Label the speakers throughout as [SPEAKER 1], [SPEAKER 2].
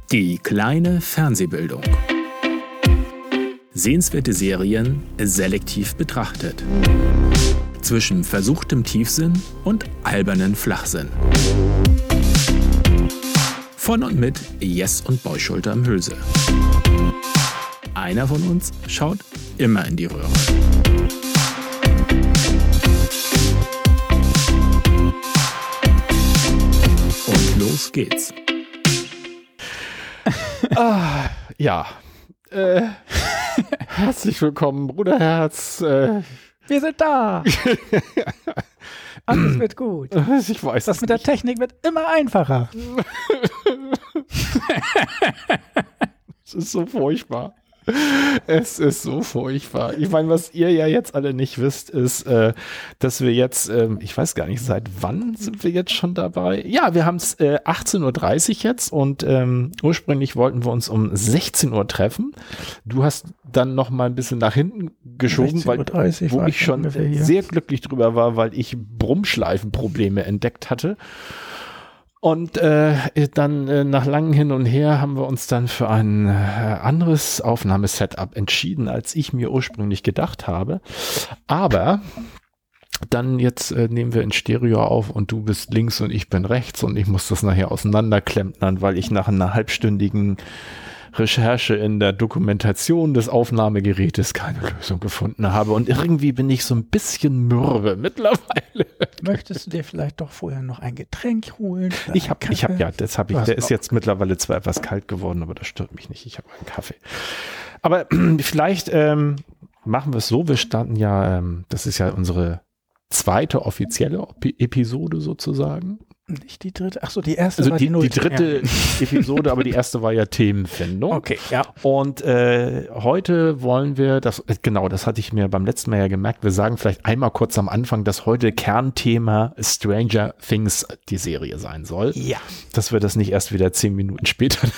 [SPEAKER 1] Die kleine Fernsehbildung. Sehenswerte Serien selektiv betrachtet. Zwischen versuchtem Tiefsinn und albernen Flachsinn. Von und mit Jess und Boyschulter im Hülse. Einer von uns schaut immer in die Röhre. Und los geht's.
[SPEAKER 2] Herzlich willkommen, Bruderherz.
[SPEAKER 3] Wir sind da. Alles wird gut.
[SPEAKER 2] Ich weiß
[SPEAKER 3] das mit der Technik wird immer einfacher.
[SPEAKER 2] Es ist so furchtbar. Es ist so furchtbar. Ich meine, was ihr ja jetzt alle nicht wisst, ist, dass wir jetzt, ich weiß gar nicht, seit wann sind wir jetzt schon dabei? Ja, wir haben es 18.30 Uhr jetzt und ursprünglich wollten wir uns um 16 Uhr treffen. Du hast dann noch mal ein bisschen nach hinten geschoben, wo ich schon sehr glücklich drüber war, weil ich Brummschleifenprobleme entdeckt hatte. Und dann nach langem Hin und Her haben wir uns dann für ein anderes Aufnahmesetup entschieden, als ich mir ursprünglich gedacht habe. Aber dann jetzt nehmen wir in Stereo auf und du bist links und ich bin rechts und ich muss das nachher auseinanderklempern, weil ich nach einer halbstündigen Recherche in der Dokumentation des Aufnahmegerätes keine Lösung gefunden habe. Und irgendwie bin ich so ein bisschen mürbe mittlerweile.
[SPEAKER 3] Möchtest du dir vielleicht doch vorher noch ein Getränk holen?
[SPEAKER 2] Der ist jetzt mittlerweile zwar etwas kalt geworden, aber das stört mich nicht. Ich habe einen Kaffee. Aber vielleicht machen wir es so. Wir starten ja, das ist ja unsere zweite offizielle Episode sozusagen.
[SPEAKER 3] Nicht die dritte? Ach so, die erste
[SPEAKER 2] also
[SPEAKER 3] war
[SPEAKER 2] die dritte Episode, aber die erste war ja Themenfindung.
[SPEAKER 3] Okay, ja.
[SPEAKER 2] Und heute wollen wir, das hatte ich mir beim letzten Mal ja gemerkt, wir sagen vielleicht einmal kurz am Anfang, dass heute Kernthema Stranger Things die Serie sein soll.
[SPEAKER 3] Ja.
[SPEAKER 2] Dass wir das nicht erst wieder 10 Minuten später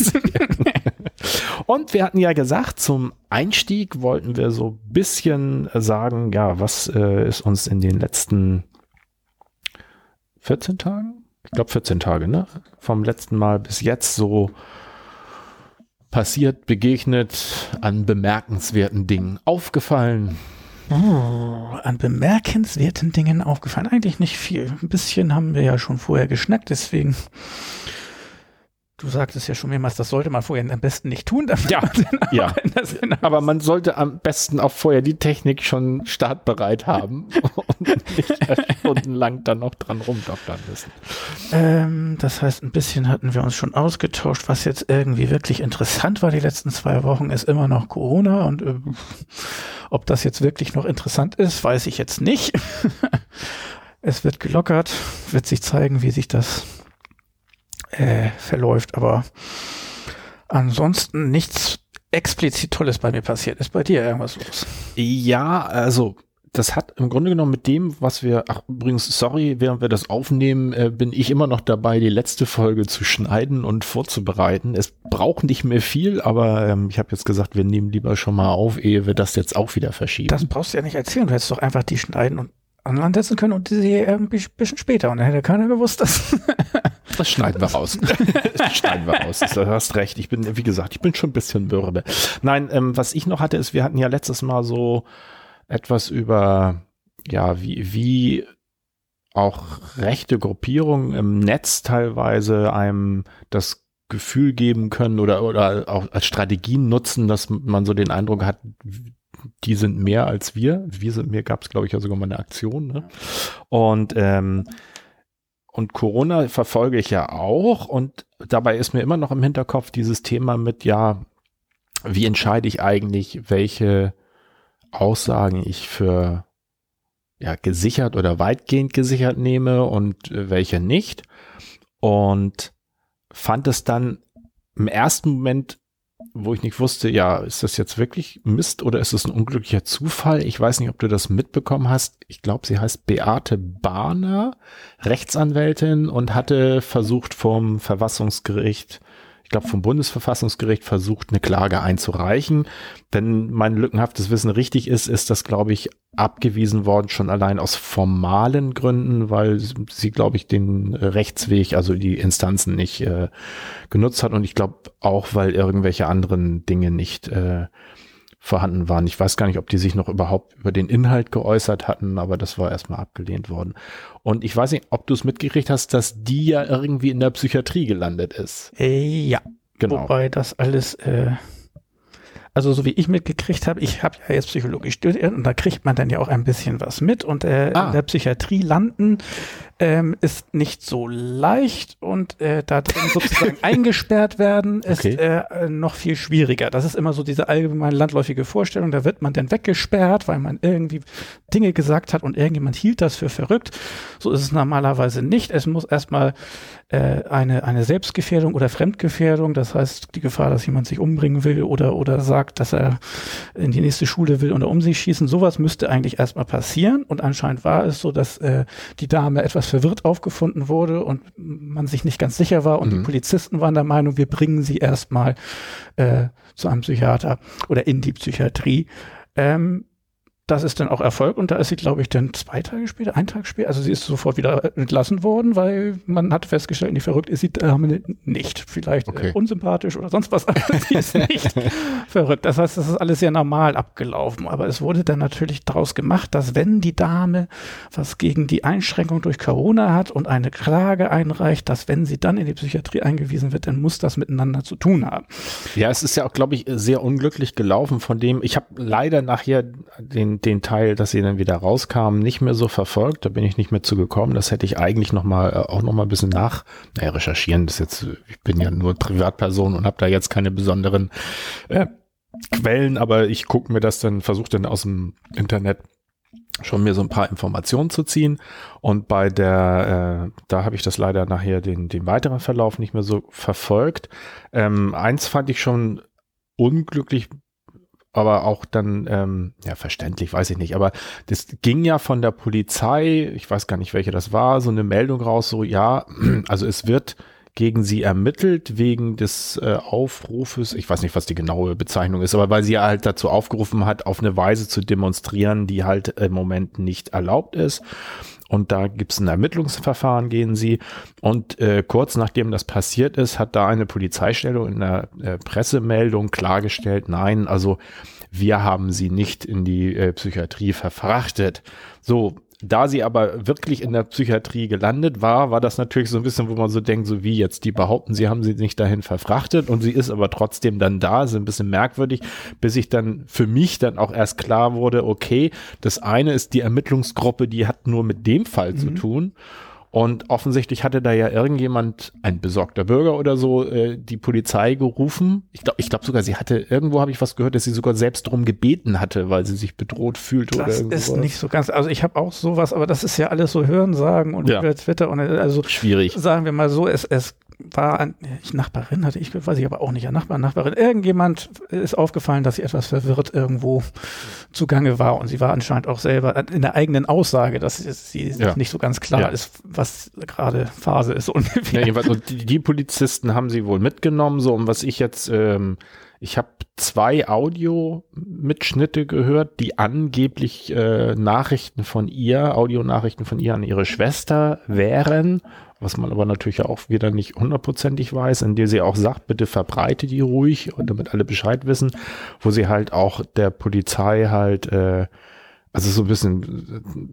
[SPEAKER 2] Und wir hatten ja gesagt, zum Einstieg wollten wir so ein bisschen sagen, ja, was ist uns in den letzten 14 Tagen? Ich glaube 14 Tage, ne? Vom letzten Mal bis jetzt so passiert, begegnet, an bemerkenswerten Dingen aufgefallen.
[SPEAKER 3] An bemerkenswerten Dingen aufgefallen. Eigentlich nicht viel. Ein bisschen haben wir ja schon vorher geschnackt, deswegen. Du sagtest ja schon mehrmals, das sollte man vorher am besten nicht tun.
[SPEAKER 2] Ja. Aber man sollte am besten auch vorher die Technik schon startbereit haben und nicht stundenlang dann noch dran rumdoktern müssen.
[SPEAKER 3] Das heißt, ein bisschen hatten wir uns schon ausgetauscht. Was jetzt irgendwie wirklich interessant war die letzten 2 Wochen, ist immer noch Corona. Und ob das jetzt wirklich noch interessant ist, weiß ich jetzt nicht. Es wird gelockert, wird sich zeigen, wie sich das verläuft, aber ansonsten nichts explizit Tolles bei mir passiert. Ist bei dir irgendwas los?
[SPEAKER 2] Ja, also das hat im Grunde genommen mit dem, was wir, übrigens, sorry, während wir das aufnehmen, bin ich immer noch dabei, die letzte Folge zu schneiden und vorzubereiten. Es braucht nicht mehr viel, aber ich habe jetzt gesagt, wir nehmen lieber schon mal auf, ehe wir das jetzt auch wieder verschieben.
[SPEAKER 3] Das brauchst du ja nicht erzählen, du hättest doch einfach die schneiden und ansetzen können und die ein bisschen später und dann hätte keiner gewusst, dass
[SPEAKER 2] das schneiden wir raus. Du hast recht. Ich bin schon ein bisschen mürbe. Nein, was ich noch hatte, ist, wir hatten ja letztes Mal so etwas über, ja, wie auch rechte Gruppierungen im Netz teilweise einem das Gefühl geben können oder auch als Strategien nutzen, dass man so den Eindruck hat, die sind mehr als wir. Wir sind mehr, gab es, glaube ich, ja sogar mal eine Aktion. Ne? Und Corona verfolge ich ja auch und dabei ist mir immer noch im Hinterkopf dieses Thema mit, ja, wie entscheide ich eigentlich, welche Aussagen ich für ja, gesichert oder weitgehend gesichert nehme und welche nicht. Und fand es dann im ersten Moment, wo ich nicht wusste, ja, ist das jetzt wirklich Mist oder ist es ein unglücklicher Zufall? Ich weiß nicht, ob du das mitbekommen hast. Ich glaube, sie heißt Beate Bahner, Rechtsanwältin und hatte versucht vom Verfassungsgericht ich glaube vom Bundesverfassungsgericht versucht, eine Klage einzureichen. Wenn mein lückenhaftes Wissen richtig ist, ist das, glaube ich, abgewiesen worden, schon allein aus formalen Gründen, weil sie, glaube ich, den Rechtsweg, also die Instanzen nicht genutzt hat. Und ich glaube auch, weil irgendwelche anderen Dinge nicht vorhanden waren. Ich weiß gar nicht, ob die sich noch überhaupt über den Inhalt geäußert hatten, aber das war erstmal abgelehnt worden. Und ich weiß nicht, ob du es mitgekriegt hast, dass die ja irgendwie in der Psychiatrie gelandet ist.
[SPEAKER 3] Ja,
[SPEAKER 2] genau.
[SPEAKER 3] Wobei das alles, also so wie ich mitgekriegt habe, ich habe ja jetzt Psychologie studiert und da kriegt man dann ja auch ein bisschen was mit und in der Psychiatrie landen ist nicht so leicht und da drin sozusagen eingesperrt werden ist noch viel schwieriger. Das ist immer so diese allgemeine landläufige Vorstellung, da wird man dann weggesperrt, weil man irgendwie Dinge gesagt hat und irgendjemand hielt das für verrückt. So ist es normalerweise nicht. Es muss erstmal eine Selbstgefährdung oder Fremdgefährdung, das heißt die Gefahr, dass jemand sich umbringen will oder sagt, dass er in die nächste Schule will oder um sich schießen, sowas müsste eigentlich erstmal passieren und anscheinend war es so, dass die Dame etwas verwirrt aufgefunden wurde und man sich nicht ganz sicher war und die Polizisten waren der Meinung, wir bringen sie erstmal zu einem Psychiater oder in die Psychiatrie. Das ist dann auch Erfolg und da ist sie, glaube ich, dann 2 Tage später, 1 Tag später, also sie ist sofort wieder entlassen worden, weil man hat festgestellt, nee, verrückt ist sie nicht. Vielleicht unsympathisch oder sonst was, aber sie ist nicht verrückt. Das heißt, das ist alles sehr normal abgelaufen, aber es wurde dann natürlich daraus gemacht, dass wenn die Dame was gegen die Einschränkung durch Corona hat und eine Klage einreicht, dass wenn sie dann in die Psychiatrie eingewiesen wird, dann muss das miteinander zu tun haben.
[SPEAKER 2] Ja, es ist ja auch, glaube ich, sehr unglücklich gelaufen von dem, ich habe leider nachher den Teil, dass sie dann wieder rauskamen, nicht mehr so verfolgt. Da bin ich nicht mehr zugekommen. Das hätte ich eigentlich auch noch mal ein bisschen recherchieren. Das jetzt, ich bin ja nur Privatperson und habe da jetzt keine besonderen Quellen, aber ich gucke mir das dann, versuche dann aus dem Internet schon mir so ein paar Informationen zu ziehen. Und bei da habe ich das leider nachher den weiteren Verlauf nicht mehr so verfolgt. Eins fand ich schon unglücklich, aber auch dann, verständlich, weiß ich nicht, aber das ging ja von der Polizei, ich weiß gar nicht, welche das war, so eine Meldung raus, so, ja, also es wird gegen sie ermittelt wegen des Aufrufes, ich weiß nicht, was die genaue Bezeichnung ist, aber weil sie halt dazu aufgerufen hat, auf eine Weise zu demonstrieren, die halt im Moment nicht erlaubt ist. Und da gibt's ein Ermittlungsverfahren gegen sie. Und kurz nachdem das passiert ist, hat da eine Polizeistelle in der Pressemeldung klargestellt, nein, also wir haben sie nicht in die Psychiatrie verfrachtet. So, da sie aber wirklich in der Psychiatrie gelandet war das natürlich so ein bisschen, wo man so denkt, so wie jetzt, die behaupten, sie haben sie nicht dahin verfrachtet und sie ist aber trotzdem dann da, ist ein bisschen merkwürdig, bis ich dann für mich dann auch erst klar wurde, okay, das eine ist die Ermittlungsgruppe, die hat nur mit dem Fall zu tun. Und offensichtlich hatte da ja irgendjemand, ein besorgter Bürger oder so, die Polizei gerufen. Ich glaube sogar, sie hatte, irgendwo habe ich was gehört, dass sie sogar selbst darum gebeten hatte, weil sie sich bedroht fühlte oder irgendwas. Das ist
[SPEAKER 3] nicht so ganz, also ich habe auch sowas, aber das ist ja alles so Hörensagen und über Twitter und also
[SPEAKER 2] schwierig.
[SPEAKER 3] Sagen wir mal so, es war Nachbarin, weiß ich aber auch nicht, Nachbarin. Irgendjemand ist aufgefallen, dass sie etwas verwirrt irgendwo zugange war und sie war anscheinend auch selber in der eigenen Aussage, dass sie nicht so ganz klar ist, was gerade Phase ist ungefähr.
[SPEAKER 2] Ja, jedenfalls, und die Polizisten haben sie wohl mitgenommen, so, und was ich jetzt, ich habe 2 Audio-Mitschnitte gehört, die angeblich Audionachrichten von ihr an ihre Schwester wären, was man aber natürlich auch wieder nicht 100%ig weiß, in der sie auch sagt, bitte verbreite die ruhig, und damit alle Bescheid wissen, wo sie halt auch der Polizei halt, also so ein bisschen,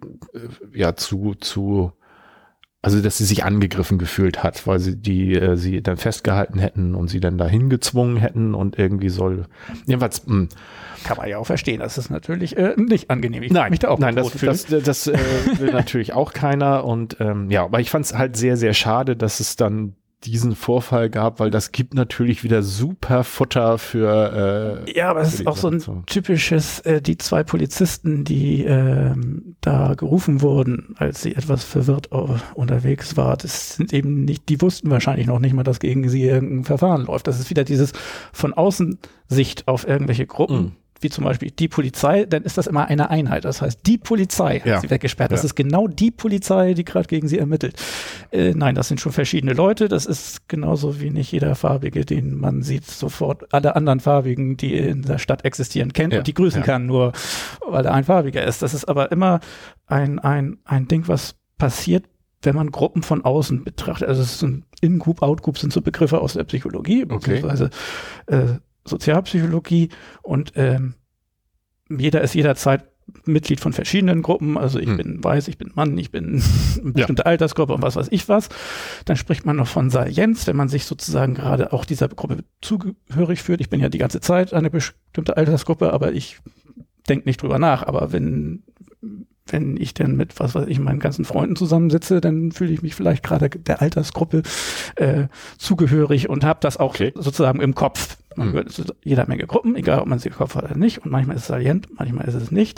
[SPEAKER 2] also dass sie sich angegriffen gefühlt hat, weil sie dann festgehalten hätten und sie dann dahin gezwungen hätten und irgendwie jedenfalls,
[SPEAKER 3] kann man ja auch verstehen, das ist natürlich nicht angenehm.
[SPEAKER 2] Nein, das will natürlich auch keiner und aber ich fand es halt sehr, sehr schade, dass es dann diesen Vorfall gab, weil das gibt natürlich wieder super Futter für
[SPEAKER 3] aber es ist auch so ein typisches, die 2 Polizisten, die da gerufen wurden, als sie etwas verwirrt unterwegs war, das sind eben nicht, die wussten wahrscheinlich noch nicht mal, dass gegen sie irgendein Verfahren läuft. Das ist wieder dieses von außen Sicht auf irgendwelche Gruppen wie zum Beispiel die Polizei, dann ist das immer eine Einheit. Das heißt, die Polizei hat sie weggesperrt. Das ist genau die Polizei, die gerade gegen sie ermittelt. Nein, das sind schon verschiedene Leute. Das ist genauso wie nicht jeder Farbige, den man sieht, sofort alle anderen Farbigen, die in der Stadt existieren, kennt und die grüßen kann, nur weil er ein Farbiger ist. Das ist aber immer ein Ding, was passiert, wenn man Gruppen von außen betrachtet. Also es ist ein In-Group, Out-Group sind so Begriffe aus der Psychologie, beziehungsweise Sozialpsychologie, und jeder ist jederzeit Mitglied von verschiedenen Gruppen, also ich bin weiß, ich bin Mann, ich bin eine bestimmte Altersgruppe und was weiß ich was. Dann spricht man noch von Salienz, wenn man sich sozusagen gerade auch dieser Gruppe zugehörig fühlt. Ich bin ja die ganze Zeit eine bestimmte Altersgruppe, aber ich denke nicht drüber nach. Aber wenn ich dann mit, was weiß ich, meinen ganzen Freunden zusammensitze, dann fühle ich mich vielleicht gerade der Altersgruppe zugehörig und habe das auch sozusagen im Kopf. Man gehört zu jeder Menge Gruppen, egal ob man sie im Kopf hat oder nicht. Und manchmal ist es salient, manchmal ist es nicht.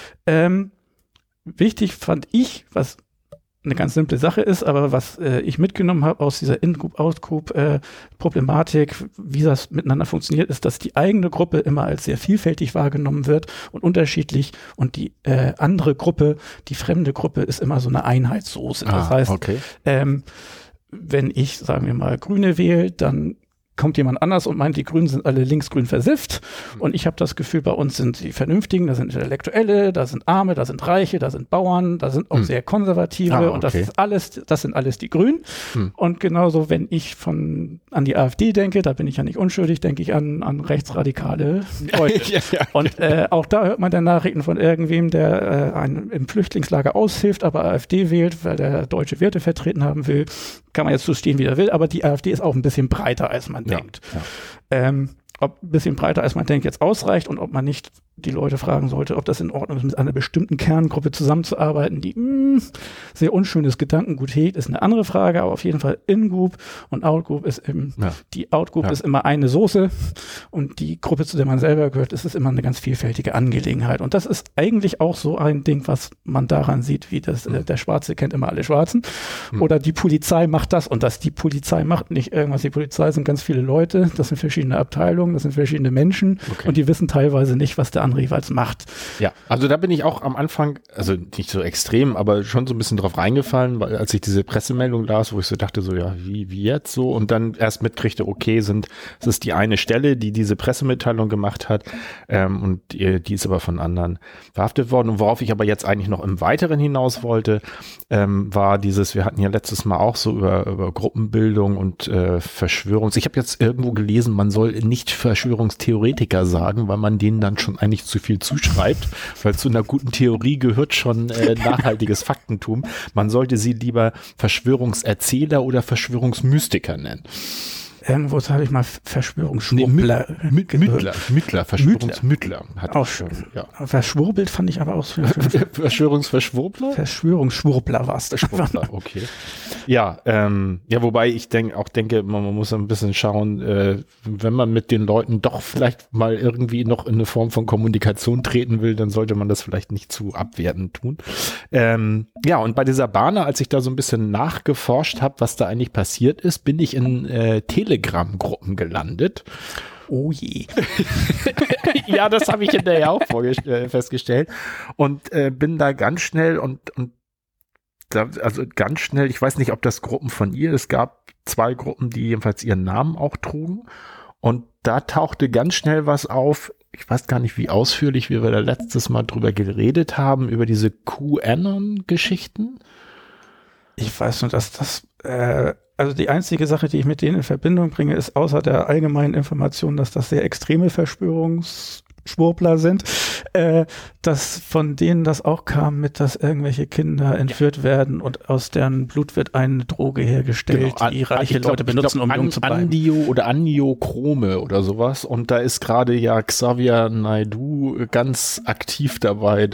[SPEAKER 3] Wichtig fand ich, was eine ganz simple Sache ist, aber was ich mitgenommen habe aus dieser In-Group, Out-Group-Problematik, wie das miteinander funktioniert, ist, dass die eigene Gruppe immer als sehr vielfältig wahrgenommen wird und unterschiedlich, und die andere Gruppe, die fremde Gruppe, ist immer so eine Einheitssoße. Das heißt, wenn ich, sagen wir mal, Grüne wähle, dann kommt jemand anders und meint, die Grünen sind alle linksgrün versifft, und ich habe das Gefühl, bei uns sind die Vernünftigen, da sind Intellektuelle, da sind Arme, da sind Reiche, da sind Bauern, da sind auch sehr Konservative, und das sind alles die Grünen. Und genauso, wenn ich an die AfD denke, da bin ich ja nicht unschuldig, denke ich an rechtsradikale Leute. Und auch da hört man dann Nachrichten von irgendwem, der einen im Flüchtlingslager aushilft, aber AfD wählt, weil der deutsche Werte vertreten haben will. Kann man jetzt so stehen, wie er will, aber die AfD ist auch ein bisschen breiter, als man denkt. Ob ein bisschen breiter, als man denkt, jetzt ausreicht, und ob man nicht die Leute fragen sollte, ob das in Ordnung ist, mit einer bestimmten Kerngruppe zusammenzuarbeiten, die sehr unschönes Gedankengut hegt, ist eine andere Frage, aber auf jeden Fall In-Group und Out-Group ist die Out-Group ist immer eine Soße, und die Gruppe, zu der man selber gehört, ist immer eine ganz vielfältige Angelegenheit. Und das ist eigentlich auch so ein Ding, was man daran sieht, wie das, der Schwarze kennt immer alle Schwarzen, oder die Polizei macht das, und das die Polizei macht nicht irgendwas. Die Polizei sind ganz viele Leute, das sind verschiedene Abteilungen, das sind verschiedene Menschen, und die wissen teilweise nicht, was der andere jeweils macht.
[SPEAKER 2] Ja, also da bin ich auch am Anfang, also nicht so extrem, aber schon so ein bisschen drauf reingefallen, weil als ich diese Pressemeldung las, wo ich so dachte, so ja, wie jetzt so, und dann erst mitkriegte, okay, es ist die eine Stelle, die diese Pressemitteilung gemacht hat, und die ist aber von anderen verhaftet worden. Und worauf ich aber jetzt eigentlich noch im Weiteren hinaus wollte, war wir hatten ja letztes Mal auch so über Gruppenbildung und ich habe jetzt irgendwo gelesen, man soll nicht Verschwörungstheoretiker sagen, weil man denen dann schon eigentlich zu viel zuschreibt, weil zu einer guten Theorie gehört schon nachhaltiges Faktentum. Man sollte sie lieber Verschwörungserzähler oder Verschwörungsmystiker nennen.
[SPEAKER 3] Irgendwo habe ich mal Verschwörungsschwurbler.
[SPEAKER 2] Verschwörungsmythler.
[SPEAKER 3] Auch schön. Ja. Verschwurbelt fand ich aber auch so.
[SPEAKER 2] Verschwörungsverschwurbler?
[SPEAKER 3] Verschwörungsschwurbler war es.
[SPEAKER 2] Okay. Ja, wobei ich denke, man muss ein bisschen schauen, wenn man mit den Leuten doch vielleicht mal irgendwie noch in eine Form von Kommunikation treten will, dann sollte man das vielleicht nicht zu abwertend tun. Und bei dieser Bahner, als ich da so ein bisschen nachgeforscht habe, was da eigentlich passiert ist, bin ich in Telegram-Gruppen gelandet.
[SPEAKER 3] Oh je.
[SPEAKER 2] Ja, das habe ich hinterher auch festgestellt, und bin da ganz schnell ganz schnell, ich weiß nicht, ob das Gruppen von ihr, es gab 2 Gruppen, die jedenfalls ihren Namen auch trugen, und da tauchte ganz schnell was auf. Ich weiß gar nicht, wie ausführlich wir da letztes Mal drüber geredet haben, über diese QAnon-Geschichten. Ich weiß nur, dass das also die einzige Sache, die ich mit denen in Verbindung bringe, ist außer der allgemeinen Information, dass das sehr extreme Verschwörungsschwurbler sind, dass von denen das auch kam, dass irgendwelche Kinder entführt werden und aus deren Blut wird eine Droge hergestellt, die reiche Leute benutzen, um jung zu bleiben. Aniochrome oder sowas. Und da ist gerade ja Xavier Naidoo ganz aktiv dabei,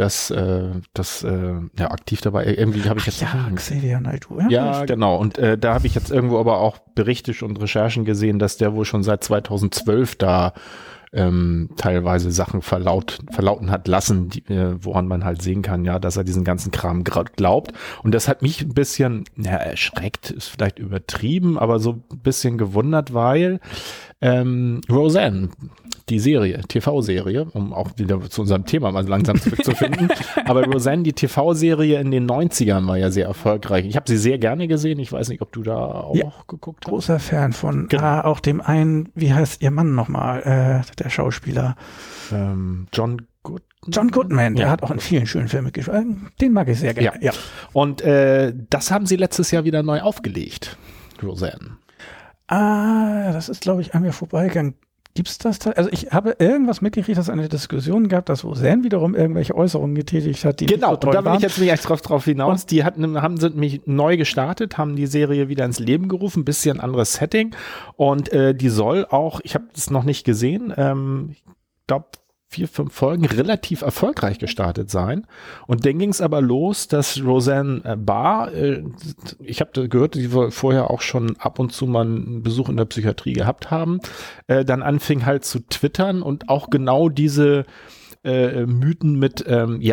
[SPEAKER 2] aktiv dabei, irgendwie habe ich jetzt...
[SPEAKER 3] Xavier Naidoo.
[SPEAKER 2] Ja, genau. Und da habe ich jetzt irgendwo aber auch Berichte und Recherchen gesehen, dass der wohl schon seit 2012 da teilweise Sachen verlauten hat lassen, woran man halt sehen kann, ja, dass er diesen ganzen Kram glaubt. Und das hat mich ein bisschen erschreckt, ist vielleicht übertrieben, aber so ein bisschen gewundert, weil Roseanne, die Serie, TV-Serie, um auch wieder zu unserem Thema mal langsam zurückzufinden. Aber Roseanne, die TV-Serie in den 90ern war ja sehr erfolgreich. Ich habe sie sehr gerne gesehen. Ich weiß nicht, ob du da auch geguckt hast.
[SPEAKER 3] Großer Fan von auch dem einen, wie heißt ihr Mann nochmal, der Schauspieler?
[SPEAKER 2] John
[SPEAKER 3] Goodman, der hat auch in vielen schönen Filmen gespielt. Den mag ich sehr gerne.
[SPEAKER 2] Ja. Und das haben sie letztes Jahr wieder neu aufgelegt, Roseanne.
[SPEAKER 3] Das ist, glaube ich, an mir vorbeigegangen. Gibt's das da? Also ich habe irgendwas mitgekriegt, dass es eine Diskussion gab, dass Roseanne wiederum irgendwelche Äußerungen getätigt hat, die nicht so toll
[SPEAKER 2] und da will
[SPEAKER 3] waren.
[SPEAKER 2] ich jetzt nicht drauf hinaus. Die sind mich neu gestartet, haben die Serie wieder ins Leben gerufen, bisschen anderes Setting und die soll auch, ich habe es noch nicht gesehen, ich glaube 4-5 Folgen relativ erfolgreich gestartet sein. Und dann ging es aber los, dass Roseanne Barr, ich habe gehört, die wir vorher auch schon ab und zu mal einen Besuch in der Psychiatrie gehabt haben, dann anfing halt zu twittern und auch genau diese Mythen mit, die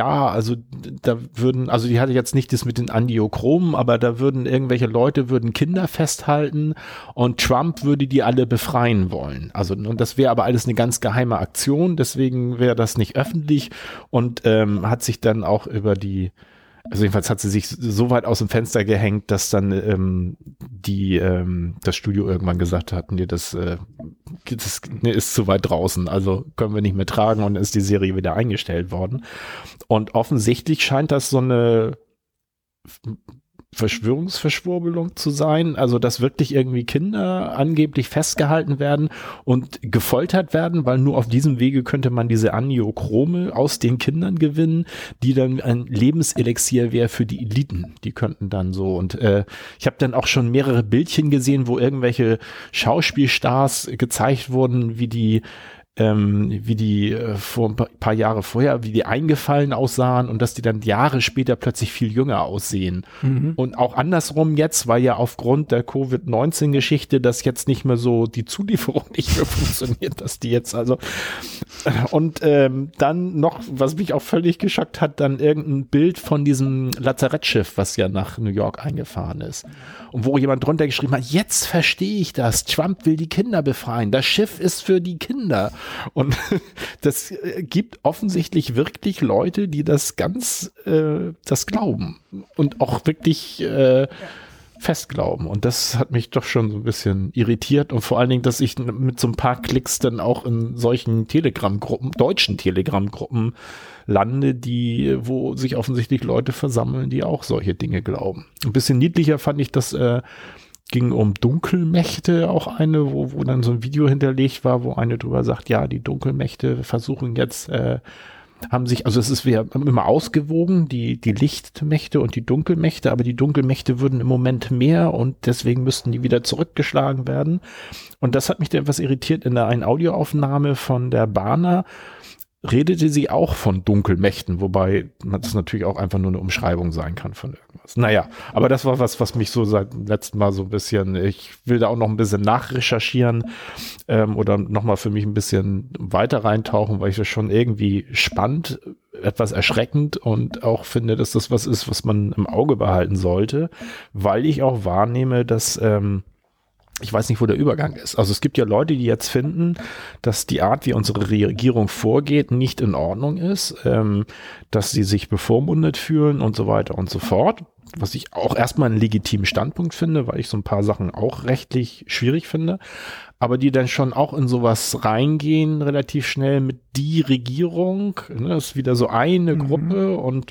[SPEAKER 2] hatte jetzt nicht das mit den Angiokromen, aber da würden irgendwelche Leute Kinder festhalten und Trump würde die alle befreien wollen. Also, und das wäre aber alles eine ganz geheime Aktion, deswegen wäre das nicht öffentlich und hat sich dann auch jedenfalls hat sie sich so weit aus dem Fenster gehängt, dass dann das Studio irgendwann gesagt hat, nee, das ist zu weit draußen, also können wir nicht mehr tragen und dann ist die Serie wieder eingestellt worden. Und offensichtlich scheint das so eine Verschwörungsverschwurbelung zu sein, also dass wirklich irgendwie Kinder angeblich festgehalten werden und gefoltert werden, weil nur auf diesem Wege könnte man diese Angiochrome aus den Kindern gewinnen, die dann ein Lebenselixier wäre für die Eliten. Die könnten dann so und ich habe dann auch schon mehrere Bildchen gesehen, wo irgendwelche Schauspielstars gezeigt wurden, wie die vor ein paar Jahre vorher, wie die eingefallen aussahen und dass die dann Jahre später plötzlich viel jünger aussehen. Mhm. Und auch andersrum jetzt, weil ja aufgrund der Covid-19-Geschichte das jetzt nicht mehr so, die Zulieferung nicht mehr funktioniert, dass die jetzt also und dann noch, was mich auch völlig geschockt hat, dann irgendein Bild von diesem Lazarettschiff, was ja nach New York eingefahren ist. Und wo jemand drunter geschrieben hat, jetzt verstehe ich das, Trump will die Kinder befreien, das Schiff ist für die Kinder. Und das gibt offensichtlich wirklich Leute, die das das glauben und auch wirklich fest glauben. Und das hat mich doch schon so ein bisschen irritiert und vor allen Dingen, dass ich mit so ein paar Klicks dann auch in solchen deutschen Telegram-Gruppen lande, wo sich offensichtlich Leute versammeln, die auch solche Dinge glauben. Ein bisschen niedlicher fand ich das ging um Dunkelmächte, auch eine, wo dann so ein Video hinterlegt war, wo eine drüber sagt, ja, die Dunkelmächte versuchen jetzt, also es ist immer ausgewogen, die Lichtmächte und die Dunkelmächte, aber die Dunkelmächte würden im Moment mehr und deswegen müssten die wieder zurückgeschlagen werden. Und das hat mich dann etwas irritiert. In der einen Audioaufnahme von der Barner redete sie auch von Dunkelmächten, wobei das natürlich auch einfach nur eine Umschreibung sein kann von irgendwas. Naja, aber das war was mich so seit dem letzten Mal so ein bisschen, ich will da auch noch ein bisschen nachrecherchieren oder nochmal für mich ein bisschen weiter reintauchen, weil ich das schon irgendwie spannend, etwas erschreckend und auch finde, dass das was ist, was man im Auge behalten sollte, weil ich auch wahrnehme, dass ich weiß nicht, wo der Übergang ist. Also es gibt ja Leute, die jetzt finden, dass die Art, wie unsere Regierung vorgeht, nicht in Ordnung ist, dass sie sich bevormundet fühlen und so weiter und so fort. Was ich auch erstmal einen legitimen Standpunkt finde, weil ich so ein paar Sachen auch rechtlich schwierig finde. Aber die dann schon auch in sowas reingehen, relativ schnell mit die Regierung. Ne, das ist wieder so eine Gruppe und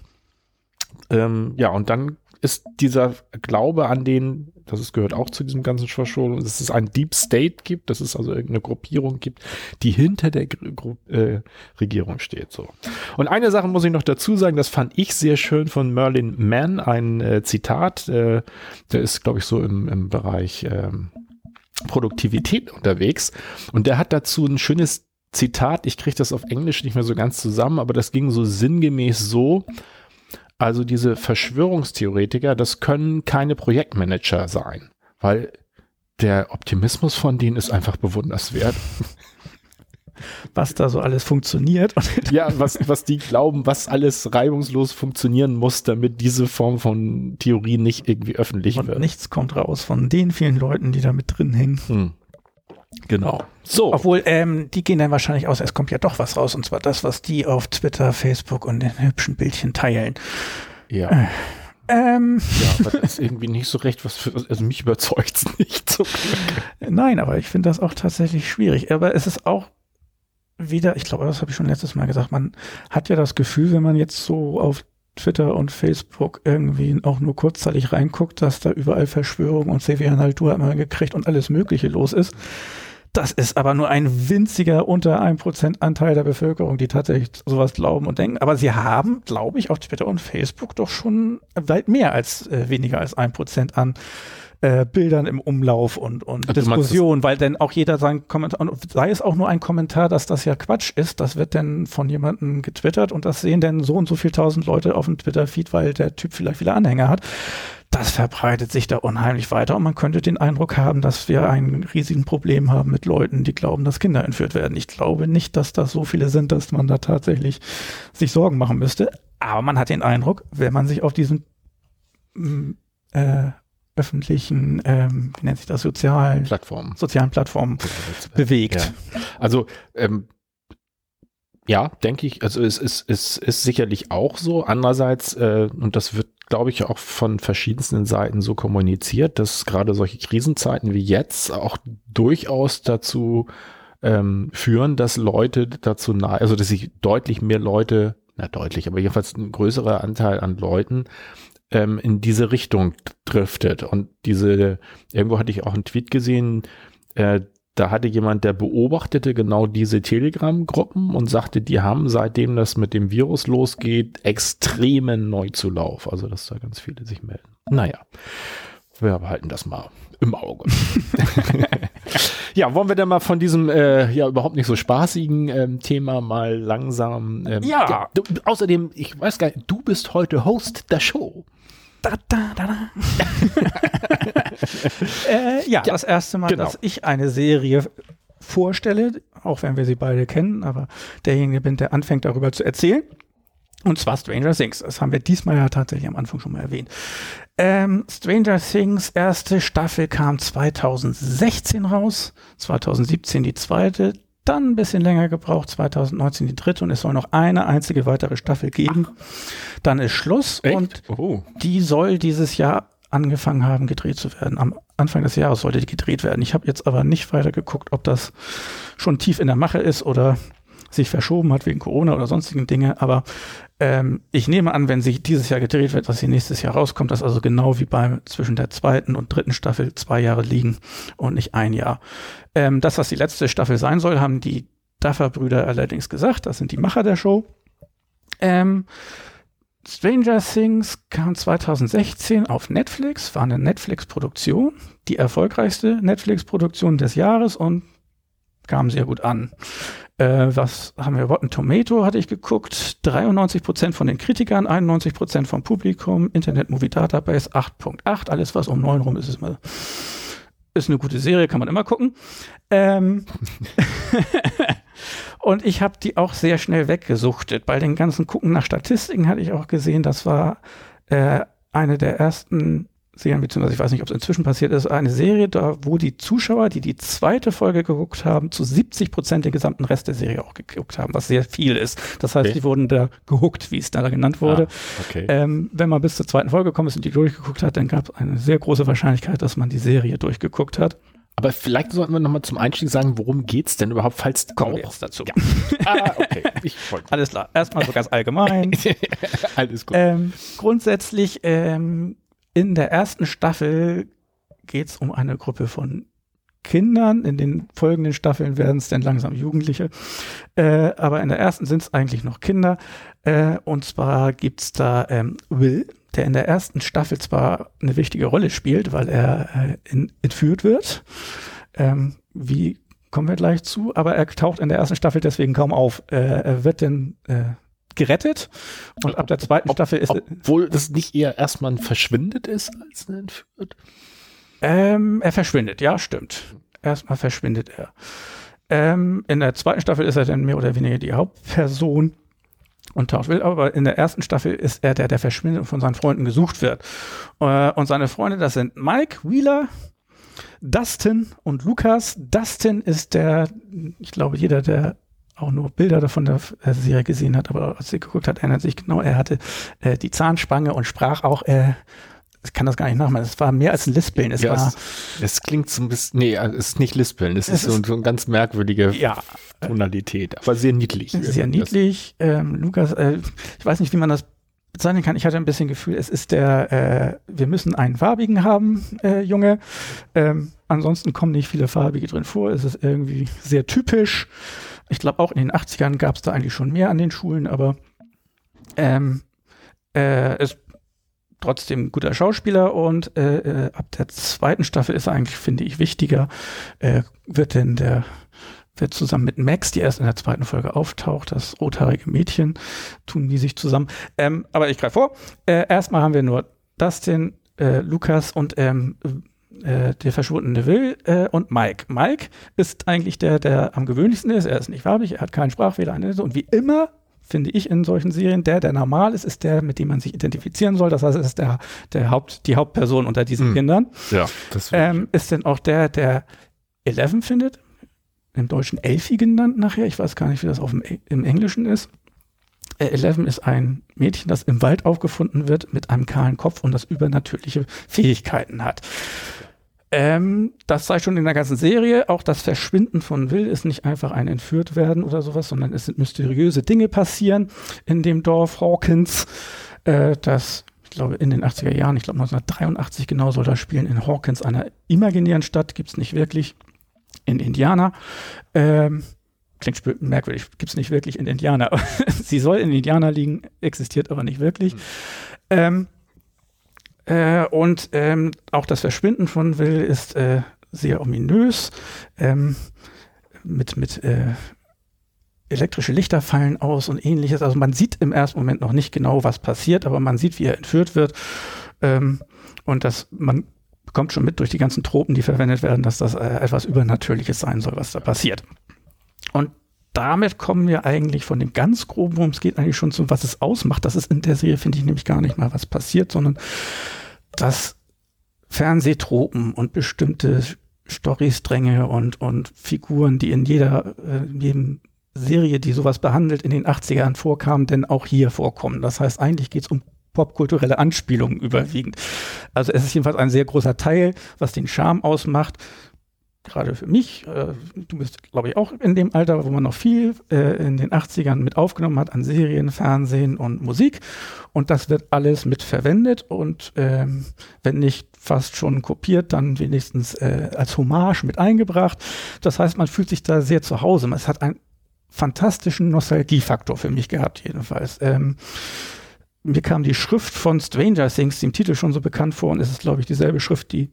[SPEAKER 2] und dann ist dieser Glaube an den, das gehört auch zu diesem ganzen Verschwörung, dass es einen Deep State gibt, dass es also irgendeine Gruppierung gibt, die hinter der Regierung steht. So. Und eine Sache muss ich noch dazu sagen, das fand ich sehr schön von Merlin Mann, ein Zitat, der ist, glaube ich, so im Bereich Produktivität unterwegs und der hat dazu ein schönes Zitat, ich kriege das auf Englisch nicht mehr so ganz zusammen, aber das ging so sinngemäß so: Also diese Verschwörungstheoretiker, das können keine Projektmanager sein, weil der Optimismus von denen ist einfach bewundernswert.
[SPEAKER 3] Was da so alles funktioniert.
[SPEAKER 2] Ja, was die glauben, was alles reibungslos funktionieren muss, damit diese Form von Theorie nicht irgendwie öffentlich wird.
[SPEAKER 3] Und nichts kommt raus von den vielen Leuten, die da mit drin hängen.
[SPEAKER 2] Genau. So.
[SPEAKER 3] Obwohl, die gehen dann wahrscheinlich aus, es kommt ja doch was raus, und zwar das, was die auf Twitter, Facebook und den hübschen Bildchen teilen.
[SPEAKER 2] Ja. Ja, aber das ist irgendwie nicht so recht, also mich überzeugt es nicht so.
[SPEAKER 3] Nein, aber ich finde das auch tatsächlich schwierig. Aber es ist auch wieder, ich glaube, das habe ich schon letztes Mal gesagt, man hat ja das Gefühl, wenn man jetzt so auf Twitter und Facebook irgendwie auch nur kurzzeitig reinguckt, dass da überall Verschwörung und Xavier Naidoo hat man gekriegt und alles Mögliche los ist. Das ist aber nur ein winziger unter 1% Anteil der Bevölkerung, die tatsächlich sowas glauben und denken. Aber sie haben, glaube ich, auf Twitter und Facebook doch schon weit mehr als weniger als 1% an Bildern im Umlauf und Diskussionen, weil dann auch jeder seinen Kommentar, und sei es auch nur ein Kommentar, dass das ja Quatsch ist, das wird dann von jemandem getwittert und das sehen dann so und so viel 1000 Leute auf dem Twitter-Feed, weil der Typ vielleicht viele Anhänger hat. Das verbreitet sich da unheimlich weiter und man könnte den Eindruck haben, dass wir ein riesigen Problem haben mit Leuten, die glauben, dass Kinder entführt werden. Ich glaube nicht, dass das so viele sind, dass man da tatsächlich sich Sorgen machen müsste. Aber man hat den Eindruck, wenn man sich auf diesen öffentlichen, wie nennt sich das, sozialen Plattformen bewegt.
[SPEAKER 2] Ja. Also, ja, denke ich, also es ist sicherlich auch so. Andererseits, und das wird, glaube ich, auch von verschiedensten Seiten so kommuniziert, dass gerade solche Krisenzeiten wie jetzt auch durchaus dazu führen, dass Leute dazu also dass sich deutlich mehr Leute, aber jedenfalls ein größerer Anteil an Leuten in diese Richtung driftet. Und irgendwo hatte ich auch einen Tweet gesehen, da hatte jemand, der beobachtete genau diese Telegram-Gruppen und sagte, die haben, seitdem das mit dem Virus losgeht, extremen Neuzulauf. Also, dass da ganz viele sich melden. Naja, wir behalten das mal im Auge. Ja, wollen wir denn mal von diesem überhaupt nicht so spaßigen Thema mal langsam außerdem, ich weiß gar nicht, du bist heute Host der Show.
[SPEAKER 3] Das erste Mal, dass ich eine Serie vorstelle, auch wenn wir sie beide kennen, aber derjenige bin, der anfängt, darüber zu erzählen. Und zwar Stranger Things. Das haben wir diesmal ja tatsächlich am Anfang schon mal erwähnt. Stranger Things erste Staffel kam 2016 raus, 2017 die zweite, dann ein bisschen länger gebraucht, 2019 die dritte und es soll noch eine einzige weitere Staffel geben. Dann ist Schluss.
[SPEAKER 2] Echt?
[SPEAKER 3] Und die soll dieses Jahr angefangen haben, gedreht zu werden. Am Anfang des Jahres sollte die gedreht werden. Ich habe jetzt aber nicht weiter geguckt, ob das schon tief in der Mache ist oder sich verschoben hat wegen Corona oder sonstigen Dinge, aber ich nehme an, wenn sie dieses Jahr gedreht wird, dass sie nächstes Jahr rauskommt, dass also genau wie zwischen der zweiten und dritten Staffel 2 Jahre liegen und nicht ein Jahr. Das, was die letzte Staffel sein soll, haben die Duffer-Brüder allerdings gesagt, das sind die Macher der Show. Stranger Things kam 2016 auf Netflix, war eine Netflix-Produktion, die erfolgreichste Netflix-Produktion des Jahres und kam sehr gut an. Was haben wir? Rotten Tomato hatte ich geguckt. 93% von den Kritikern, 91% vom Publikum. Internet Movie Database 8.8. Alles, was um 9 rum ist, ist eine gute Serie, kann man immer gucken. Und ich habe die auch sehr schnell weggesuchtet. Bei den ganzen Gucken nach Statistiken hatte ich auch gesehen, das war eine der ersten Serien, beziehungsweise ich weiß nicht, ob es inzwischen passiert ist, eine Serie, da wo die Zuschauer, die zweite Folge geguckt haben, zu 70% den gesamten Rest der Serie auch geguckt haben, was sehr viel ist. Das heißt, die wurden da gehuckt, wie es da genannt wurde. Wenn man bis zur zweiten Folge gekommen ist und die durchgeguckt hat, dann gab es eine sehr große Wahrscheinlichkeit, dass man die Serie durchgeguckt hat.
[SPEAKER 2] Aber vielleicht sollten wir nochmal zum Einstieg sagen, worum geht's denn überhaupt, falls
[SPEAKER 3] kommen wir jetzt dazu.
[SPEAKER 2] Ja. Okay.
[SPEAKER 3] Alles klar. Erstmal so ganz allgemein.
[SPEAKER 2] Alles gut.
[SPEAKER 3] Grundsätzlich, in der ersten Staffel geht es um eine Gruppe von Kindern. In den folgenden Staffeln werden es dann langsam Jugendliche. Aber in der ersten sind es eigentlich noch Kinder. Und zwar gibt es da Will, der in der ersten Staffel zwar eine wichtige Rolle spielt, weil er entführt wird. Wie kommen wir gleich zu? Aber er taucht in der ersten Staffel deswegen kaum auf. Er wird dann gerettet und ab der zweiten Staffel ist...
[SPEAKER 2] Obwohl das nicht eher erstmal verschwindet ist, als entführt?
[SPEAKER 3] Er verschwindet, ja, stimmt. Erstmal verschwindet er. In der zweiten Staffel ist er dann mehr oder weniger die Hauptperson und taucht will, aber in der ersten Staffel ist er der verschwindet und von seinen Freunden gesucht wird. Und seine Freunde, das sind Mike Wheeler, Dustin und Lukas. Dustin ist ich glaube, jeder, der auch nur Bilder von der Serie gesehen hat, aber als er geguckt hat, erinnert sich genau, er hatte die Zahnspange und sprach auch, ich kann das gar nicht nachmachen, es war mehr als ein Lispeln.
[SPEAKER 2] Es klingt so ein bisschen, es ist nicht Lispeln, es ist so eine ganz merkwürdige Tonalität, aber sehr niedlich.
[SPEAKER 3] Sehr niedlich. Lukas, ich weiß nicht, wie man das bezeichnen kann. Ich hatte ein bisschen Gefühl, es ist wir müssen einen farbigen haben, Junge. Ansonsten kommen nicht viele farbige drin vor. Es ist irgendwie sehr typisch. Ich glaube, auch in den 80ern gab es da eigentlich schon mehr an den Schulen, aber ist trotzdem ein guter Schauspieler und ab der zweiten Staffel ist er eigentlich, finde ich, wichtiger. Wird zusammen mit Max, die erst in der zweiten Folge auftaucht, das rothaarige Mädchen, tun die sich zusammen. Aber ich greife vor. Erstmal haben wir nur Dustin, Lukas und der verschwundene Will und Mike. Mike ist eigentlich der am gewöhnlichsten ist. Er ist nicht farbig, er hat keinen Sprachfehler. Und wie immer, finde ich in solchen Serien, der normal ist der, mit dem man sich identifizieren soll. Das heißt, es ist die Hauptperson unter diesen Kindern.
[SPEAKER 2] Ja, das
[SPEAKER 3] ist denn auch der Eleven findet, im Deutschen Elfie genannt nachher. Ich weiß gar nicht, wie das im Englischen ist. Eleven ist ein Mädchen, das im Wald aufgefunden wird mit einem kahlen Kopf und das übernatürliche Fähigkeiten hat. Das sei schon in der ganzen Serie. Auch das Verschwinden von Will ist nicht einfach ein Entführtwerden oder sowas, sondern es sind mysteriöse Dinge passieren in dem Dorf Hawkins, ich glaube, in den 80er Jahren, ich glaube 1983 genau soll das spielen, in Hawkins, einer imaginären Stadt, gibt es nicht wirklich. In Indiana. Klingt merkwürdig, gibt es nicht wirklich in Indiana. Sie soll in Indiana liegen, existiert aber nicht wirklich. Und auch das Verschwinden von Will ist sehr ominös. Mit elektrische Lichter fallen aus und ähnliches. Also man sieht im ersten Moment noch nicht genau, was passiert, aber man sieht, wie er entführt wird. Und man bekommt schon mit durch die ganzen Tropen, die verwendet werden, dass das etwas Übernatürliches sein soll, was da passiert. Und damit kommen wir eigentlich von dem ganz Groben, worum es geht, eigentlich schon zu, was es ausmacht. Das ist in der Serie, finde ich, nämlich gar nicht mal, was passiert, sondern dass Fernsehtropen und bestimmte Storystränge und Figuren, die in jedem Serie, die sowas behandelt, in den 80ern vorkamen, denn auch hier vorkommen. Das heißt, eigentlich geht es um popkulturelle Anspielungen überwiegend. Also es ist jedenfalls ein sehr großer Teil, was den Charme ausmacht. Gerade für mich, du bist, glaube ich, auch in dem Alter, wo man noch viel in den 80ern mit aufgenommen hat an Serien, Fernsehen und Musik. Und das wird alles mit verwendet und wenn nicht fast schon kopiert, dann wenigstens als Hommage mit eingebracht. Das heißt, man fühlt sich da sehr zu Hause. Es hat einen fantastischen Nostalgiefaktor für mich gehabt, jedenfalls. Mir kam die Schrift von Stranger Things, die im Titel schon so bekannt vor, und es ist, glaube ich, dieselbe Schrift, die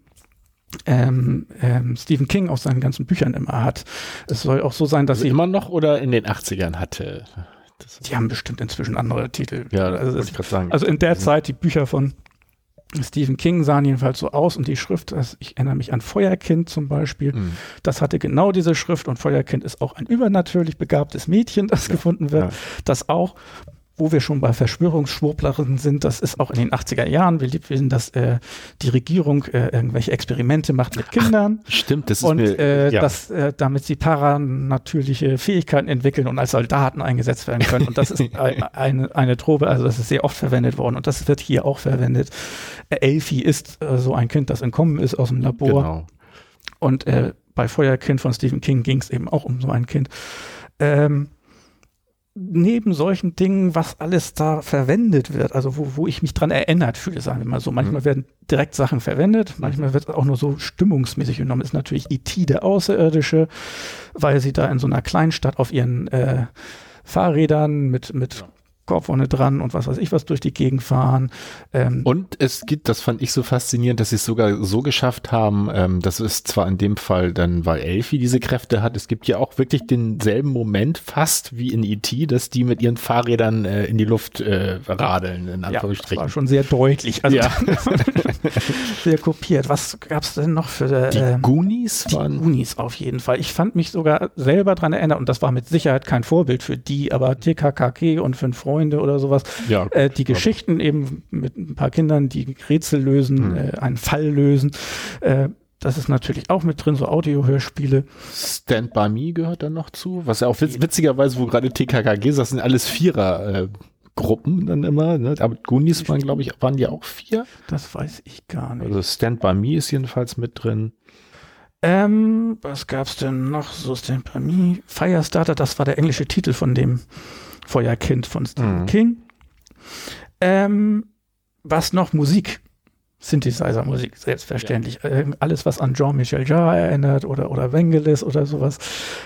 [SPEAKER 3] Stephen King aus seinen ganzen Büchern immer hat. Es soll auch so sein, dass
[SPEAKER 2] sie immer noch oder in den 80ern hatte.
[SPEAKER 3] Die haben bestimmt inzwischen andere Titel.
[SPEAKER 2] Ja, das wollte ich gerade sagen.
[SPEAKER 3] Also in der Zeit, die Bücher von Stephen King sahen jedenfalls so aus und die Schrift, ich erinnere mich an Feuerkind zum Beispiel, das hatte genau diese Schrift und Feuerkind ist auch ein übernatürlich begabtes Mädchen, das gefunden wird, das auch, wo wir schon bei Verschwörungsschwurblerinnen sind, das ist auch in den 80er Jahren beliebt gewesen, dass die Regierung irgendwelche Experimente macht mit Kindern.
[SPEAKER 2] Ach, stimmt, das ist
[SPEAKER 3] und damit sie paranatürliche Fähigkeiten entwickeln und als Soldaten eingesetzt werden können. Und das ist eine Trope, also das ist sehr oft verwendet worden und das wird hier auch verwendet. Elfie ist so ein Kind, das entkommen ist aus dem Labor.
[SPEAKER 2] Genau.
[SPEAKER 3] Und bei Feuerkind von Stephen King ging es eben auch um so ein Kind. Neben solchen Dingen, was alles da verwendet wird, also wo ich mich dran erinnert fühle, sagen wir mal so. Manchmal werden direkt Sachen verwendet, manchmal wird auch nur so stimmungsmäßig genommen. Ist natürlich E.T. der Außerirdische, weil sie da in so einer Kleinstadt auf ihren Fahrrädern mit Korb vorne dran und was weiß ich was durch die Gegend fahren.
[SPEAKER 2] Und es gibt, das fand ich so faszinierend, dass sie es sogar so geschafft haben, das ist zwar in dem Fall dann, weil Elfie diese Kräfte hat, es gibt ja auch wirklich denselben Moment fast wie in E.T., dass die mit ihren Fahrrädern in die Luft radeln, in Anführungsstrichen.
[SPEAKER 3] Das war schon sehr deutlich. Also sehr kopiert. Was gab es denn noch für
[SPEAKER 2] die Goonies?
[SPEAKER 3] Die Goonies auf jeden Fall. Ich fand mich sogar selber dran erinnert und das war mit Sicherheit kein Vorbild für die, aber TKKG und 5 Freunde oder sowas. Ja, die Geschichten eben mit ein paar Kindern, die Rätsel lösen, einen Fall lösen. Das ist natürlich auch mit drin, so Audio-Hörspiele.
[SPEAKER 2] Stand By Me gehört dann noch zu, was ja auch witzigerweise, wo gerade TKKG, das sind alles Vierer-Gruppen dann immer, ne? Aber Goonies waren, glaube ich, waren die auch 4?
[SPEAKER 3] Das weiß ich gar nicht.
[SPEAKER 2] Also Stand By Me ist jedenfalls mit drin.
[SPEAKER 3] Was gab's denn noch? So Stand By Me. Firestarter, das war der englische Titel von dem Feuerkind von Stephen King. Was noch? Musik. Synthesizer-Musik, selbstverständlich. Ja. Alles, was an Jean-Michel Jarre erinnert oder Vangelis oder sowas.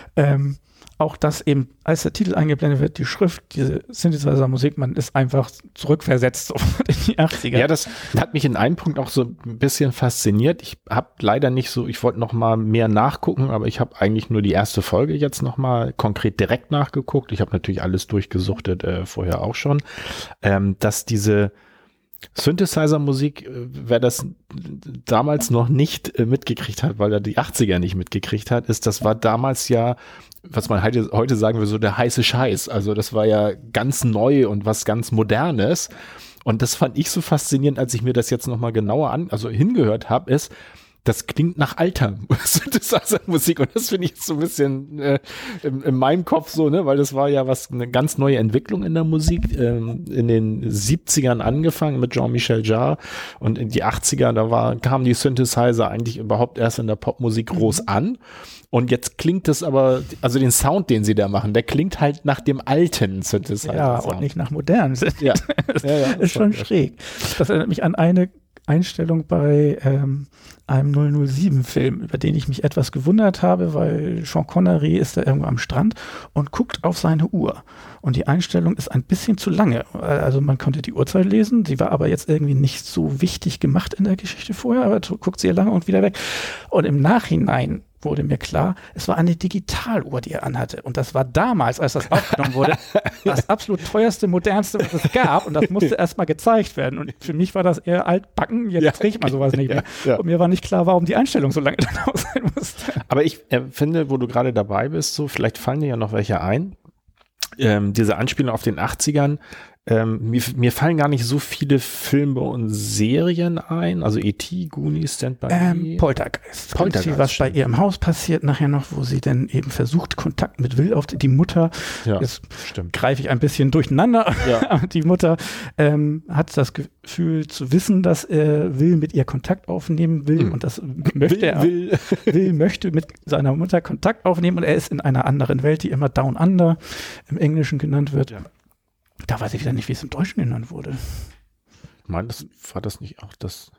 [SPEAKER 3] Auch das eben, als der Titel eingeblendet wird, die Schrift, diese Synthesizer-Musik, man ist einfach zurückversetzt in die 80er.
[SPEAKER 2] Ja, das hat mich in einem Punkt auch so ein bisschen fasziniert. Ich habe leider nicht so, ich wollte noch mal mehr nachgucken, aber ich habe eigentlich nur die erste Folge jetzt noch mal konkret direkt nachgeguckt. Ich habe natürlich alles durchgesuchtet, vorher auch schon, dass diese Synthesizer-Musik, wer das damals noch nicht mitgekriegt hat, weil er die 80er nicht mitgekriegt hat, das war damals ja, was man heute sagen würde, so der heiße Scheiß. Also das war ja ganz neu und was ganz Modernes. Und das fand ich so faszinierend, als ich mir das jetzt nochmal genauer hingehört habe, ist, das klingt nach alter Synthesizer-Musik und das finde ich so ein bisschen in meinem Kopf so, ne, weil das war ja eine ganz neue Entwicklung in der Musik, in den 70ern angefangen mit Jean-Michel Jarre und in die 80er, kamen die Synthesizer eigentlich überhaupt erst in der Popmusik groß an. Und jetzt klingt das aber, also den Sound, den sie da machen, der klingt halt nach dem alten Synthesizer.
[SPEAKER 3] Ja, und nicht nach modernen.
[SPEAKER 2] Ja.
[SPEAKER 3] Das ist schon schräg. Das erinnert mich an eine Einstellung bei einem 007-Film, über den ich mich etwas gewundert habe, weil Sean Connery ist da irgendwo am Strand und guckt auf seine Uhr. Und die Einstellung ist ein bisschen zu lange. Also man konnte die Uhrzeit lesen, sie war aber jetzt irgendwie nicht so wichtig gemacht in der Geschichte vorher, aber guckt sehr lange und wieder weg. Und im Nachhinein wurde mir klar, es war eine Digitaluhr, die er anhatte. Und das war damals, als das aufgenommen wurde, das absolut teuerste, modernste, was es gab. Und das musste erstmal gezeigt werden. Und für mich war das eher altbacken, jetzt kriegt man sowas nicht mehr. Ja. Und mir war nicht klar, warum die Einstellung so lange dann aus sein musste.
[SPEAKER 2] Aber ich finde, wo du gerade dabei bist, so vielleicht fallen dir ja noch welche ein. Diese Anspielung auf den 80ern, mir fallen gar nicht so viele Filme und Serien ein, also E.T., Goonies, Stand By Me.
[SPEAKER 3] Poltergeist, was bei ihr im Haus passiert nachher noch, wo sie dann eben versucht, Kontakt mit Will die Mutter, jetzt greife ich ein bisschen durcheinander, die Mutter hat das Gefühl zu wissen, dass Will mit ihr Kontakt aufnehmen will und das möchte er. Will möchte mit seiner Mutter Kontakt aufnehmen und er ist in einer anderen Welt, die immer Down Under im Englischen genannt wird. Ja. Da weiß ich wieder nicht, wie es im Deutschen genannt wurde.
[SPEAKER 2] Ich meine, war das nicht auch das?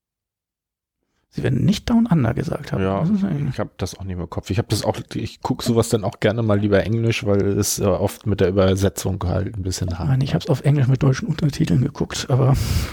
[SPEAKER 3] Sie werden nicht Down Under gesagt haben.
[SPEAKER 2] Ja, ich habe das auch nicht mehr im Kopf. Ich gucke sowas dann auch gerne mal lieber Englisch, weil es oft mit der Übersetzung halt ein bisschen hart.
[SPEAKER 3] Ich habe es auf Englisch mit deutschen Untertiteln geguckt, aber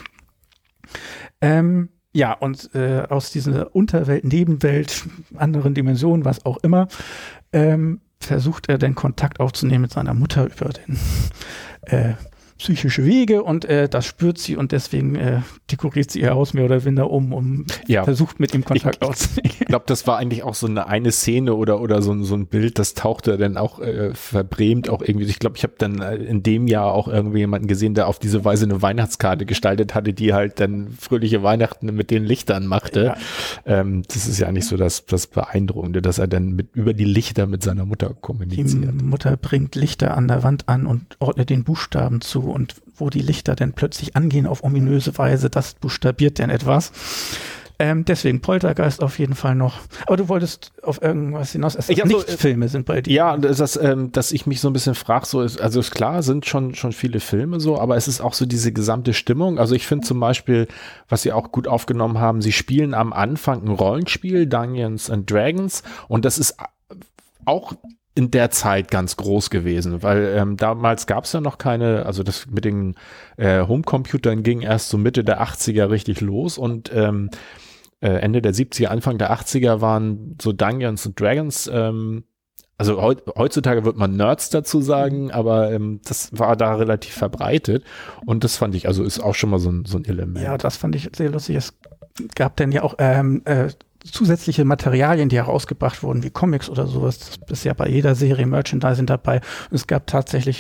[SPEAKER 3] und aus dieser Unterwelt, Nebenwelt, anderen Dimensionen, was auch immer, versucht er den Kontakt aufzunehmen mit seiner Mutter über den psychische Wege und das spürt sie und deswegen dekoriert sie ihr Haus mehr oder weniger und versucht mit ihm Kontakt aufzunehmen.
[SPEAKER 2] Ich glaube, das war eigentlich auch so eine Szene oder so ein Bild, das tauchte dann auch verbrämt auch irgendwie. Ich glaube, ich habe dann in dem Jahr auch irgendwie jemanden gesehen, der auf diese Weise eine Weihnachtskarte gestaltet hatte, die halt dann fröhliche Weihnachten mit den Lichtern machte. Ja. Das ist ja nicht so das Beeindruckende, dass er dann über die Lichter mit seiner Mutter kommuniziert.
[SPEAKER 3] Die Mutter bringt Lichter an der Wand an und ordnet den Buchstaben zu und wo die Lichter dann plötzlich angehen auf ominöse Weise, das buchstabiert dann etwas. Deswegen Poltergeist auf jeden Fall noch. Aber du wolltest auf irgendwas hinaus. Filme sind bei dir.
[SPEAKER 2] Ja, dass ich mich so ein bisschen frage, also ist klar, sind schon viele Filme so, aber es ist auch so diese gesamte Stimmung. Also ich finde zum Beispiel, was sie auch gut aufgenommen haben, sie spielen am Anfang ein Rollenspiel, Dungeons and Dragons, und das ist auch in der Zeit ganz groß gewesen, weil damals gab es ja noch keine, also das mit den Homecomputern ging erst so Mitte der 80er richtig los und Ende der 70er, Anfang der 80er waren so Dungeons and Dragons, also heutzutage wird man Nerds dazu sagen, aber das war da relativ verbreitet und das fand ich, also ist auch schon mal so ein Element.
[SPEAKER 3] Ja, das fand ich sehr lustig. Es gab dann ja auch zusätzliche Materialien, die herausgebracht wurden, wie Comics oder sowas. Das ist ja bei jeder Serie Merchandising dabei. Und es gab tatsächlich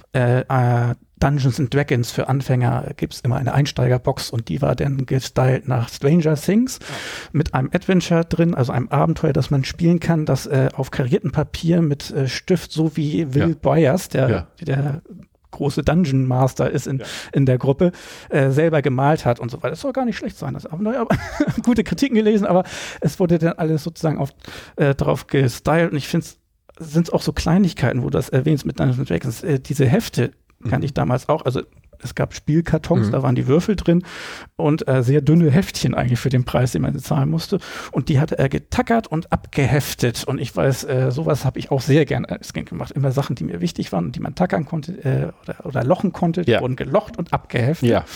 [SPEAKER 3] Dungeons and Dragons für Anfänger, gibt es immer eine Einsteigerbox und die war dann gestylt nach Stranger Things mit einem Adventure drin, also einem Abenteuer, das man spielen kann, das auf kariertem Papier mit Stift, so wie Will Byers, der große Dungeon Master ist in der Gruppe, selber gemalt hat und so weiter. Das soll gar nicht schlecht sein, das Abenteuer, aber gute Kritiken gelesen, aber es wurde dann alles sozusagen drauf gestylt und ich finde sind es auch so Kleinigkeiten, wo du das erwähnst mit Dungeons & Dragons. Diese Hefte kannte ich damals auch. Also es gab Spielkartons, da waren die Würfel drin und sehr dünne Heftchen eigentlich für den Preis, den man zahlen musste. Und die hatte er getackert und abgeheftet. Und ich weiß, sowas habe ich auch sehr gerne als Kind gemacht. Immer Sachen, die mir wichtig waren und die man tackern konnte oder lochen konnte, die wurden gelocht und abgeheftet.
[SPEAKER 2] Ja.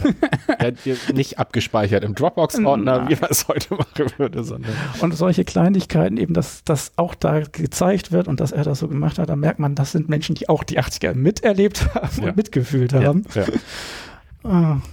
[SPEAKER 2] Nicht abgespeichert im Dropbox-Ordner, wie man es heute machen würde, sondern.
[SPEAKER 3] Und solche Kleinigkeiten eben, dass das auch da gezeigt wird und dass er das so gemacht hat, da merkt man, das sind Menschen, die auch die 80er miterlebt haben und mitgefühlt haben. Ja.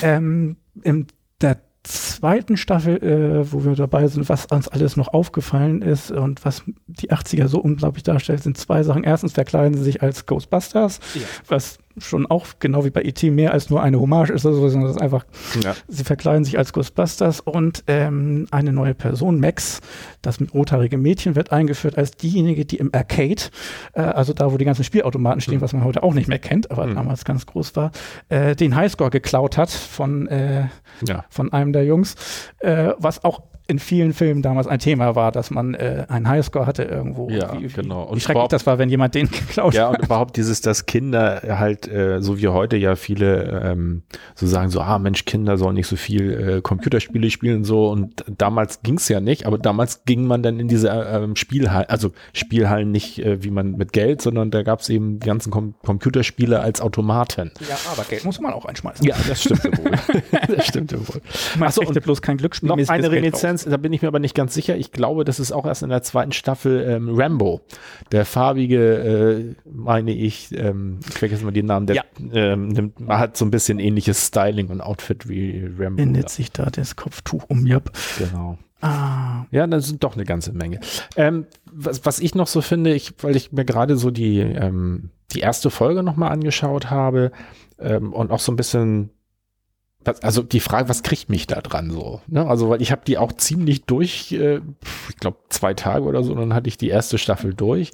[SPEAKER 3] In der zweiten Staffel, wo wir dabei sind, was uns alles noch aufgefallen ist und was die 80er so unglaublich darstellt, sind zwei Sachen. Erstens verkleiden sie sich als Ghostbusters, was schon auch genau wie bei E.T. mehr als nur eine Hommage ist, sondern das ist einfach, sie verkleiden sich als Ghostbusters und eine neue Person, Max, das rothaarige Mädchen, wird eingeführt als diejenige, die im Arcade, also da, wo die ganzen Spielautomaten stehen, was man heute auch nicht mehr kennt, aber damals ganz groß war, den Highscore geklaut hat von einem der Jungs, was auch in vielen Filmen damals ein Thema war, dass man einen Highscore hatte irgendwo.
[SPEAKER 2] Ja, genau.
[SPEAKER 3] Und wie schrecklich das war, wenn jemand den geklaut hat.
[SPEAKER 2] Ja, und überhaupt dass Kinder halt, so wie heute ja viele so sagen, so, Mensch, Kinder sollen nicht so viel Computerspiele spielen und so. Und damals ging's ja nicht, aber damals ging man dann in diese Spielhallen, also Spielhallen nicht wie man mit Geld, sondern da gab's eben die ganzen Computerspiele als Automaten.
[SPEAKER 3] Ja, aber Geld muss man auch einschmeißen.
[SPEAKER 2] Ja, das stimmt wohl. Das stimmt wohl.
[SPEAKER 3] Achso, und bloß kein Glücksspiel.
[SPEAKER 2] Noch eine Reminiszenz, da bin ich mir aber nicht ganz sicher. Ich glaube, das ist auch erst in der zweiten Staffel Rambo. Der farbige, meine ich vergesse mal den Namen, der hat so ein bisschen ähnliches Styling und Outfit wie Rambo.
[SPEAKER 3] Bindet sich da das Kopftuch um,
[SPEAKER 2] Genau. Ja, das sind doch eine ganze Menge. Was ich noch so finde, weil ich mir gerade so die erste Folge nochmal angeschaut habe und auch so ein bisschen also die Frage, was kriegt mich da dran so? Ne? Also, weil ich habe die auch ziemlich durch, ich glaube 2 Tage oder so, dann hatte ich die erste Staffel durch.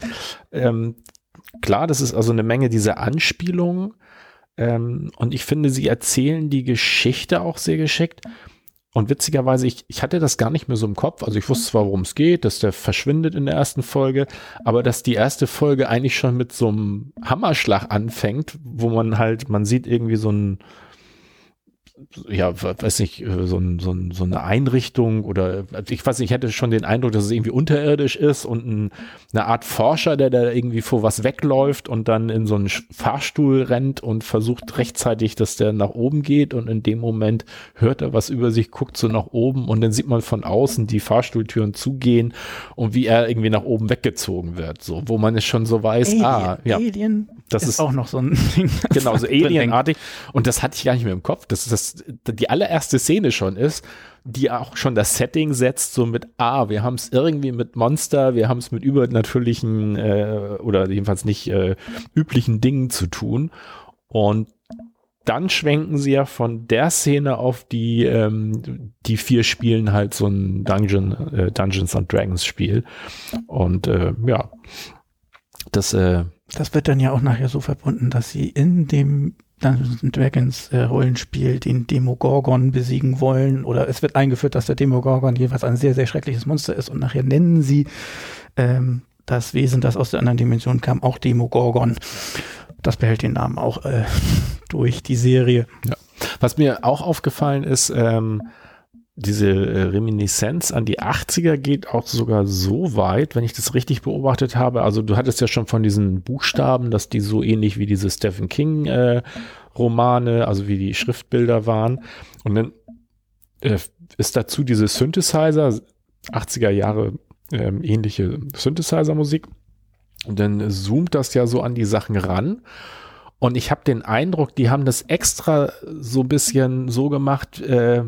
[SPEAKER 2] Klar, das ist also eine Menge dieser Anspielungen und ich finde, sie erzählen die Geschichte auch sehr geschickt. Und witzigerweise, ich hatte das gar nicht mehr so im Kopf. Also ich wusste zwar, worum es geht, dass der verschwindet in der ersten Folge, aber dass die erste Folge eigentlich schon mit so einem Hammerschlag anfängt, wo man sieht irgendwie so ein weiß nicht, so eine Einrichtung oder ich weiß nicht, ich hätte schon den Eindruck, dass es irgendwie unterirdisch ist und eine Art Forscher, der da irgendwie vor was wegläuft und dann in so einen Fahrstuhl rennt und versucht rechtzeitig, dass der nach oben geht und in dem Moment hört er was über sich, guckt so nach oben und dann sieht man von außen die Fahrstuhltüren zugehen und wie er irgendwie nach oben weggezogen wird, so, wo man es schon so weiß,
[SPEAKER 3] Alien, das ist auch noch so ein Ding.
[SPEAKER 2] Genau, so alienartig und das hatte ich gar nicht mehr im Kopf, dass die allererste Szene schon ist, die auch schon das Setting setzt, so mit, wir haben es irgendwie mit Monster, wir haben es mit übernatürlichen oder jedenfalls nicht üblichen Dingen zu tun. Und dann schwenken sie ja von der Szene auf die 4 spielen halt so ein Dungeons and Dragons Spiel. Und das
[SPEAKER 3] wird dann ja auch nachher so verbunden, dass sie in dem Dungeons & Dragons Rollenspiel den Demogorgon besiegen wollen oder es wird eingeführt, dass der Demogorgon jeweils ein sehr, sehr schreckliches Monster ist und nachher nennen sie das Wesen, das aus der anderen Dimension kam, auch Demogorgon. Das behält den Namen auch durch die Serie.
[SPEAKER 2] Ja. Was mir auch aufgefallen ist, diese Reminiszenz an die 80er geht auch sogar so weit, wenn ich das richtig beobachtet habe. Also du hattest ja schon von diesen Buchstaben, dass die so ähnlich wie diese Stephen King Romane, also wie die Schriftbilder waren. Und dann ist dazu diese Synthesizer, 80er Jahre ähnliche Synthesizer-Musik. Und dann zoomt das ja so an die Sachen ran. Und ich habe den Eindruck, die haben das extra so ein bisschen so gemacht,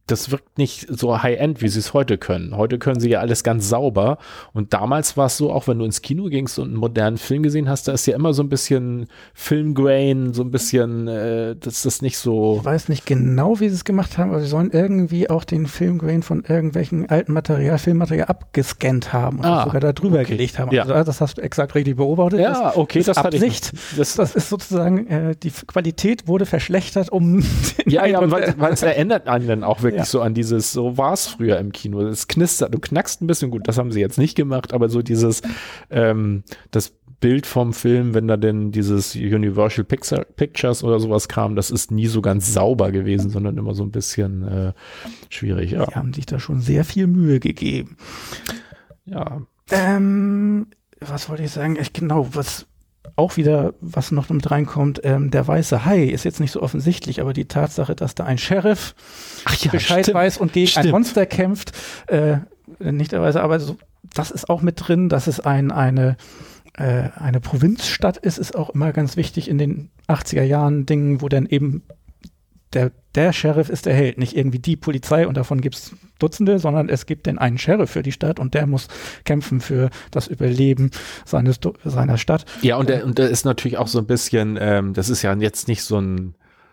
[SPEAKER 2] das wirkt nicht so High-End, wie sie es heute können. Heute können sie ja alles ganz sauber. Und damals war es so, auch wenn du ins Kino gingst und einen modernen Film gesehen hast, da ist ja immer so ein bisschen Filmgrain, so ein bisschen, das ist nicht so.
[SPEAKER 3] Ich weiß nicht genau, wie sie es gemacht haben, aber sie sollen irgendwie auch den Filmgrain von irgendwelchen alten Filmmaterial abgescannt haben und das sogar da drüber gelegt haben.
[SPEAKER 2] Ja.
[SPEAKER 3] Also das hast du exakt richtig beobachtet.
[SPEAKER 2] Ja, okay, das hatte
[SPEAKER 3] Absicht. Das ist sozusagen, die Qualität wurde verschlechtert, um
[SPEAKER 2] weil es erinnert einen dann auch wirklich so an dieses, so war es früher im Kino. Es knistert, du knackst ein bisschen, gut, das haben sie jetzt nicht gemacht, aber so dieses, das Bild vom Film, wenn da denn dieses Universal Pictures oder sowas kam, das ist nie so ganz sauber gewesen, sondern immer so ein bisschen schwierig. Ja.
[SPEAKER 3] Die haben sich da schon sehr viel Mühe gegeben.
[SPEAKER 2] Ja.
[SPEAKER 3] Was wollte ich sagen? Was noch mit reinkommt, der weiße Hai ist jetzt nicht so offensichtlich, aber die Tatsache, dass da ein Sheriff Bescheid weiß und gegen ein Monster kämpft, nicht der weiße, aber so, das ist auch mit drin, dass es eine Provinzstadt ist auch immer ganz wichtig in den 80er Jahren Dingen, wo dann eben der Sheriff ist der Held, nicht irgendwie die Polizei und davon gibt es Dutzende, sondern es gibt den einen Sheriff für die Stadt und der muss kämpfen für das Überleben seiner Stadt.
[SPEAKER 2] Ja, und der ist natürlich auch so ein bisschen, das ist ja jetzt nicht so ein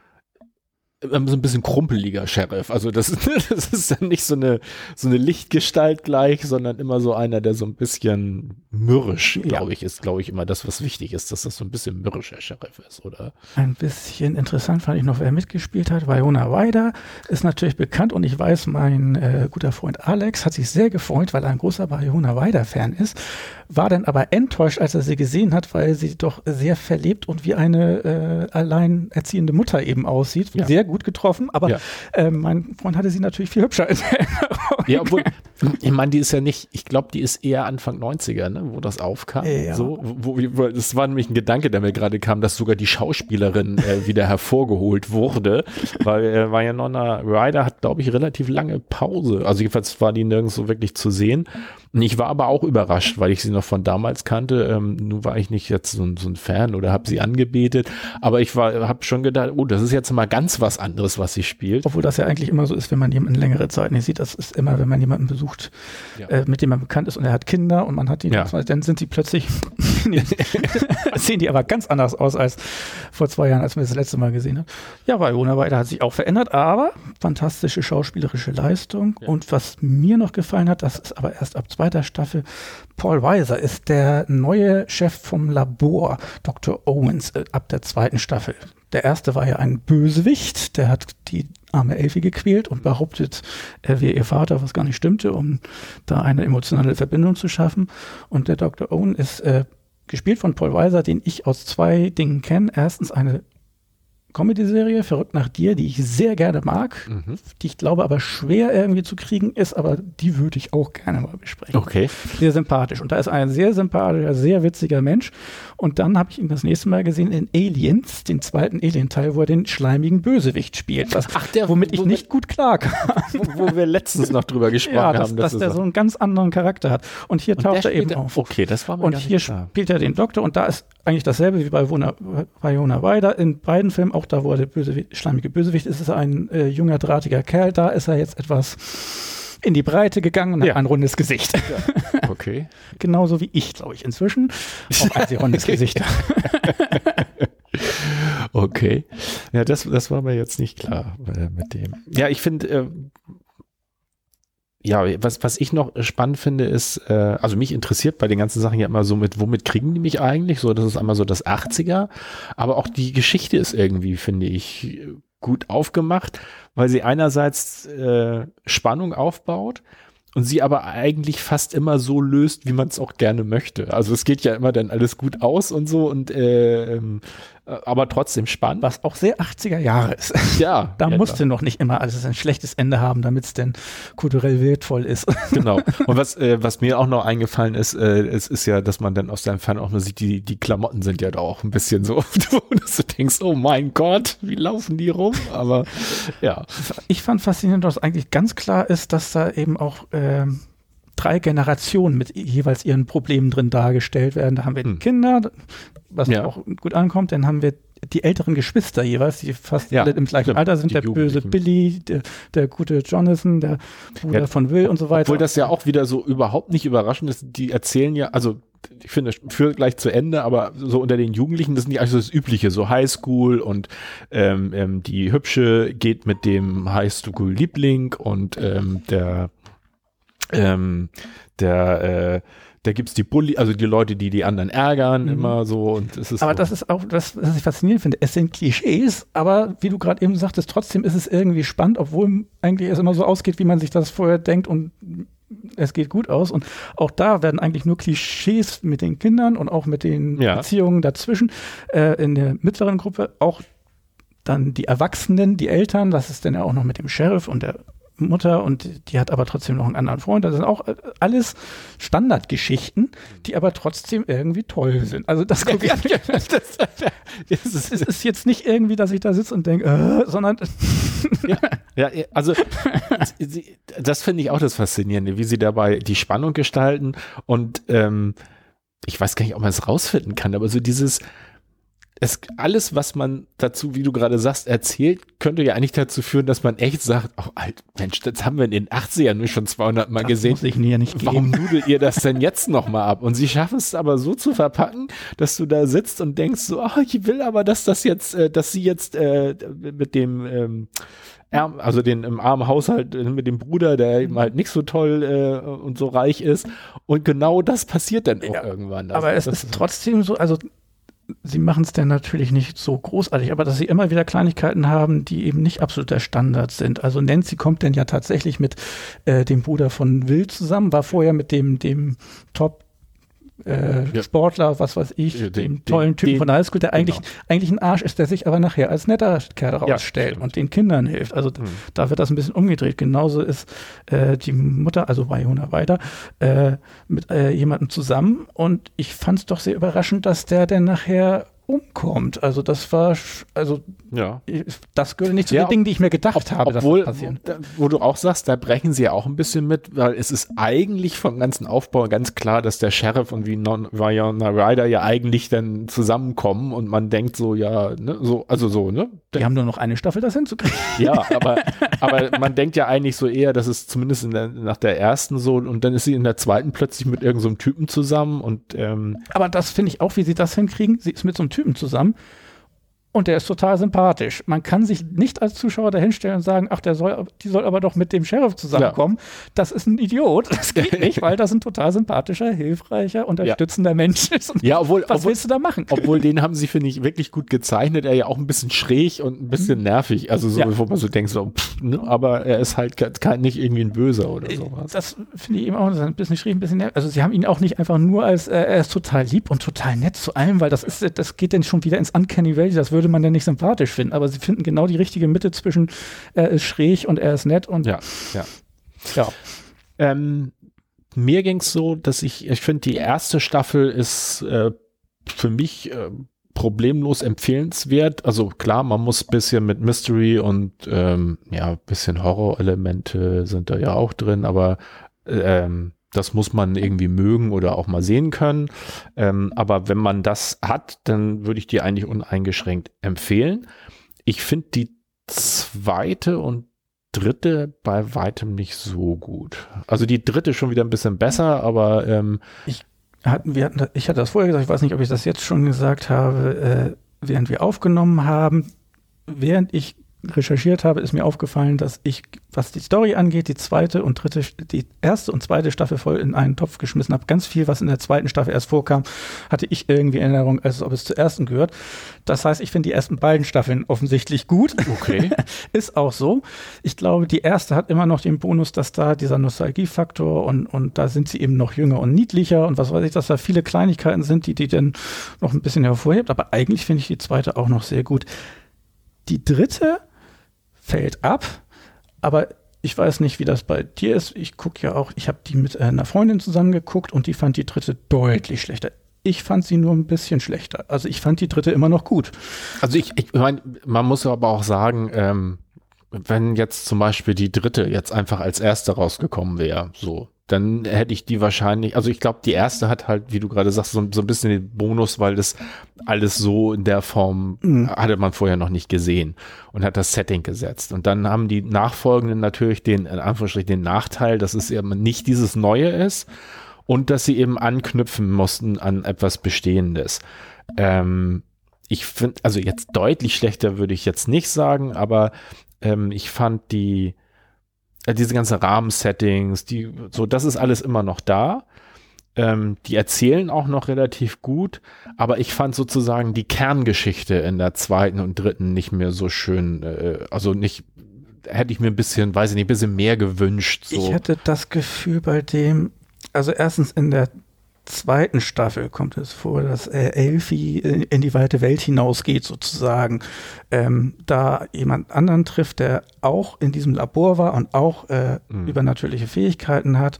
[SPEAKER 2] bisschen krumpeliger Sheriff. Also das ist dann nicht so eine Lichtgestalt gleich, sondern immer so einer, der so ein bisschen mürrisch, glaube ich, immer das, was wichtig ist, dass das so ein bisschen mürrischer Sheriff ist, oder?
[SPEAKER 3] Ein bisschen interessant fand ich noch, wer mitgespielt hat. Winona Ryder ist natürlich bekannt und ich weiß, mein guter Freund Alex hat sich sehr gefreut, weil er ein großer Winona Ryder-Fan ist, war dann aber enttäuscht, als er sie gesehen hat, weil sie doch sehr verlebt und wie eine alleinerziehende Mutter eben aussieht. Ja. Sehr gut getroffen, aber mein Freund hatte sie natürlich viel hübscher in Erinnerung.
[SPEAKER 2] Ja, obwohl, ich meine, die ist ja nicht, ich glaube, die ist eher Anfang 90er, ne, wo das aufkam.
[SPEAKER 3] Ja.
[SPEAKER 2] So, das war nämlich ein Gedanke, der mir gerade kam, dass sogar die Schauspielerin wieder hervorgeholt wurde, weil Winona Ryder hat, glaube ich, relativ lange Pause. Also jedenfalls war die nirgends so wirklich zu sehen. Und ich war aber auch überrascht, weil ich sie noch von damals kannte. Nun war ich nicht jetzt so ein Fan oder habe sie angebetet, aber ich habe schon gedacht, oh, das ist jetzt mal ganz was anderes, was sie spielt.
[SPEAKER 3] Obwohl das ja eigentlich immer so ist, wenn man jemanden längere Zeit nicht sieht. Das ist immer, wenn man jemanden besucht, mit dem man bekannt ist und er hat Kinder und man hat die, dann sind sie plötzlich, sehen die aber ganz anders aus als vor 2 Jahren, als wir das letzte Mal gesehen haben. Ja, Winona Ryder hat sich auch verändert, aber fantastische schauspielerische Leistung. Ja. Und was mir noch gefallen hat, das ist aber erst ab 2. Staffel, Paul Weiser ist der neue Chef vom Labor, Dr. Owens, ab der 2. Staffel. Der erste war ja ein Bösewicht, der hat die arme Elfie gequält und behauptet, er wäre ihr Vater, was gar nicht stimmte, um da eine emotionale Verbindung zu schaffen. Und der Dr. Owen ist gespielt von Paul Weiser, den ich aus 2 Dingen kenne. Erstens eine Comedy-Serie, Verrückt nach dir, die ich sehr gerne mag, die ich glaube aber schwer irgendwie zu kriegen ist, aber die würde ich auch gerne mal besprechen.
[SPEAKER 2] Okay.
[SPEAKER 3] Sehr sympathisch. Und da ist ein sehr sympathischer, sehr witziger Mensch. Und dann habe ich ihn das nächste Mal gesehen in Aliens, den 2. Alien-Teil, wo er den schleimigen Bösewicht spielt. Womit ich nicht gut klarkam.
[SPEAKER 2] Wo wir letztens noch drüber gesprochen haben.
[SPEAKER 3] Dass der so einen ganz anderen Charakter hat. Und hier taucht er eben auf.
[SPEAKER 2] Okay, das war mir
[SPEAKER 3] Und hier spielt er den Doktor und da ist eigentlich dasselbe wie bei Winona Ryder. In beiden Filmen, auch da, wo er der schleimige Bösewicht ist, ist er ein junger, drahtiger Kerl. Da ist er jetzt etwas in die Breite gegangen und hat ein rundes Gesicht.
[SPEAKER 2] Ja. Okay.
[SPEAKER 3] Genauso wie ich, glaube ich, inzwischen auch ein sehr rundes Gesicht.
[SPEAKER 2] Okay. Ja, das war mir jetzt nicht klar mit dem. Ja, ich finde, was ich noch spannend finde, ist, also mich interessiert bei den ganzen Sachen ja immer so womit kriegen die mich eigentlich? So, das ist einmal so das 80er, aber auch die Geschichte ist irgendwie, finde ich, gut aufgemacht, weil sie einerseits Spannung aufbaut und sie aber eigentlich fast immer so löst, wie man es auch gerne möchte. Also es geht ja immer dann alles gut aus und so und aber trotzdem spannend.
[SPEAKER 3] Was auch sehr 80er Jahre ist.
[SPEAKER 2] Ja.
[SPEAKER 3] Da musste noch nicht immer alles ein schlechtes Ende haben, damit es denn kulturell wertvoll ist.
[SPEAKER 2] Genau. Und was mir auch noch eingefallen ist, es ist ja, dass man dann aus der Ferne auch nur sieht, die Klamotten sind ja da auch ein bisschen so, dass du denkst, oh mein Gott, wie laufen die rum? Aber ja.
[SPEAKER 3] Ich fand faszinierend, dass eigentlich ganz klar ist, dass da eben auch 3 Generationen mit jeweils ihren Problemen drin dargestellt werden. Da haben wir die Kinder, was auch gut ankommt. Dann haben wir die älteren Geschwister jeweils, die fast alle im gleichen
[SPEAKER 2] stimmt,
[SPEAKER 3] Alter sind,
[SPEAKER 2] die
[SPEAKER 3] der böse Billy, der gute Jonathan, der Bruder von Will und so weiter.
[SPEAKER 2] Obwohl das ja auch wieder so überhaupt nicht überraschend ist, die erzählen ja, also ich finde, das führt gleich zu Ende, aber so unter den Jugendlichen, das ist nicht eigentlich so das Übliche, so Highschool und die Hübsche geht mit dem Highschool-Liebling und da gibt's die Bully, also die Leute, die die anderen ärgern, immer so. Und es ist
[SPEAKER 3] aber
[SPEAKER 2] so.
[SPEAKER 3] das ist auch das, was ich faszinierend finde. Es sind Klischees, aber wie du gerade eben sagtest, trotzdem ist es irgendwie spannend, obwohl eigentlich es immer so ausgeht, wie man sich das vorher denkt und es geht gut aus. Und auch da werden eigentlich nur Klischees mit den Kindern und auch mit den Beziehungen dazwischen in der mittleren Gruppe, auch dann die Erwachsenen, die Eltern, das ist dann ja auch noch mit dem Sheriff und der Mutter und die hat aber trotzdem noch einen anderen Freund. Das sind auch alles Standardgeschichten, die aber trotzdem irgendwie toll sind. Also das es ist jetzt nicht irgendwie, dass ich da sitze und denke, sondern
[SPEAKER 2] also das finde ich auch das Faszinierende, wie sie dabei die Spannung gestalten und ich weiß gar nicht, ob man es rausfinden kann, aber so dieses alles, was man dazu, wie du gerade sagst, erzählt, könnte ja eigentlich dazu führen, dass man echt sagt, oh, Mensch, das haben wir in den 80ern nur schon 200 Mal gesehen.
[SPEAKER 3] Muss ich mir nicht
[SPEAKER 2] Warum nudelt ihr das denn jetzt nochmal ab? Und sie schaffen es aber so zu verpacken, dass du da sitzt und denkst so, ich will aber, dass sie jetzt mit dem also den im armen Haushalt mit dem Bruder, der eben halt nicht so toll und so reich ist. Und genau das passiert dann auch irgendwann.
[SPEAKER 3] Also, aber es ist trotzdem so, also sie machen es dann natürlich nicht so großartig, aber dass sie immer wieder Kleinigkeiten haben, die eben nicht absoluter Standard sind. Also Nancy kommt dann ja tatsächlich mit dem Bruder von Will zusammen, war vorher mit dem Top Sportler, was weiß ich, dem tollen Typen von der Highschool, der eigentlich ein Arsch ist, der sich aber nachher als netter Kerl rausstellt und den Kindern hilft. Also da wird das ein bisschen umgedreht. Genauso ist die Mutter, also Winona Ryder, mit jemandem zusammen und ich fand es doch sehr überraschend, dass der dann nachher umkommt. Also das war, das gehört nicht zu den Dingen, die ich mir gedacht habe, dass das passieren.
[SPEAKER 2] Wo du auch sagst, da brechen sie ja auch ein bisschen mit, weil es ist eigentlich vom ganzen Aufbau ganz klar, dass der Sheriff und Winona Ryder ja eigentlich dann zusammenkommen und man denkt so, Die
[SPEAKER 3] haben nur noch eine Staffel, das hinzukriegen.
[SPEAKER 2] Ja, aber man denkt ja eigentlich so eher, dass es zumindest nach der ersten so und dann ist sie in der zweiten plötzlich mit irgendeinem so Typen zusammen und
[SPEAKER 3] aber das finde ich auch, wie sie das hinkriegen. Sie ist mit so einem Typen zusammen und der ist total sympathisch. Man kann sich nicht als Zuschauer dahinstellen und sagen, die soll aber doch mit dem Sheriff zusammenkommen. Ja. Das ist ein Idiot. Das geht nicht, weil das ein total sympathischer, hilfreicher, unterstützender Mensch ist. Und was willst du da machen?
[SPEAKER 2] Obwohl, den haben sie, finde ich, wirklich gut gezeichnet. Er ja auch ein bisschen schräg und ein bisschen nervig. Also so, wo man so denkt, so, aber er ist halt nicht irgendwie ein Böser oder sowas.
[SPEAKER 3] Das finde ich eben auch ein bisschen schräg, ein bisschen nervig. Also sie haben ihn auch nicht einfach nur als, er ist total lieb und total nett zu allem, weil das geht dann schon wieder ins Uncanny Valley. Das würde man dann nicht sympathisch finden, aber sie finden genau die richtige Mitte zwischen er ist schräg und er ist nett und
[SPEAKER 2] mir ging es so, dass ich finde, die erste Staffel ist für mich problemlos empfehlenswert. Also klar, man muss ein bisschen mit Mystery und ein bisschen Horror-Elemente sind da ja auch drin, aber das muss man irgendwie mögen oder auch mal sehen können. Aber wenn man das hat, dann würde ich die eigentlich uneingeschränkt empfehlen. Ich finde die zweite und dritte bei weitem nicht so gut. Also die dritte schon wieder ein bisschen besser, aber
[SPEAKER 3] ich hatte das vorher gesagt, ich weiß nicht, ob ich das jetzt schon gesagt habe, während wir aufgenommen haben, während ich recherchiert habe, ist mir aufgefallen, dass ich, was die Story angeht, die erste und zweite Staffel voll in einen Topf geschmissen habe. Ganz viel, was in der zweiten Staffel erst vorkam, hatte ich irgendwie Erinnerung, als ob es zur ersten gehört. Das heißt, ich finde die ersten beiden Staffeln offensichtlich gut.
[SPEAKER 2] Okay.
[SPEAKER 3] Ist auch so. Ich glaube, die erste hat immer noch den Bonus, dass da dieser Nostalgiefaktor und da sind sie eben noch jünger und niedlicher und was weiß ich, dass da viele Kleinigkeiten sind, die dann noch ein bisschen hervorhebt. Aber eigentlich finde ich die zweite auch noch sehr gut. Die dritte fällt ab, aber ich weiß nicht, wie das bei dir ist. Ich habe die mit einer Freundin zusammen geguckt und die fand die dritte deutlich schlechter. Ich fand sie nur ein bisschen schlechter. Also ich fand die dritte immer noch gut.
[SPEAKER 2] Also ich meine, man muss aber auch sagen, wenn jetzt zum Beispiel die dritte jetzt einfach als erste rausgekommen wäre, so, dann hätte ich die wahrscheinlich, also ich glaube, die erste hat halt, wie du gerade sagst, so ein bisschen den Bonus, weil das alles so in der Form hatte man vorher noch nicht gesehen und hat das Setting gesetzt. Und dann haben die Nachfolgenden natürlich den, in Anführungsstrichen, den Nachteil, dass es eben nicht dieses Neue ist und dass sie eben anknüpfen mussten an etwas Bestehendes. Ich finde, also jetzt deutlich schlechter würde ich jetzt nicht sagen, aber ich fand diese ganzen Rahmensettings, das ist alles immer noch da. Die erzählen auch noch relativ gut, aber ich fand sozusagen die Kerngeschichte in der zweiten und dritten nicht mehr so schön, hätte ich mir ein bisschen, weiß ich nicht, ein bisschen mehr gewünscht. So.
[SPEAKER 3] Ich hatte das Gefühl bei dem, also erstens in der zweiten Staffel kommt es vor, dass Elfie in die weite Welt hinausgeht sozusagen, da jemand anderen trifft, der auch in diesem Labor war und auch übernatürliche Fähigkeiten hat.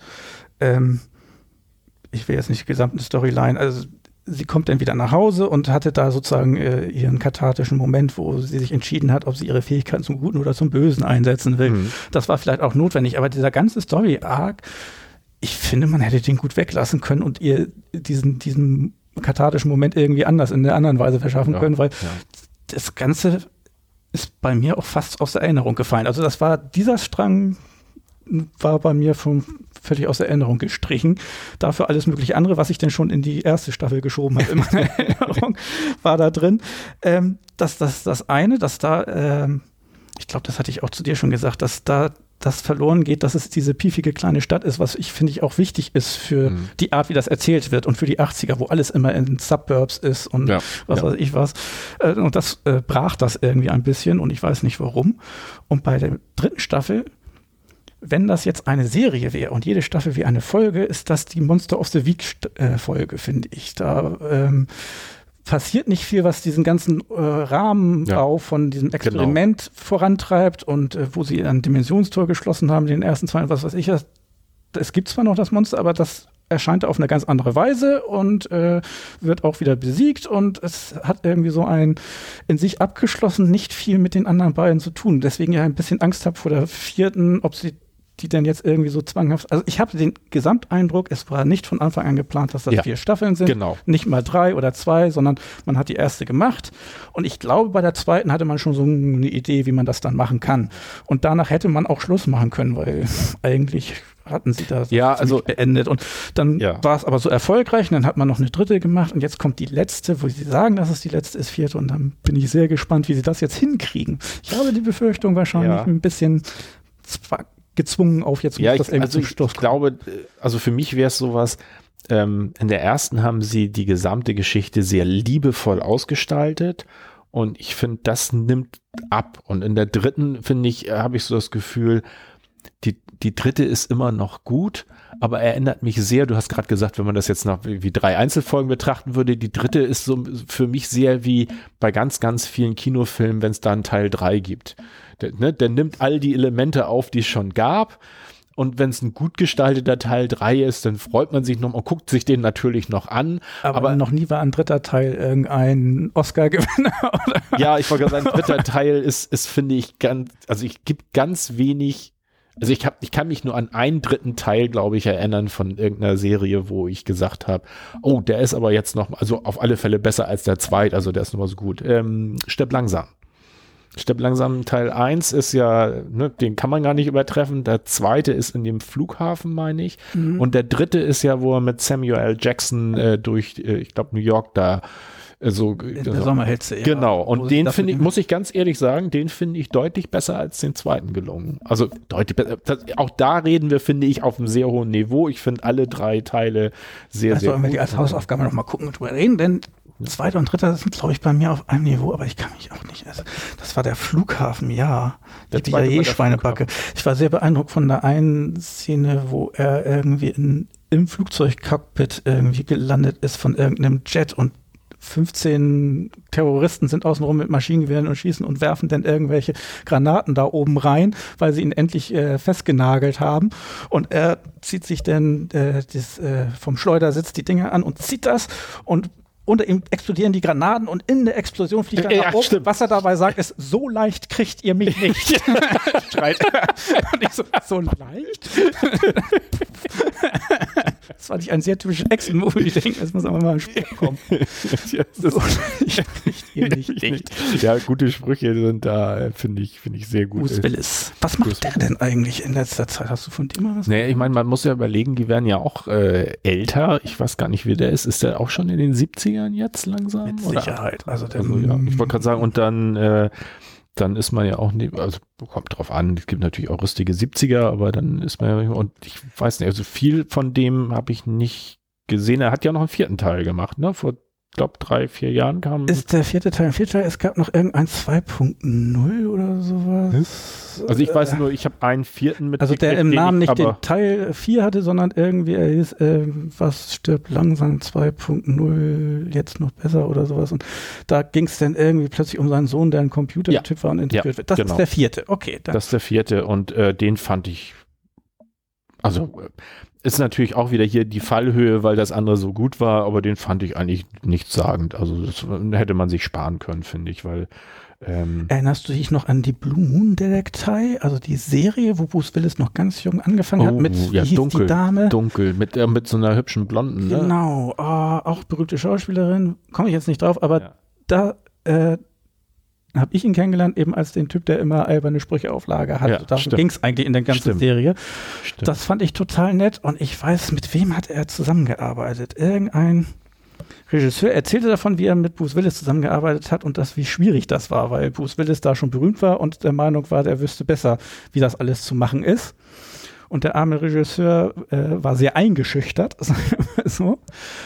[SPEAKER 3] Ich will jetzt nicht die gesamte Storyline, also sie kommt dann wieder nach Hause und hatte da sozusagen ihren kathartischen Moment, wo sie sich entschieden hat, ob sie ihre Fähigkeiten zum Guten oder zum Bösen einsetzen will. Das war vielleicht auch notwendig, aber dieser ganze Story-Arc, ich finde, man hätte den gut weglassen können und ihr diesen kathartischen Moment irgendwie anders in der anderen Weise verschaffen können, weil das Ganze ist bei mir auch fast aus der Erinnerung gefallen. Also dieser Strang war bei mir völlig aus der Erinnerung gestrichen. Dafür alles mögliche andere, was ich denn schon in die erste Staffel geschoben habe in meiner Erinnerung, war da drin. Das eine, dass da, ich glaube, das hatte ich auch zu dir schon gesagt, dass da das verloren geht, dass es diese piefige kleine Stadt ist, was finde ich auch wichtig ist für die Art, wie das erzählt wird und für die 80er, wo alles immer in Suburbs ist und weiß ich was. Und das brach das irgendwie ein bisschen und ich weiß nicht warum. Und bei der dritten Staffel, wenn das jetzt eine Serie wäre und jede Staffel wie eine Folge, ist das die Monster of the Week Folge, finde ich. Da passiert nicht viel, was diesen ganzen Rahmenbau von diesem Experiment vorantreibt und wo sie ein Dimensionstor geschlossen haben, den ersten zwei, was weiß ich. Es gibt zwar noch das Monster, aber das erscheint auf eine ganz andere Weise und wird auch wieder besiegt und es hat irgendwie so ein in sich abgeschlossen nicht viel mit den anderen beiden zu tun. Deswegen ja ein bisschen Angst habe vor der vierten, ob sie die denn jetzt irgendwie so zwanghaft, also ich habe den Gesamteindruck, es war nicht von Anfang an geplant, dass das 4 Staffeln sind, nicht mal 3 oder 2, sondern man hat die erste gemacht und ich glaube, bei der zweiten hatte man schon so eine Idee, wie man das dann machen kann und danach hätte man auch Schluss machen können, weil eigentlich hatten sie da beendet und dann war es aber so erfolgreich und dann hat man noch eine dritte gemacht und jetzt kommt die letzte, wo sie sagen, dass es die letzte ist, vierte und dann bin ich sehr gespannt, wie sie das jetzt hinkriegen. Ich habe die Befürchtung wahrscheinlich ein bisschen gezwungen auf, jetzt muss das irgendwie zum Stoff kommen. Ich glaube, also für mich wäre es sowas, in der ersten haben sie die gesamte Geschichte sehr liebevoll ausgestaltet und ich finde, das nimmt ab und in der dritten, finde ich, habe ich so das Gefühl, die dritte ist immer noch gut, aber erinnert mich sehr, du hast gerade gesagt, wenn man das jetzt noch wie 3 Einzelfolgen betrachten würde, die dritte ist so für mich sehr wie bei ganz, ganz vielen Kinofilmen, wenn es da einen Teil 3 gibt. Der nimmt all die Elemente auf, die es schon gab und wenn es ein gut gestalteter Teil 3 ist, dann freut man sich noch und guckt sich den natürlich noch an. Aber noch nie war ein dritter Teil irgendein Oscar-Gewinner.
[SPEAKER 2] Ja, ich wollte gerade sagen, ein dritter Teil ist finde ich, gibt ganz wenig. Also ich kann mich nur an einen dritten Teil, glaube ich, erinnern von irgendeiner Serie, wo ich gesagt habe, oh, der ist aber jetzt noch, also auf alle Fälle besser als der zweite, also der ist noch mal so gut. Stirb langsam. Stirb langsam Teil 1 ist ja, den kann man gar nicht übertreffen. Der zweite ist in dem Flughafen, meine ich. Und der dritte ist ja, wo er mit Samuel L. Jackson durch, ich glaube, New York da so
[SPEAKER 3] in der Sommerhitze,
[SPEAKER 2] genau, und den finde ich, muss ich ganz ehrlich sagen, den finde ich deutlich besser als den zweiten gelungen. Also deutlich besser. Auch da reden wir, finde ich, auf einem sehr hohen Niveau. Ich finde alle 3 Teile sehr, sehr gut.
[SPEAKER 3] Sollen wir die als Hausaufgabe noch mal gucken und drüber reden, denn zweiter und dritter sind, glaube ich, bei mir auf einem Niveau, aber ich kann mich auch nicht. Das war der Flughafen, die Schweinebacke. Ich war sehr beeindruckt von der einen Szene, wo er irgendwie im Flugzeugcockpit irgendwie gelandet ist von irgendeinem Jet und 15 Terroristen sind außenrum mit Maschinengewehren und schießen und werfen dann irgendwelche Granaten da oben rein, weil sie ihn endlich festgenagelt haben. Und er zieht sich dann vom Schleudersitz die Dinger an und zieht das und unter ihm explodieren die Granaten und in der Explosion fliegt er nach oben.
[SPEAKER 2] Stimmt.
[SPEAKER 3] Was er dabei sagt, ist, so leicht kriegt ihr mich nicht. Schreit er. Und ich so leicht? Das fand ich einen sehr typischen Action-Movie. Ich denke, es muss aber mal ein Spruch kommen.
[SPEAKER 2] Ja,
[SPEAKER 3] So leicht kriegt ihr mich nicht.
[SPEAKER 2] Ja, gute Sprüche sind da, finde ich sehr gut.
[SPEAKER 3] Bruce Willis. Was macht der denn eigentlich in letzter Zeit? Hast du von dem mal was?
[SPEAKER 2] Naja, ich meine, man muss ja überlegen, die werden ja auch älter. Ich weiß gar nicht, wie der ist. Ist der auch schon in den 70ern jetzt langsam?
[SPEAKER 3] Mit
[SPEAKER 2] oder?
[SPEAKER 3] Sicherheit. Also
[SPEAKER 2] Ja, ich wollte gerade sagen, und dann ist man ja auch nicht, also kommt drauf an, es gibt natürlich auch rüstige 70er, aber dann ist man ja, und ich weiß nicht, also viel von dem habe ich nicht gesehen. Er hat ja noch einen 4. Teil gemacht, ne? Vor, glaube 3-4 Jahren kam.
[SPEAKER 3] Ist der 4. Teil ein 4. Teil? Es gab noch irgendein 2.0 oder sowas.
[SPEAKER 2] Also ich weiß nur, ich habe einen 4. mit.
[SPEAKER 3] Also der im Namen nicht den Teil 4 hatte, sondern irgendwie er hieß, was stirbt langsam 2.0, jetzt noch besser oder sowas. Und da ging es dann irgendwie plötzlich um seinen Sohn, der ein Computertyp war und integriert wird. Das ist der 4. Okay.
[SPEAKER 2] Das ist der 4. und den fand ich, also ist natürlich auch wieder hier die Fallhöhe, weil das andere so gut war, aber den fand ich eigentlich nichtssagend. Also das hätte man sich sparen können, finde ich, weil
[SPEAKER 3] erinnerst du dich noch an die Blue Moon Detektei, also die Serie, wo Bruce Willis noch ganz jung angefangen hat mit, wie hieß die Dame?
[SPEAKER 2] Dunkel, mit so einer hübschen Blonden. Ne?
[SPEAKER 3] Genau, auch berühmte Schauspielerin, komme ich jetzt nicht drauf, aber da habe ich ihn kennengelernt, eben als den Typ, der immer alberne Sprüche auf Lager hat.
[SPEAKER 2] Ja,
[SPEAKER 3] darum ging es eigentlich in der ganzen Serie.
[SPEAKER 2] Stimmt.
[SPEAKER 3] Das fand ich total nett und ich weiß, mit wem hat er zusammengearbeitet? Irgendein Regisseur erzählte davon, wie er mit Bruce Willis zusammengearbeitet hat und wie schwierig das war, weil Bruce Willis da schon berühmt war und der Meinung war, der wüsste besser, wie das alles zu machen ist. Und der arme Regisseur war sehr eingeschüchtert. So.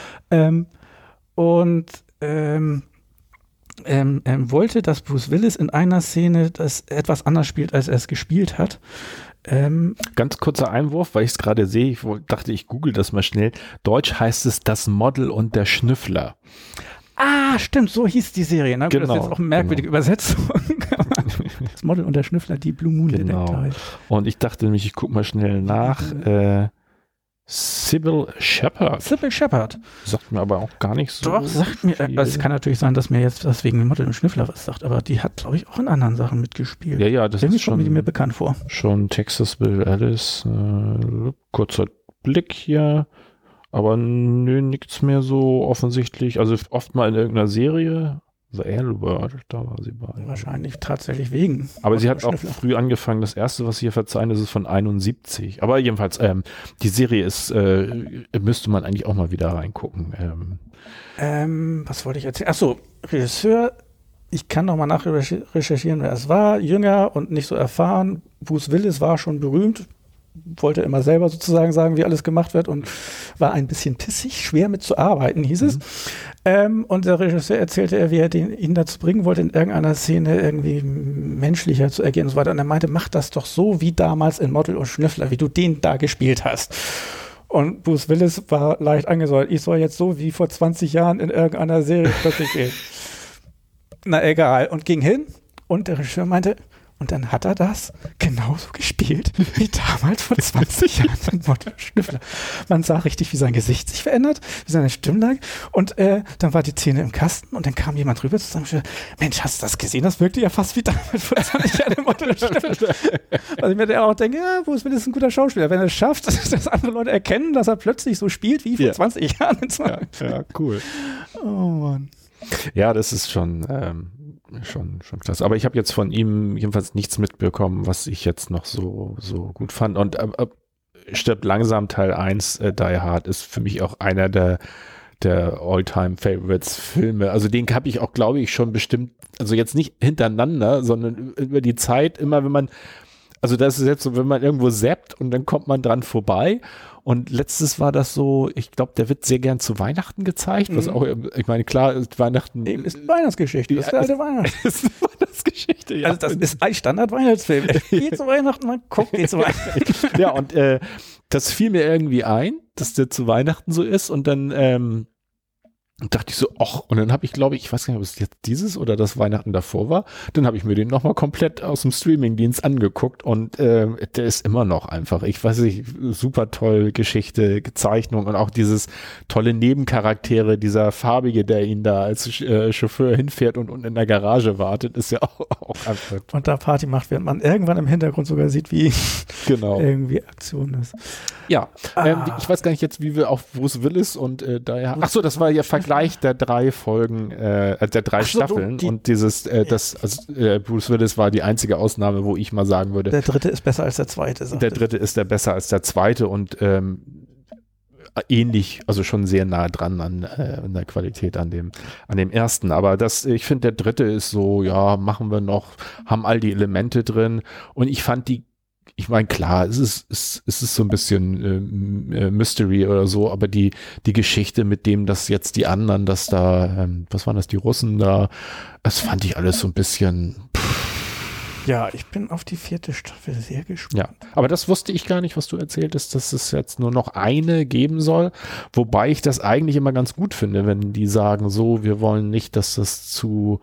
[SPEAKER 3] Wollte, dass Bruce Willis in einer Szene das etwas anders spielt, als er es gespielt hat.
[SPEAKER 2] Ganz kurzer Einwurf, weil ich es gerade sehe, dachte, ich google das mal schnell. Deutsch heißt es Das Model und der Schnüffler.
[SPEAKER 3] Ah, stimmt, so hieß die Serie. Ne?
[SPEAKER 2] Genau,
[SPEAKER 3] das ist jetzt auch eine merkwürdige Übersetzung. Das Model und der Schnüffler, die Blue Moon Detektei.
[SPEAKER 2] Und ich dachte nämlich, ich gucke mal schnell nach. Sybil Shepherd.
[SPEAKER 3] Sybil Shepherd.
[SPEAKER 2] Sagt mir aber auch gar nicht so.
[SPEAKER 3] Doch, sagt mir, es kann natürlich sein, dass mir jetzt das wegen Model und Schnüffler was sagt, aber die hat, glaube ich, auch in anderen Sachen mitgespielt.
[SPEAKER 2] Ja, das
[SPEAKER 3] irgendwie
[SPEAKER 2] ist schon
[SPEAKER 3] mir bekannt vor.
[SPEAKER 2] Schon Texas Bill Alice, kurzer Blick hier, aber nö, nichts mehr so offensichtlich. Also oft mal in irgendeiner Serie. The L-Word, da war sie bei.
[SPEAKER 3] Wahrscheinlich tatsächlich wegen.
[SPEAKER 2] Aber sie hat auch früh angefangen. Das erste, was sie hier verzeichnet, ist von 71. Aber jedenfalls, die Serie ist, müsste man eigentlich auch mal wieder reingucken.
[SPEAKER 3] Was wollte ich erzählen? Achso, Regisseur, ich kann noch mal nachrecherchieren, wer es war. Jünger und nicht so erfahren. Bruce Willis war schon berühmt. Wollte immer selber sozusagen sagen, wie alles gemacht wird und war ein bisschen pissig, schwer mitzuarbeiten, hieß es. Und der Regisseur erzählte, wie er ihn dazu bringen wollte, in irgendeiner Szene irgendwie menschlicher zu agieren und so weiter. Und er meinte, mach das doch so wie damals in Model und Schnüffler, wie du den da gespielt hast. Und Bruce Willis war leicht angesäuert. Ich soll jetzt so wie vor 20 Jahren in irgendeiner Serie plötzlich gehen. Na egal. Und ging hin und der Regisseur meinte, und dann hat er das genauso gespielt wie damals vor 20 Jahren in Model und Schnüffler. Man sah richtig, wie sein Gesicht sich verändert, wie seine Stimmlage. Und dann war die Szene im Kasten und dann kam jemand rüber zusammen und sagte, Mensch, hast du das gesehen? Das wirkte ja fast wie damals vor 20 Jahren in Model und Schnüffler. Also ich mir dann auch denke, ja, Bruce Willis ist ein guter Schauspieler. Wenn er es schafft, dass andere Leute erkennen, dass er plötzlich so spielt wie vor 20 Jahren.
[SPEAKER 2] Ja, cool.
[SPEAKER 3] Oh Mann.
[SPEAKER 2] Ja, das ist schon klasse. Aber ich habe jetzt von ihm jedenfalls nichts mitbekommen, was ich jetzt noch so gut fand. Und Stirbt langsam Teil 1, Die Hard, ist für mich auch einer der All-Time-Favorites-Filme. Also den habe ich auch, glaube ich, schon bestimmt, also jetzt nicht hintereinander, sondern über die Zeit immer, wenn man, also das ist jetzt so, wenn man irgendwo zappt und dann kommt man dran vorbei. Und letztes war das so, ich glaube, der wird sehr gern zu Weihnachten gezeigt, was auch, ich meine, klar, Weihnachten
[SPEAKER 3] ist Weihnachtsgeschichte, das ist der alte Weihnachten.
[SPEAKER 2] Ist eine Weihnachtsgeschichte, ja.
[SPEAKER 3] Also das ist ein Standard-Weihnachtsfilm. Geht zu Weihnachten, man guckt den zu Weihnachten.
[SPEAKER 2] Ja, und das fiel mir irgendwie ein, dass der zu Weihnachten so ist und dann Und dachte ich so, ach, und dann habe ich, glaube ich weiß gar nicht, ob es jetzt dieses oder das Weihnachten davor war, dann habe ich mir den nochmal komplett aus dem Streamingdienst angeguckt und der ist immer noch einfach, ich weiß nicht, super toll, Geschichte, Zeichnung und auch dieses tolle Nebencharaktere, dieser Farbige, der ihn da als Chauffeur hinfährt und in der Garage wartet, ist ja auch einfach.
[SPEAKER 3] Und da Party macht, während man irgendwann im Hintergrund sogar sieht, wie
[SPEAKER 2] genau.
[SPEAKER 3] irgendwie Aktion ist.
[SPEAKER 2] Ja, ich weiß gar nicht jetzt, wie wir auf Bruce Willis und daher. Ach so, das war ja Vergleich der 3 Folgen, der 3 Staffeln und dieses, Bruce Willis war die einzige Ausnahme, wo ich mal sagen würde.
[SPEAKER 3] Der 3. ist besser als der 2.
[SPEAKER 2] Der 3. ist der besser als der 2. und ähnlich, also schon sehr nah dran an der Qualität an dem 1. Aber ich finde, der 3. ist so, ja, machen wir noch, haben all die Elemente drin und ich fand ich meine, klar, es ist so ein bisschen Mystery oder so, aber die Geschichte mit dem, dass jetzt die anderen, dass da, was waren das, die Russen da, das fand ich alles so ein bisschen.
[SPEAKER 3] Ja, ich bin auf die 4. Staffel sehr gespannt.
[SPEAKER 2] Ja, aber das wusste ich gar nicht, was du erzähltest, dass es jetzt nur noch eine geben soll, wobei ich das eigentlich immer ganz gut finde, wenn die sagen so, wir wollen nicht, dass das zu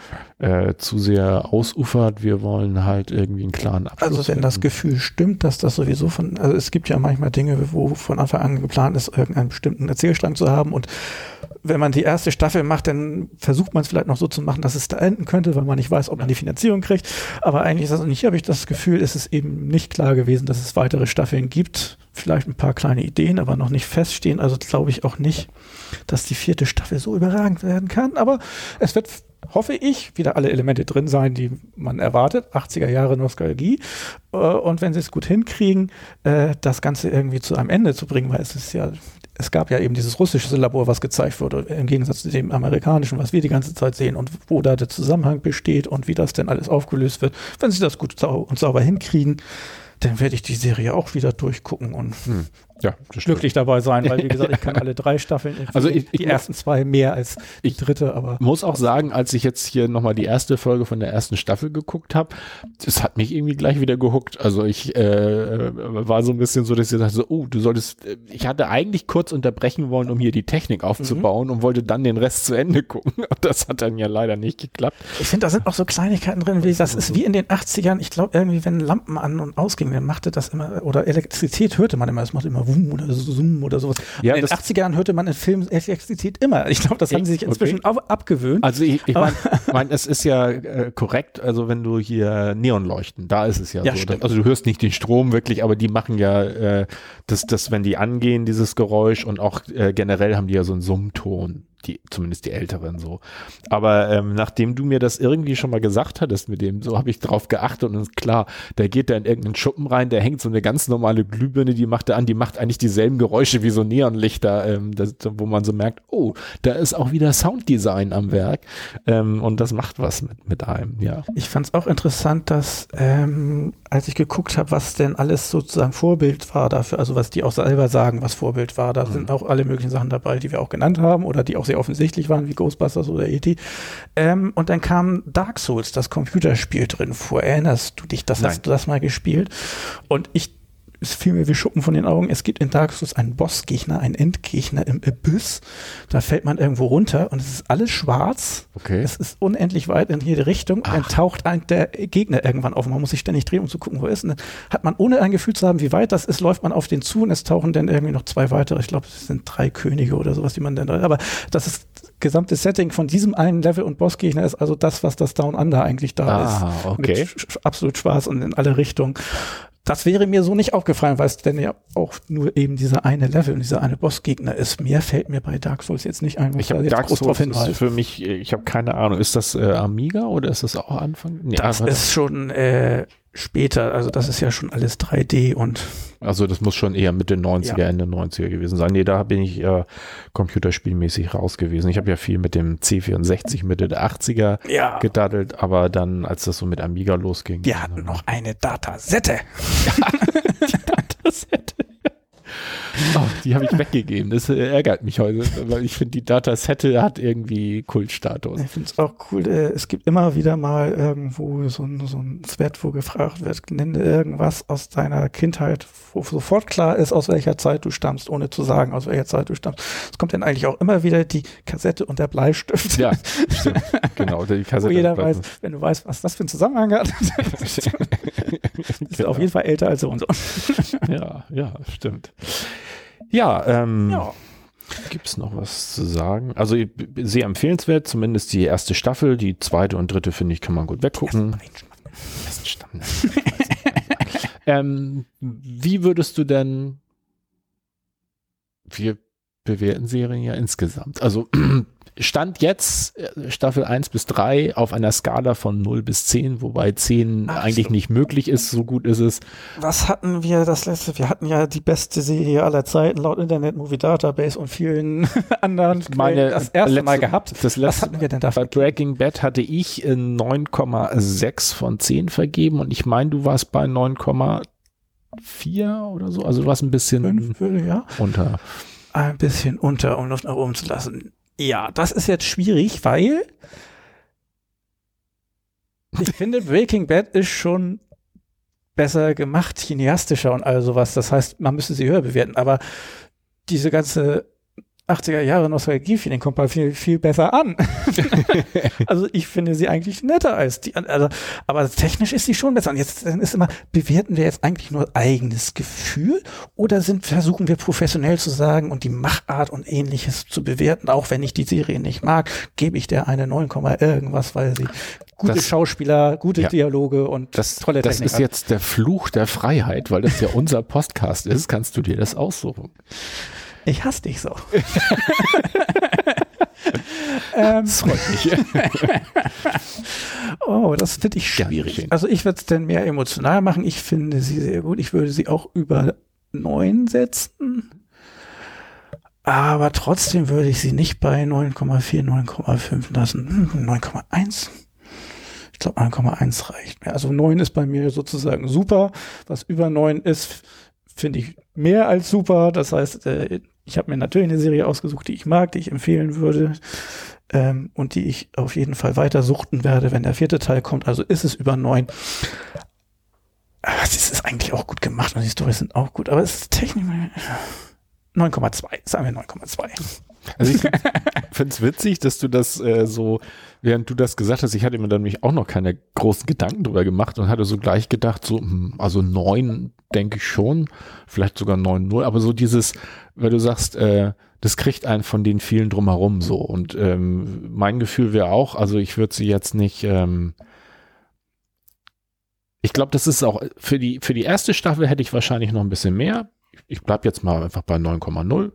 [SPEAKER 2] sehr ausufert, wir wollen halt irgendwie einen klaren Abschluss.
[SPEAKER 3] Also wenn das Gefühl stimmt, dass das sowieso also es gibt ja manchmal Dinge, wo von Anfang an geplant ist, irgendeinen bestimmten Erzählstrang zu haben und wenn man die 1. Staffel macht, dann versucht man es vielleicht noch so zu machen, dass es da enden könnte, weil man nicht weiß, ob man die Finanzierung kriegt, aber eigentlich ist das nicht, habe ich das Gefühl, ist es eben nicht klar gewesen, dass es weitere Staffeln gibt, vielleicht ein paar kleine Ideen, aber noch nicht feststehen, also glaube ich auch nicht, dass die 4. Staffel so überragend werden kann, aber es wird, hoffe ich, wieder alle Elemente drin sein, die man erwartet. 80er Jahre Nostalgie. Und wenn sie es gut hinkriegen, das Ganze irgendwie zu einem Ende zu bringen, weil es gab ja eben dieses russische Labor, was gezeigt wurde, im Gegensatz zu dem amerikanischen, was wir die ganze Zeit sehen und wo da der Zusammenhang besteht und wie das denn alles aufgelöst wird. Wenn sie das gut und sauber hinkriegen, dann werde ich die Serie auch wieder durchgucken und glücklich dabei sein, weil wie gesagt, ich kann alle 3 Staffeln,
[SPEAKER 2] also
[SPEAKER 3] die ersten 2 mehr als die 3, aber
[SPEAKER 2] muss auch sagen, als ich jetzt hier nochmal die erste Folge von der 1. Staffel geguckt habe, das hat mich irgendwie gleich wieder gehuckt. Also ich war so ein bisschen so, dass ich dachte, ich hatte eigentlich kurz unterbrechen wollen, um hier die Technik aufzubauen und wollte dann den Rest zu Ende gucken. Das hat dann ja leider nicht geklappt.
[SPEAKER 3] Ich finde, da sind auch so Kleinigkeiten drin, wie das ist wie in den 80ern. Ich glaube irgendwie, wenn Lampen an und ausgingen, dann machte das immer, oder Elektrizität hörte man immer, es macht immer Wum oder Zoom oder sowas.
[SPEAKER 2] Ja,
[SPEAKER 3] in den 80ern hörte man in Filmen Elektrizität immer. Ich glaube, das haben sie sich inzwischen abgewöhnt.
[SPEAKER 2] Also ich meine, es ist ja korrekt, also wenn du hier Neonleuchten, da ist es ja so.
[SPEAKER 3] Stimmt.
[SPEAKER 2] Also du hörst nicht den Strom wirklich, aber die machen ja das, wenn die angehen, dieses Geräusch und auch generell haben die ja so einen Summton. Zumindest die Älteren so. Aber nachdem du mir das irgendwie schon mal gesagt hattest mit dem, so habe ich drauf geachtet und ist klar, der geht da in irgendeinen Schuppen rein, der hängt so eine ganz normale Glühbirne, die macht er an, die macht eigentlich dieselben Geräusche wie so Neonlichter, wo man so merkt, oh, da ist auch wieder Sounddesign am Werk und das macht was mit einem, ja.
[SPEAKER 3] Ich fand es auch interessant, dass als ich geguckt habe, was denn alles sozusagen Vorbild war dafür, also was die auch selber sagen, was Vorbild war, da sind auch alle möglichen Sachen dabei, die wir auch genannt haben oder die auch sehr offensichtlich waren, wie Ghostbusters oder E.T. Und dann kam Dark Souls, das Computerspiel drin vor. Erinnerst du dich, hast du das mal gespielt? Und es fiel mir wie Schuppen von den Augen. Es gibt in Dark Souls einen Bossgegner, einen Endgegner im Abyss. Da fällt man irgendwo runter und es ist alles schwarz.
[SPEAKER 2] Okay.
[SPEAKER 3] Es ist unendlich weit in jede Richtung. Dann taucht der Gegner irgendwann auf. Man muss sich ständig drehen, um zu gucken, wo er ist. Und dann hat man, ohne ein Gefühl zu haben, wie weit das ist, läuft man auf den zu und es tauchen dann irgendwie noch 2 weitere. Ich glaube, es sind 3 Könige oder sowas, die man dann aber das ist gesamte Setting von diesem einen Level und Bossgegner ist also das, was das Down Under eigentlich da ist.
[SPEAKER 2] Okay.
[SPEAKER 3] Mit absolut schwarz und in alle Richtungen. Das wäre mir so nicht aufgefallen, weil es denn ja auch nur eben dieser eine Level und dieser eine Bossgegner ist. Mehr fällt mir bei Dark Souls jetzt nicht ein.
[SPEAKER 2] Ich habe Dark Souls ist für mich, ich habe keine Ahnung, ist das Amiga oder ist das auch Anfang? Nee,
[SPEAKER 3] das ist schon später, also das ist ja schon alles 3D und
[SPEAKER 2] also das muss schon eher Mitte 90er, Ende 90er gewesen sein. Nee, da bin ich computerspielmäßig raus gewesen. Ich habe ja viel mit dem C64 Mitte der 80er gedaddelt, aber dann, als das so mit Amiga losging.
[SPEAKER 3] Wir hatten noch eine Datasette.
[SPEAKER 2] Die Datasette. Oh, die habe ich weggegeben. Das ärgert mich heute, weil ich finde, die Datasette hat irgendwie Kultstatus.
[SPEAKER 3] Ich finde es auch cool. Es gibt immer wieder mal irgendwo so ein Thread, wo gefragt wird, nenne irgendwas aus deiner Kindheit, wo sofort klar ist, aus welcher Zeit du stammst, ohne zu sagen, aus welcher Zeit du stammst. Es kommt dann eigentlich auch immer wieder die Kassette und der Bleistift.
[SPEAKER 2] Ja, stimmt. Genau, die Kassette.
[SPEAKER 3] Wo jeder weiß, wenn du weißt, was das für einen Zusammenhang hat, ist auf jeden Fall älter als so und so.
[SPEAKER 2] Ja, stimmt. Ja, gibt es noch was zu sagen? Also sehr empfehlenswert, zumindest die erste Staffel. Die zweite und dritte, finde ich, kann man gut weggucken. Wie würdest du denn, wir bewerten Serien ja insgesamt, also Stand jetzt Staffel 1 bis 3 auf einer Skala von 0 bis 10, wobei 10 eigentlich nicht möglich ist, so gut ist es.
[SPEAKER 3] Was hatten wir das letzte? Wir hatten ja die beste Serie aller Zeiten laut Internet Movie Database und vielen anderen Quellen das erste Mal gehabt.
[SPEAKER 2] Was hatten wir denn da? Bei Breaking Bad hatte ich 9,6 von 10 vergeben und ich meine, du warst bei 9,4 oder so, also du warst ein bisschen unter.
[SPEAKER 3] Ein bisschen unter, um Luft nach oben zu lassen. Ja, das ist jetzt schwierig, weil ich finde, Breaking Bad ist schon besser gemacht, cineastischer und all sowas. Das heißt, man müsste sie höher bewerten, aber diese ganze 80er Jahre Nostalgie-Feeling kommt bei viel, viel besser an. Also ich finde sie eigentlich netter als die, also, aber technisch ist sie schon besser. Und jetzt dann ist immer, bewerten wir jetzt eigentlich nur eigenes Gefühl oder versuchen wir professionell zu sagen und die Machart und Ähnliches zu bewerten, auch wenn ich die Serie nicht mag, gebe ich der eine 9, irgendwas, weil sie gute Schauspieler, gute Dialoge und tolle Technik
[SPEAKER 2] hat. Das ist jetzt der Fluch der Freiheit, weil das ja unser Podcast ist, kannst du dir das aussuchen.
[SPEAKER 3] Ich hasse dich so.
[SPEAKER 2] Das freut mich.
[SPEAKER 3] Oh, das finde ich schwierig. Also ich würde es denn mehr emotional machen. Ich finde sie sehr gut. Ich würde sie auch über 9 setzen. Aber trotzdem würde ich sie nicht bei 9,4, 9,5 lassen. 9,1. Ich glaube 9,1 reicht mir. Also 9 ist bei mir sozusagen super. Was über 9 ist, finde ich mehr als super. Das heißt, ich habe mir natürlich eine Serie ausgesucht, die ich mag, die ich empfehlen würde und die ich auf jeden Fall weiter suchten werde, wenn der 4. Teil kommt. Also ist es über 9. Es ist eigentlich auch gut gemacht und die Storys sind auch gut, aber es ist technisch 9,2. Sagen wir 9,2.
[SPEAKER 2] Also ich finde es witzig, dass du das so, während du das gesagt hast, ich hatte mir dann nämlich auch noch keine großen Gedanken drüber gemacht und hatte so gleich gedacht, so, also 9 denke ich schon, vielleicht sogar 9,0, aber so dieses, weil du sagst, das kriegt einen von den vielen drumherum so und mein Gefühl wäre auch, also ich würde sie jetzt nicht, ich glaube, das ist auch, für die erste Staffel hätte ich wahrscheinlich noch ein bisschen mehr, ich bleib jetzt mal einfach bei 9,0.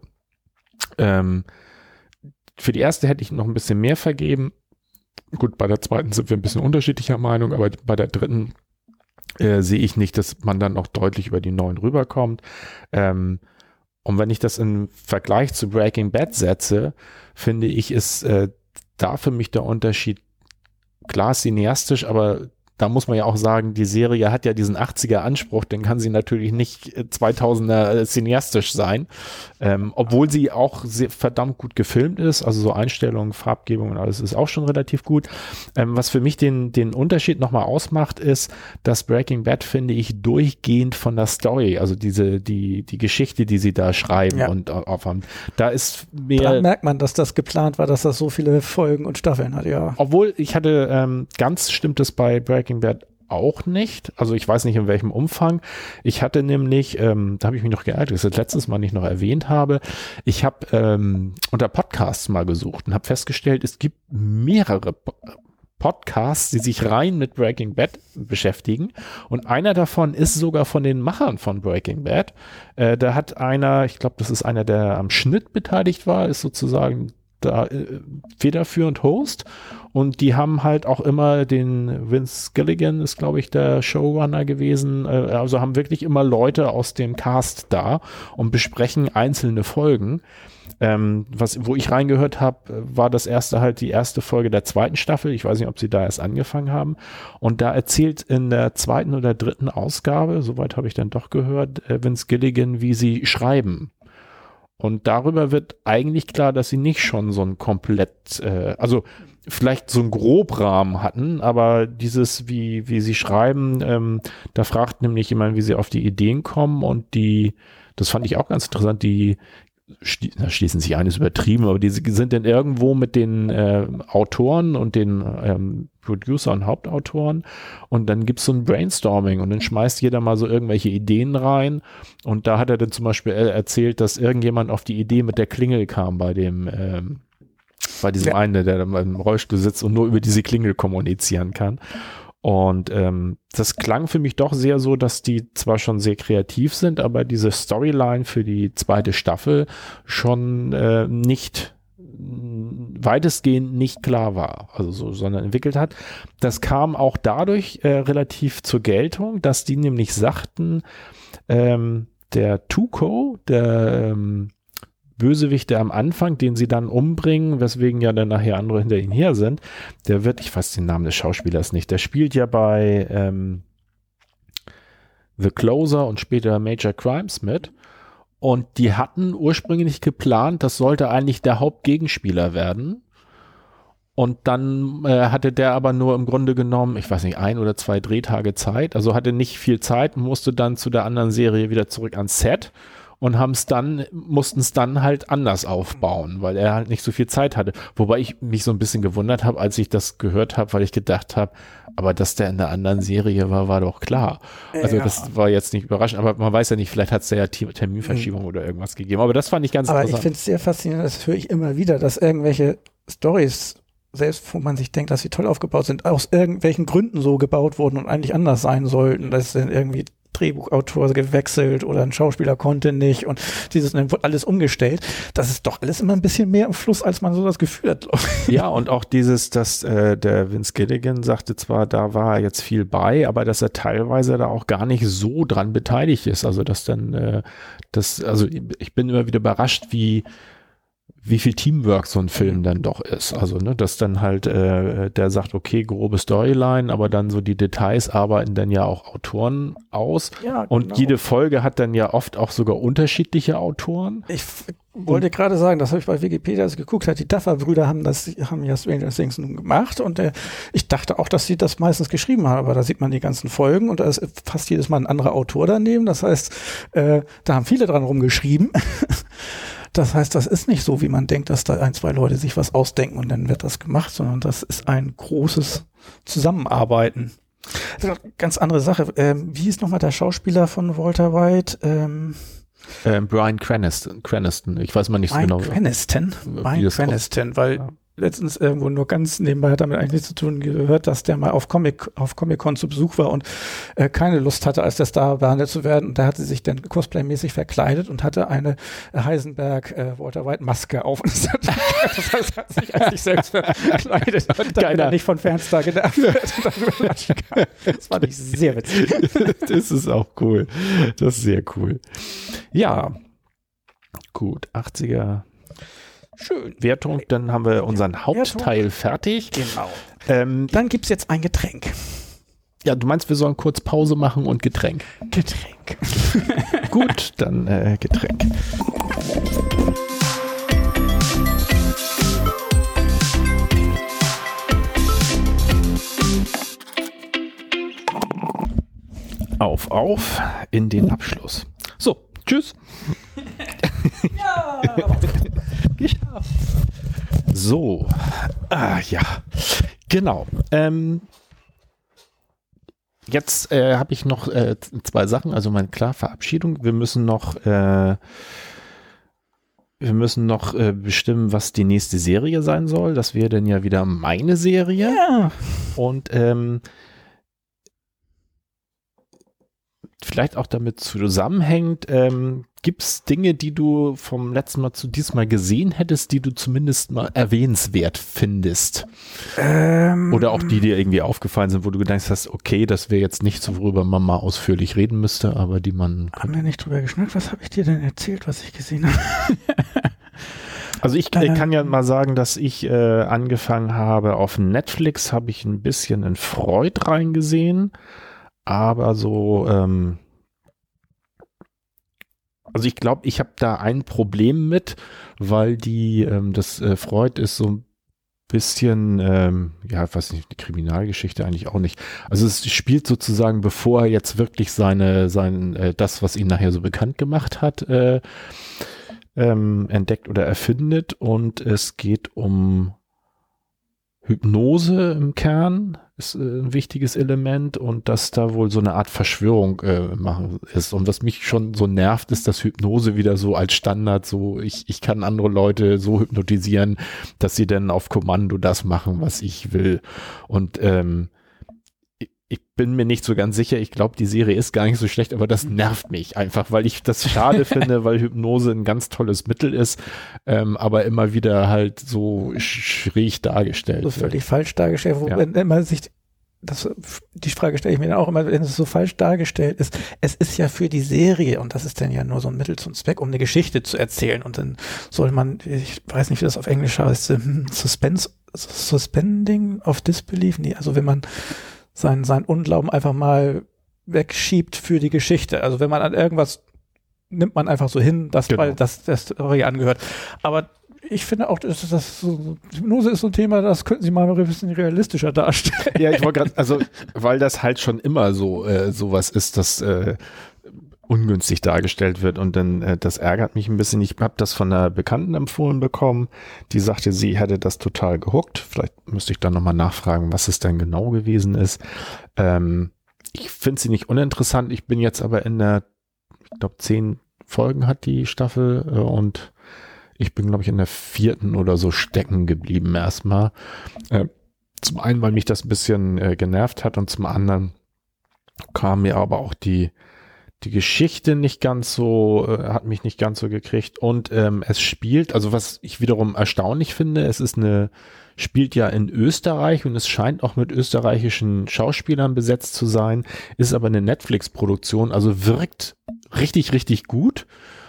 [SPEAKER 2] Für die erste hätte ich noch ein bisschen mehr vergeben. Gut, bei der zweiten sind wir ein bisschen unterschiedlicher Meinung, aber bei der dritten sehe ich nicht, dass man dann noch deutlich über die 9 rüberkommt. Und wenn ich das im Vergleich zu Breaking Bad setze, finde ich, ist da für mich der Unterschied klar cineastisch, aber da muss man ja auch sagen, die Serie hat ja diesen 80er Anspruch, den kann sie natürlich nicht 2000er cineastisch sein, obwohl sie auch verdammt gut gefilmt ist, also so Einstellungen, Farbgebung und alles ist auch schon relativ gut. Was für mich den Unterschied nochmal ausmacht, ist, dass Breaking Bad, finde ich, durchgehend von der Story, also die Geschichte, die sie da schreiben und aufhaben, da ist mehr...
[SPEAKER 3] Daran merkt man, dass das geplant war, dass das so viele Folgen und Staffeln hat, ja.
[SPEAKER 2] Obwohl, ich hatte, ganz stimmt es bei Breaking Bad auch nicht. Also ich weiß nicht in welchem Umfang. Ich hatte nämlich, da habe ich mich noch geärgert, dass ich das letztes Mal nicht noch erwähnt habe. Ich habe unter Podcasts mal gesucht und habe festgestellt, es gibt mehrere Podcasts, die sich rein mit Breaking Bad beschäftigen. Und einer davon ist sogar von den Machern von Breaking Bad. Da hat einer, ich glaube, das ist einer, der am Schnitt beteiligt war, ist sozusagen da federführend Host und die haben halt auch immer den Vince Gilligan ist, glaube ich, der Showrunner gewesen, also haben wirklich immer Leute aus dem Cast da und besprechen einzelne Folgen. Wo ich reingehört habe, war das erste halt die erste Folge der zweiten Staffel. Ich weiß nicht, ob sie da erst angefangen haben. Und da erzählt in der zweiten oder dritten Ausgabe, soweit habe ich dann doch gehört, Vince Gilligan, wie sie schreiben. Und darüber wird eigentlich klar, dass sie nicht schon so ein komplett, also vielleicht so einen Grobrahmen hatten, aber dieses, wie sie schreiben, da fragt nämlich jemand, wie sie auf die Ideen kommen und das fand ich auch ganz interessant, die schließen sich ein, ist übertrieben, aber die sind dann irgendwo mit den Autoren und den Producer und Hauptautoren und dann gibt's so ein Brainstorming und dann schmeißt jeder mal so irgendwelche Ideen rein und da hat er dann zum Beispiel erzählt, dass irgendjemand auf die Idee mit der Klingel kam bei diesem einen, der im Rollstuhl sitzt und nur über diese Klingel kommunizieren kann. Und das klang für mich doch sehr so, dass die zwar schon sehr kreativ sind, aber diese Storyline für die zweite Staffel schon nicht weitestgehend nicht klar war, also so, sondern entwickelt hat. Das kam auch dadurch relativ zur Geltung, dass die nämlich sagten, der Tuco, der Bösewicht, der am Anfang, den sie dann umbringen, weswegen ja dann nachher andere hinter ihnen her sind, der wird, ich weiß den Namen des Schauspielers nicht, der spielt ja bei The Closer und später Major Crimes mit und die hatten ursprünglich geplant, das sollte eigentlich der Hauptgegenspieler werden und dann hatte der aber nur im Grunde genommen, ich weiß nicht, 1 oder 2 Drehtage Zeit, also hatte nicht viel Zeit, musste dann zu der anderen Serie wieder zurück ans Set und mussten es dann halt anders aufbauen, weil er halt nicht so viel Zeit hatte. Wobei ich mich so ein bisschen gewundert habe, als ich das gehört habe, weil ich gedacht habe, aber dass der in der anderen Serie war doch klar. Also das war jetzt nicht überraschend, aber man weiß ja nicht, vielleicht hat es da ja Terminverschiebung oder irgendwas gegeben. Aber das fand ich ganz interessant.
[SPEAKER 3] Aber ich finde es sehr faszinierend, das höre ich immer wieder, dass irgendwelche Storys, selbst wo man sich denkt, dass sie toll aufgebaut sind, aus irgendwelchen Gründen so gebaut wurden und eigentlich anders sein sollten. Das ist dann irgendwie Drehbuchautor gewechselt oder ein Schauspieler konnte nicht und dann wurde alles umgestellt. Das ist doch alles immer ein bisschen mehr im Fluss, als man so das Gefühl hat.
[SPEAKER 2] Ja, und auch dass der Vince Gilligan sagte zwar, da war jetzt viel bei, aber dass er teilweise da auch gar nicht so dran beteiligt ist. Also dass dann also ich bin immer wieder überrascht, wie viel Teamwork so ein Film dann doch ist. Also, ne, dass dann halt der sagt, okay, grobe Storyline, aber dann so die Details arbeiten dann ja auch Autoren aus. Ja, und genau. Jede Folge hat dann ja oft auch sogar unterschiedliche Autoren.
[SPEAKER 3] Ich wollte gerade sagen, das habe ich bei Wikipedia geguckt, die Duffer-Brüder haben ja Stranger Things nun gemacht und ich dachte auch, dass sie das meistens geschrieben haben, aber da sieht man die ganzen Folgen und da ist fast jedes Mal ein anderer Autor daneben. Das heißt, da haben viele dran rumgeschrieben. Das heißt, das ist nicht so, wie man denkt, dass da 1, 2 Leute sich was ausdenken und dann wird das gemacht, sondern das ist ein großes Zusammenarbeiten. Ganz andere Sache. Wie hieß nochmal der Schauspieler von Walter White?
[SPEAKER 2] Bryan Cranston. Ich weiß mal nicht so genau.
[SPEAKER 3] Bryan Cranston, weil letztens irgendwo nur ganz nebenbei hat damit eigentlich nichts zu tun gehört, dass der mal auf Comic-Con zu Besuch war und keine Lust hatte, als der Star behandelt zu werden. Und da hatte sich dann cosplaymäßig verkleidet und hatte eine Heisenberg Walter White Maske auf. Und das heißt, hat sich als sich selbst verkleidet, damit er nicht von Fans da genervt wird. Das fand ich sehr witzig.
[SPEAKER 2] Das ist auch cool. Das ist sehr cool. Ja, gut. 80er.
[SPEAKER 3] Schön.
[SPEAKER 2] Wertung, dann haben wir unseren Hauptteil fertig.
[SPEAKER 3] Genau. Dann gibt es jetzt ein Getränk.
[SPEAKER 2] Ja, du meinst, wir sollen kurz Pause machen und Getränk?
[SPEAKER 3] Getränk.
[SPEAKER 2] Gut, dann Getränk. Auf in den Abschluss. So, tschüss.
[SPEAKER 3] Ja.
[SPEAKER 2] So, ja, genau. Jetzt habe ich noch 2 Sachen. Also klar, Verabschiedung. Wir müssen noch bestimmen, was die nächste Serie sein soll. Das wäre dann ja wieder meine Serie.
[SPEAKER 3] Ja.
[SPEAKER 2] Und vielleicht auch damit zusammenhängt, gibt es Dinge, die du vom letzten Mal zu diesmal gesehen hättest, die du zumindest mal erwähnenswert findest? Oder auch die dir irgendwie aufgefallen sind, wo du gedacht hast, okay, das wäre jetzt nicht so, worüber man mal ausführlich reden müsste, aber die man...
[SPEAKER 3] Haben wir nicht drüber geschnackt? Was habe ich dir denn erzählt, was ich gesehen habe?
[SPEAKER 2] Also ich kann ja mal sagen, dass ich angefangen habe, auf Netflix habe ich ein bisschen in Freud reingesehen, aber so Also ich glaube, ich habe da ein Problem mit, weil Freud ist so ein bisschen, weiß nicht, die Kriminalgeschichte eigentlich auch nicht. Also es spielt sozusagen, bevor er jetzt wirklich das, was ihn nachher so bekannt gemacht hat, entdeckt oder erfindet, und es geht um Hypnose im Kern, ist ein wichtiges Element, und dass da wohl so eine Art Verschwörung machen ist. Und was mich schon so nervt, ist, dass Hypnose wieder so als Standard, so ich kann andere Leute so hypnotisieren, dass sie dann auf Kommando das machen, was ich will. Und ich bin mir nicht so ganz sicher, ich glaube, die Serie ist gar nicht so schlecht, aber das nervt mich einfach, weil ich das schade finde, weil Hypnose ein ganz tolles Mittel ist, aber immer wieder halt so schräg dargestellt
[SPEAKER 3] wird. So völlig falsch dargestellt, wo immer sich die Frage stelle ich mir dann auch immer, wenn es so falsch dargestellt ist. Es ist ja für die Serie, und das ist dann ja nur so ein Mittel zum Zweck, um eine Geschichte zu erzählen, und dann soll man, ich weiß nicht, wie das auf Englisch heißt, Suspending of Disbelief, nee, also wenn man sein Unglauben einfach mal wegschiebt für die Geschichte. Also wenn man an irgendwas nimmt man einfach so hin, weil das der Story angehört. Aber ich finde auch, Hypnose ist so ein Thema, das könnten Sie mal ein bisschen realistischer darstellen.
[SPEAKER 2] Ja, ich wollte gerade, also weil das halt schon immer sowas ist, das ungünstig dargestellt wird, und dann das ärgert mich ein bisschen. Ich habe das von einer Bekannten empfohlen bekommen, die sagte, sie hätte das total gehuckt. Vielleicht müsste ich dann nochmal nachfragen, was es denn genau gewesen ist. Ich finde sie nicht uninteressant. Ich bin jetzt aber ich glaube 10 Folgen hat die Staffel, und ich bin, glaube ich, in der 4. oder so stecken geblieben erstmal. Zum einen, weil mich das ein bisschen genervt hat, und zum anderen kam mir aber auch die Geschichte nicht ganz so, hat mich nicht ganz so gekriegt, und es spielt, also was ich wiederum erstaunlich finde, spielt ja in Österreich, und es scheint auch mit österreichischen Schauspielern besetzt zu sein, ist aber eine Netflix-Produktion, also wirkt richtig, richtig gut,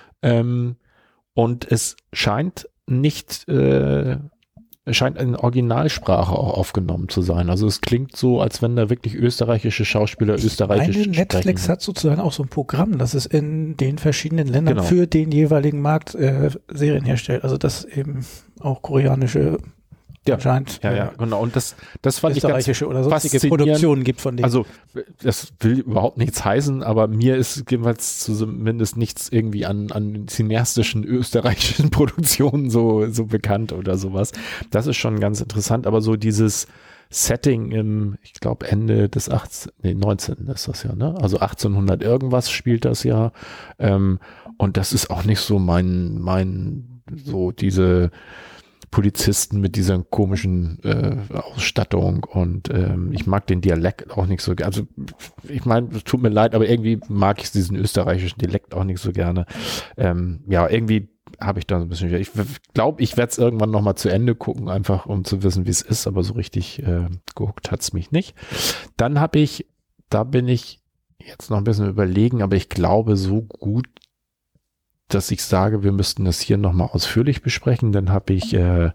[SPEAKER 2] und es scheint nicht scheint in Originalsprache auch aufgenommen zu sein. Also es klingt so, als wenn da wirklich österreichische Schauspieler österreichisch sprechen.
[SPEAKER 3] Netflix hat sozusagen auch so ein Programm, das es in den verschiedenen Ländern für den jeweiligen Markt Serien herstellt. Also das eben auch koreanische anscheinend
[SPEAKER 2] genau. Und das fand ich ganz
[SPEAKER 3] österreichische oder sonstige Produktionen gibt von denen.
[SPEAKER 2] Also das will überhaupt nichts heißen, aber mir ist jeweils zumindest nichts irgendwie an cineastischen österreichischen Produktionen so bekannt oder sowas. Das ist schon ganz interessant, aber so dieses Setting ich glaube Ende des 19. ist das ja, ne? Also 1800 irgendwas spielt das ja, und das ist auch nicht so mein so diese Polizisten mit dieser komischen Ausstattung, und ich mag den Dialekt auch nicht so gerne. Also ich meine, es tut mir leid, aber irgendwie mag ich diesen österreichischen Dialekt auch nicht so gerne. Irgendwie habe ich da so ein bisschen, ich glaube, ich werde es irgendwann nochmal zu Ende gucken, einfach um zu wissen, wie es ist, aber so richtig gehuckt hat es mich nicht. Dann da bin ich jetzt noch ein bisschen überlegen, aber ich glaube so gut, dass ich sage, wir müssten das hier nochmal ausführlich besprechen. Dann habe ich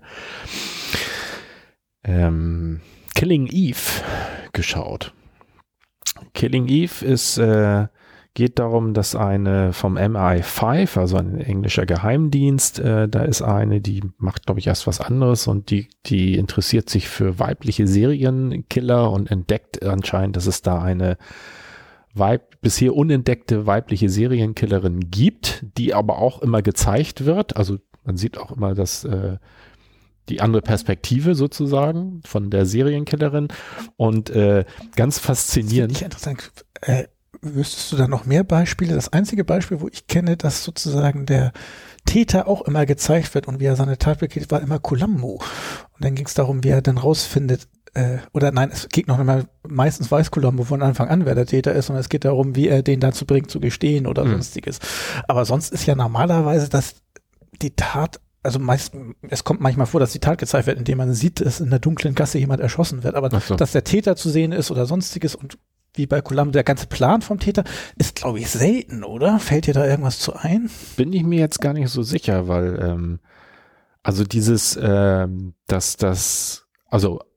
[SPEAKER 2] Killing Eve geschaut. Killing Eve geht darum, dass eine vom MI5, also ein englischer Geheimdienst, da ist eine, die macht, glaube ich, erst was anderes, und die interessiert sich für weibliche Serienkiller und entdeckt anscheinend, dass es da eine bisher unentdeckte weibliche Serienkillerin gibt, die aber auch immer gezeigt wird. Also man sieht auch immer die andere Perspektive sozusagen von der Serienkillerin, und ganz faszinierend.
[SPEAKER 3] Das interessant. Wüsstest du da noch mehr Beispiele? Das einzige Beispiel, wo ich kenne, dass sozusagen der Täter auch immer gezeigt wird und wie er seine Tat begeht, war immer Columbo. Und dann ging es darum, wie er dann rausfindet, es geht noch einmal, meistens weiß Columbo von Anfang an, wer der Täter ist, und es geht darum, wie er den dazu bringt, zu gestehen oder sonstiges. Aber sonst ist ja normalerweise, dass die Tat, also es kommt manchmal vor, dass die Tat gezeigt wird, indem man sieht, dass in der dunklen Gasse jemand erschossen wird, aber dass der Täter zu sehen ist oder sonstiges, und wie bei Columbo, der ganze Plan vom Täter ist, glaube ich, selten, oder? Fällt dir da irgendwas zu ein?
[SPEAKER 2] Bin ich mir jetzt gar nicht so sicher, weil also dieses,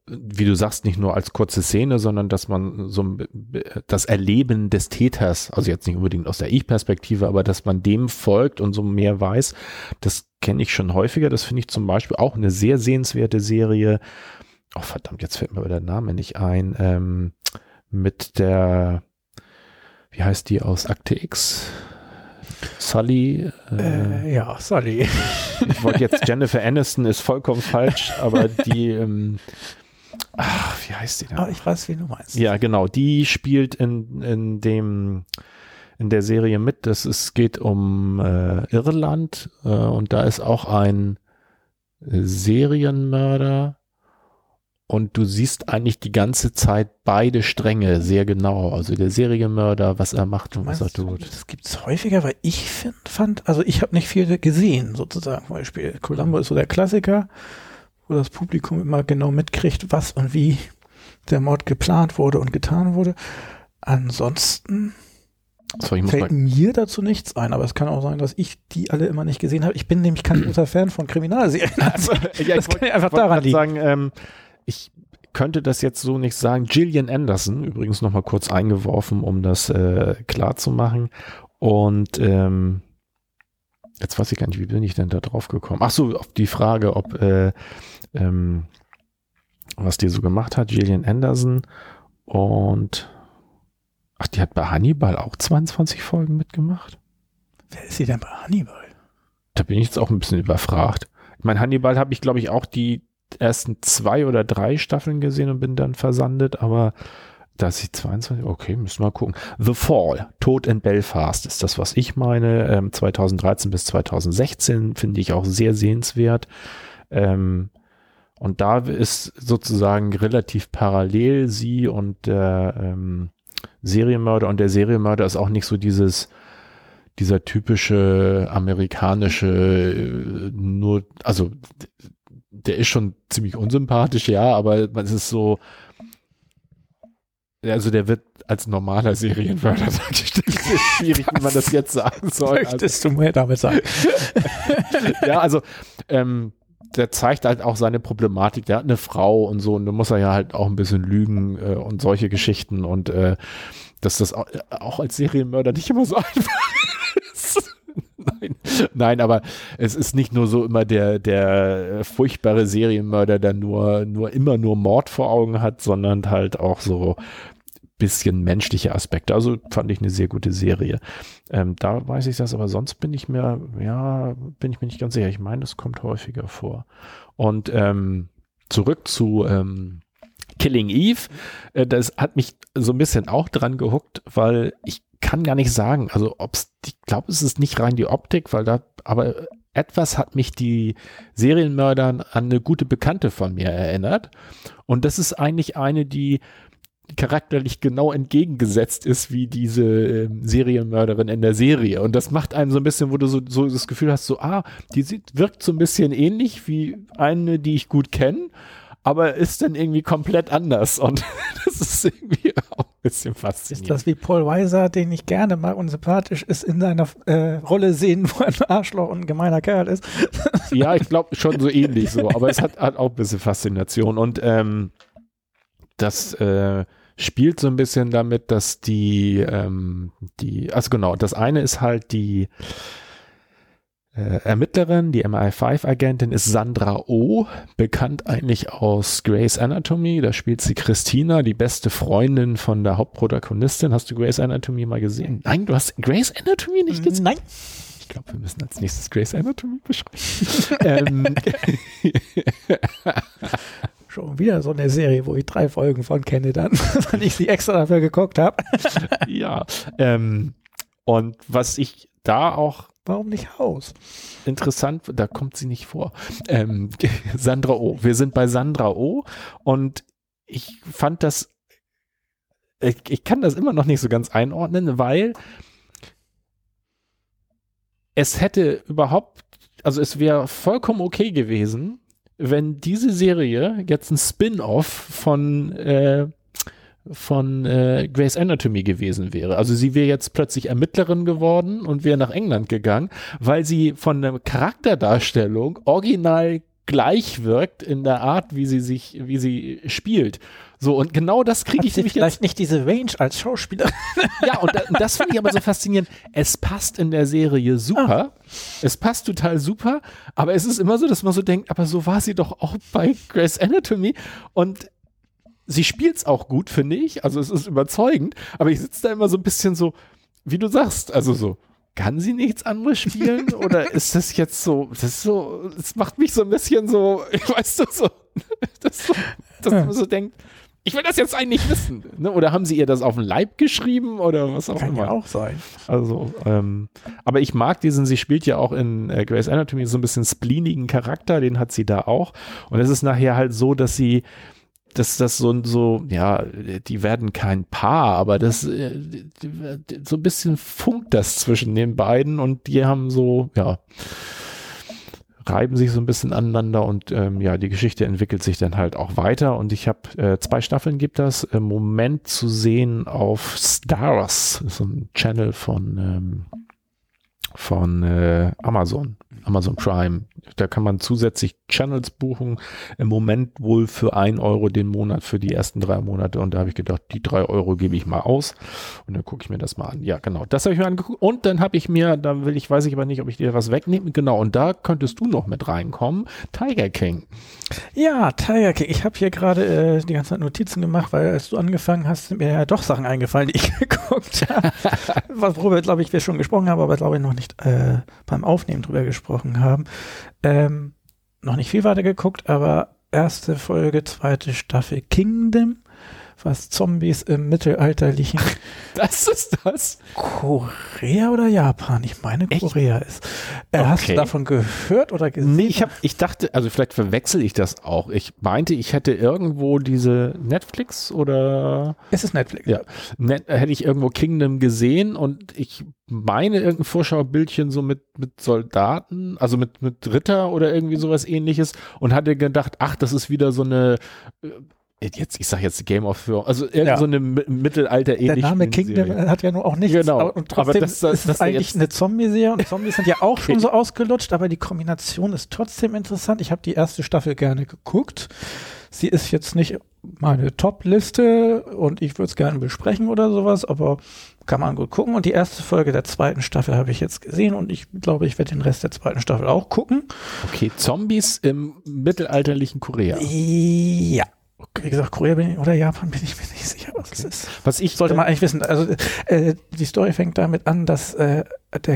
[SPEAKER 2] wie du sagst, nicht nur als kurze Szene, sondern dass man so das Erleben des Täters, also jetzt nicht unbedingt aus der Ich-Perspektive, aber dass man dem folgt und so mehr weiß, das kenne ich schon häufiger. Das finde ich zum Beispiel auch eine sehr sehenswerte Serie. Oh verdammt, jetzt fällt mir aber der Name nicht ein. Mit der, wie heißt die aus Akte X? Sully.
[SPEAKER 3] Ja, Sully.
[SPEAKER 2] Ich wollte jetzt Jennifer Aniston, ist vollkommen falsch, aber die, wie heißt die denn?
[SPEAKER 3] Aber ich weiß, wie du meinst.
[SPEAKER 2] Ja, genau, die spielt in der Serie mit. Es geht um Irland und da ist auch ein Serienmörder und du siehst eigentlich die ganze Zeit beide Stränge sehr genau. Also der Serienmörder, was er macht und was er tut.
[SPEAKER 3] Das gibt es häufiger, weil ich fand, also ich habe nicht viel gesehen, sozusagen. Zum Beispiel Columbo ist so der Klassiker, wo das Publikum immer genau mitkriegt, was und wie der Mord geplant wurde und getan wurde. Ansonsten fällt mir dazu nichts ein, aber es kann auch sein, dass ich die alle immer nicht gesehen habe. Ich bin nämlich kein großer Fan von Kriminalserien. Also, das kann einfach daran liegen.
[SPEAKER 2] Sagen, ich könnte das jetzt so nicht sagen. Gillian Anderson, übrigens nochmal kurz eingeworfen, um das klar zu machen. Und jetzt weiß ich gar nicht, wie bin ich denn da drauf gekommen? Ach so, auf die Frage, ob was die so gemacht hat, Gillian Anderson. Und die hat bei Hannibal auch 22 Folgen mitgemacht.
[SPEAKER 3] Wer ist sie denn bei Hannibal?
[SPEAKER 2] Da bin ich jetzt auch ein bisschen überfragt. Ich meine, Hannibal habe ich, glaube ich, auch die ersten 2 oder 3 Staffeln gesehen und bin dann versandet, aber da ist sie 22, okay, müssen wir mal gucken. The Fall, Tod in Belfast ist das, was ich meine, 2013 bis 2016, finde ich auch sehr sehenswert. Und da ist sozusagen relativ parallel sie und der Serienmörder, und der Serienmörder ist auch nicht so dieser typische amerikanische, nur, also der ist schon ziemlich unsympathisch, ja, aber es ist so, also der wird als normaler Serienmörder dargestellt. Es ist schwierig, wie man das jetzt sagen soll.
[SPEAKER 3] Möchtest du mehr damit sagen?
[SPEAKER 2] Ja, also der zeigt halt auch seine Problematik. Der hat eine Frau und so, und da muss er ja halt auch ein bisschen lügen und solche Geschichten, und dass das auch als Serienmörder nicht immer so einfach ist. Nein, aber es ist nicht nur so immer der furchtbare Serienmörder, der immer nur Mord vor Augen hat, sondern halt auch so bisschen menschliche Aspekte. Also fand ich eine sehr gute Serie. Da weiß ich das, aber sonst bin ich mir nicht ganz sicher. Ich meine, das kommt häufiger vor. Und zurück zu Killing Eve, das hat mich so ein bisschen auch dran gehuckt, weil ich kann gar nicht sagen, also ich glaube, es ist nicht rein die Optik, aber etwas hat mich die Serienmörder an eine gute Bekannte von mir erinnert. Und das ist eigentlich eine, die charakterlich genau entgegengesetzt ist wie diese Serienmörderin in der Serie. Und das macht einem so ein bisschen, wo du so das Gefühl hast, wirkt so ein bisschen ähnlich wie eine, die ich gut kenne, aber ist dann irgendwie komplett anders. Und das ist irgendwie auch ein bisschen faszinierend.
[SPEAKER 3] Ist das wie Paul Weiser, den ich gerne mag und sympathisch ist, in seiner Rolle sehen, wo er ein Arschloch und ein gemeiner Kerl ist?
[SPEAKER 2] Ja, ich glaube schon so ähnlich so, aber es hat auch ein bisschen Faszination. Und das spielt so ein bisschen damit, dass also genau, das eine ist halt die Ermittlerin, die MI5-Agentin ist Sandra Oh, bekannt eigentlich aus Grey's Anatomy. Da spielt sie Christina, die beste Freundin von der Hauptprotagonistin. Hast du Grey's Anatomy mal gesehen? Nein, du hast Grey's Anatomy nicht gesehen?
[SPEAKER 3] Nein.
[SPEAKER 2] Ich glaube, wir müssen als nächstes Grey's Anatomy beschreiben.
[SPEAKER 3] Schon wieder so eine Serie, wo ich 3 Folgen von kenne, dann, weil ich sie extra dafür geguckt habe.
[SPEAKER 2] Ja, und was ich da auch
[SPEAKER 3] Warum nicht Haus?
[SPEAKER 2] interessant, da kommt sie nicht vor. Sandra Oh. Wir sind bei Sandra Oh, und ich fand das, ich kann das immer noch nicht so ganz einordnen, weil es es wäre vollkommen okay gewesen, wenn diese Serie jetzt ein Spin-off von Grey's Anatomy gewesen wäre. Also sie wäre jetzt plötzlich Ermittlerin geworden und wäre nach England gegangen, weil sie von der Charakterdarstellung original gleich wirkt in der Art, wie sie spielt. So, und genau das kriege ich nämlich
[SPEAKER 3] vielleicht nicht diese Range als Schauspieler.
[SPEAKER 2] Ja, und das finde ich aber so faszinierend. Es passt in der Serie super. Es passt total super, aber es ist immer so, dass man so denkt, aber so war sie doch auch bei Grey's Anatomy und sie spielt es auch gut, finde ich. Also es ist überzeugend, aber ich sitze da immer so ein bisschen so, wie du sagst, also so, kann sie nichts anderes spielen? Oder ist das jetzt so, das macht mich so ein bisschen so, weißt du, so, dass man so denkt, ich will das jetzt eigentlich wissen. Ne? Oder haben sie ihr das auf den Leib geschrieben oder was auch immer?
[SPEAKER 3] Kann ja auch sein.
[SPEAKER 2] Also, aber ich mag sie spielt ja auch in Grey's Anatomy so ein bisschen spleenigen Charakter, den hat sie da auch. Und es ist nachher halt so, dass das so, ja, die werden kein Paar, aber das so ein bisschen funkt das zwischen den beiden und die haben so, ja, reiben sich so ein bisschen aneinander und ja, die Geschichte entwickelt sich dann halt auch weiter und ich habe 2 Staffeln gibt das im Moment zu sehen auf Starz, so ein Channel von Amazon Prime. Da kann man zusätzlich Channels buchen, im Moment wohl für 1 Euro den Monat für die ersten 3 Monate und da habe ich gedacht, die 3 Euro gebe ich mal aus und dann gucke ich mir das mal an. Ja, genau, das habe ich mir angeguckt und dann habe ich mir, weiß ich aber nicht, ob ich dir was wegnehme, genau, und da könntest du noch mit reinkommen, Tiger King.
[SPEAKER 3] Ja, Tiger King. Ich habe hier gerade die ganze Zeit Notizen gemacht, weil als du angefangen hast, sind mir ja doch Sachen eingefallen, die ich geguckt habe, worüber, glaube ich, wir schon gesprochen haben, aber glaube ich noch nicht beim Aufnehmen drüber gesprochen haben. Noch nicht viel weiter geguckt, aber erste Folge, 2. Staffel Kingdom, was Zombies im mittelalterlichen
[SPEAKER 2] Das ist das?
[SPEAKER 3] Korea oder Japan? Ich meine Korea ist. Hast du davon gehört oder gesehen?
[SPEAKER 2] Nee, ich dachte, also vielleicht verwechsel ich das auch. Ich meinte, ich hätte irgendwo diese Netflix oder...
[SPEAKER 3] Es ist Netflix.
[SPEAKER 2] Ja, hätte ich irgendwo Kingdom gesehen und ich meine irgendein Vorschaubildchen so mit Soldaten, also mit Ritter oder irgendwie sowas ähnliches und hatte gedacht, ach, das ist wieder so eine... ich sag jetzt Game of Thrones, also so eine Mittelalter-ähnliche.
[SPEAKER 3] Der Name Kingdom hat ja nur auch nichts.
[SPEAKER 2] Genau.
[SPEAKER 3] Und trotzdem aber das eigentlich eine Zombie-Serie und Zombies sind ja auch schon so ausgelutscht, aber die Kombination ist trotzdem interessant. Ich habe die erste Staffel gerne geguckt. Sie ist jetzt nicht meine Top-Liste und ich würde es gerne besprechen oder sowas, aber kann man gut gucken. Und die erste Folge der 2. Staffel habe ich jetzt gesehen und ich glaube, ich werde den Rest der 2. Staffel auch gucken.
[SPEAKER 2] Okay, Zombies im mittelalterlichen Korea.
[SPEAKER 3] Ja. Wie gesagt, Korea oder Japan bin ich mir nicht sicher, was es ist.
[SPEAKER 2] Was ich
[SPEAKER 3] sollte man eigentlich wissen. Also die Story fängt damit an, dass der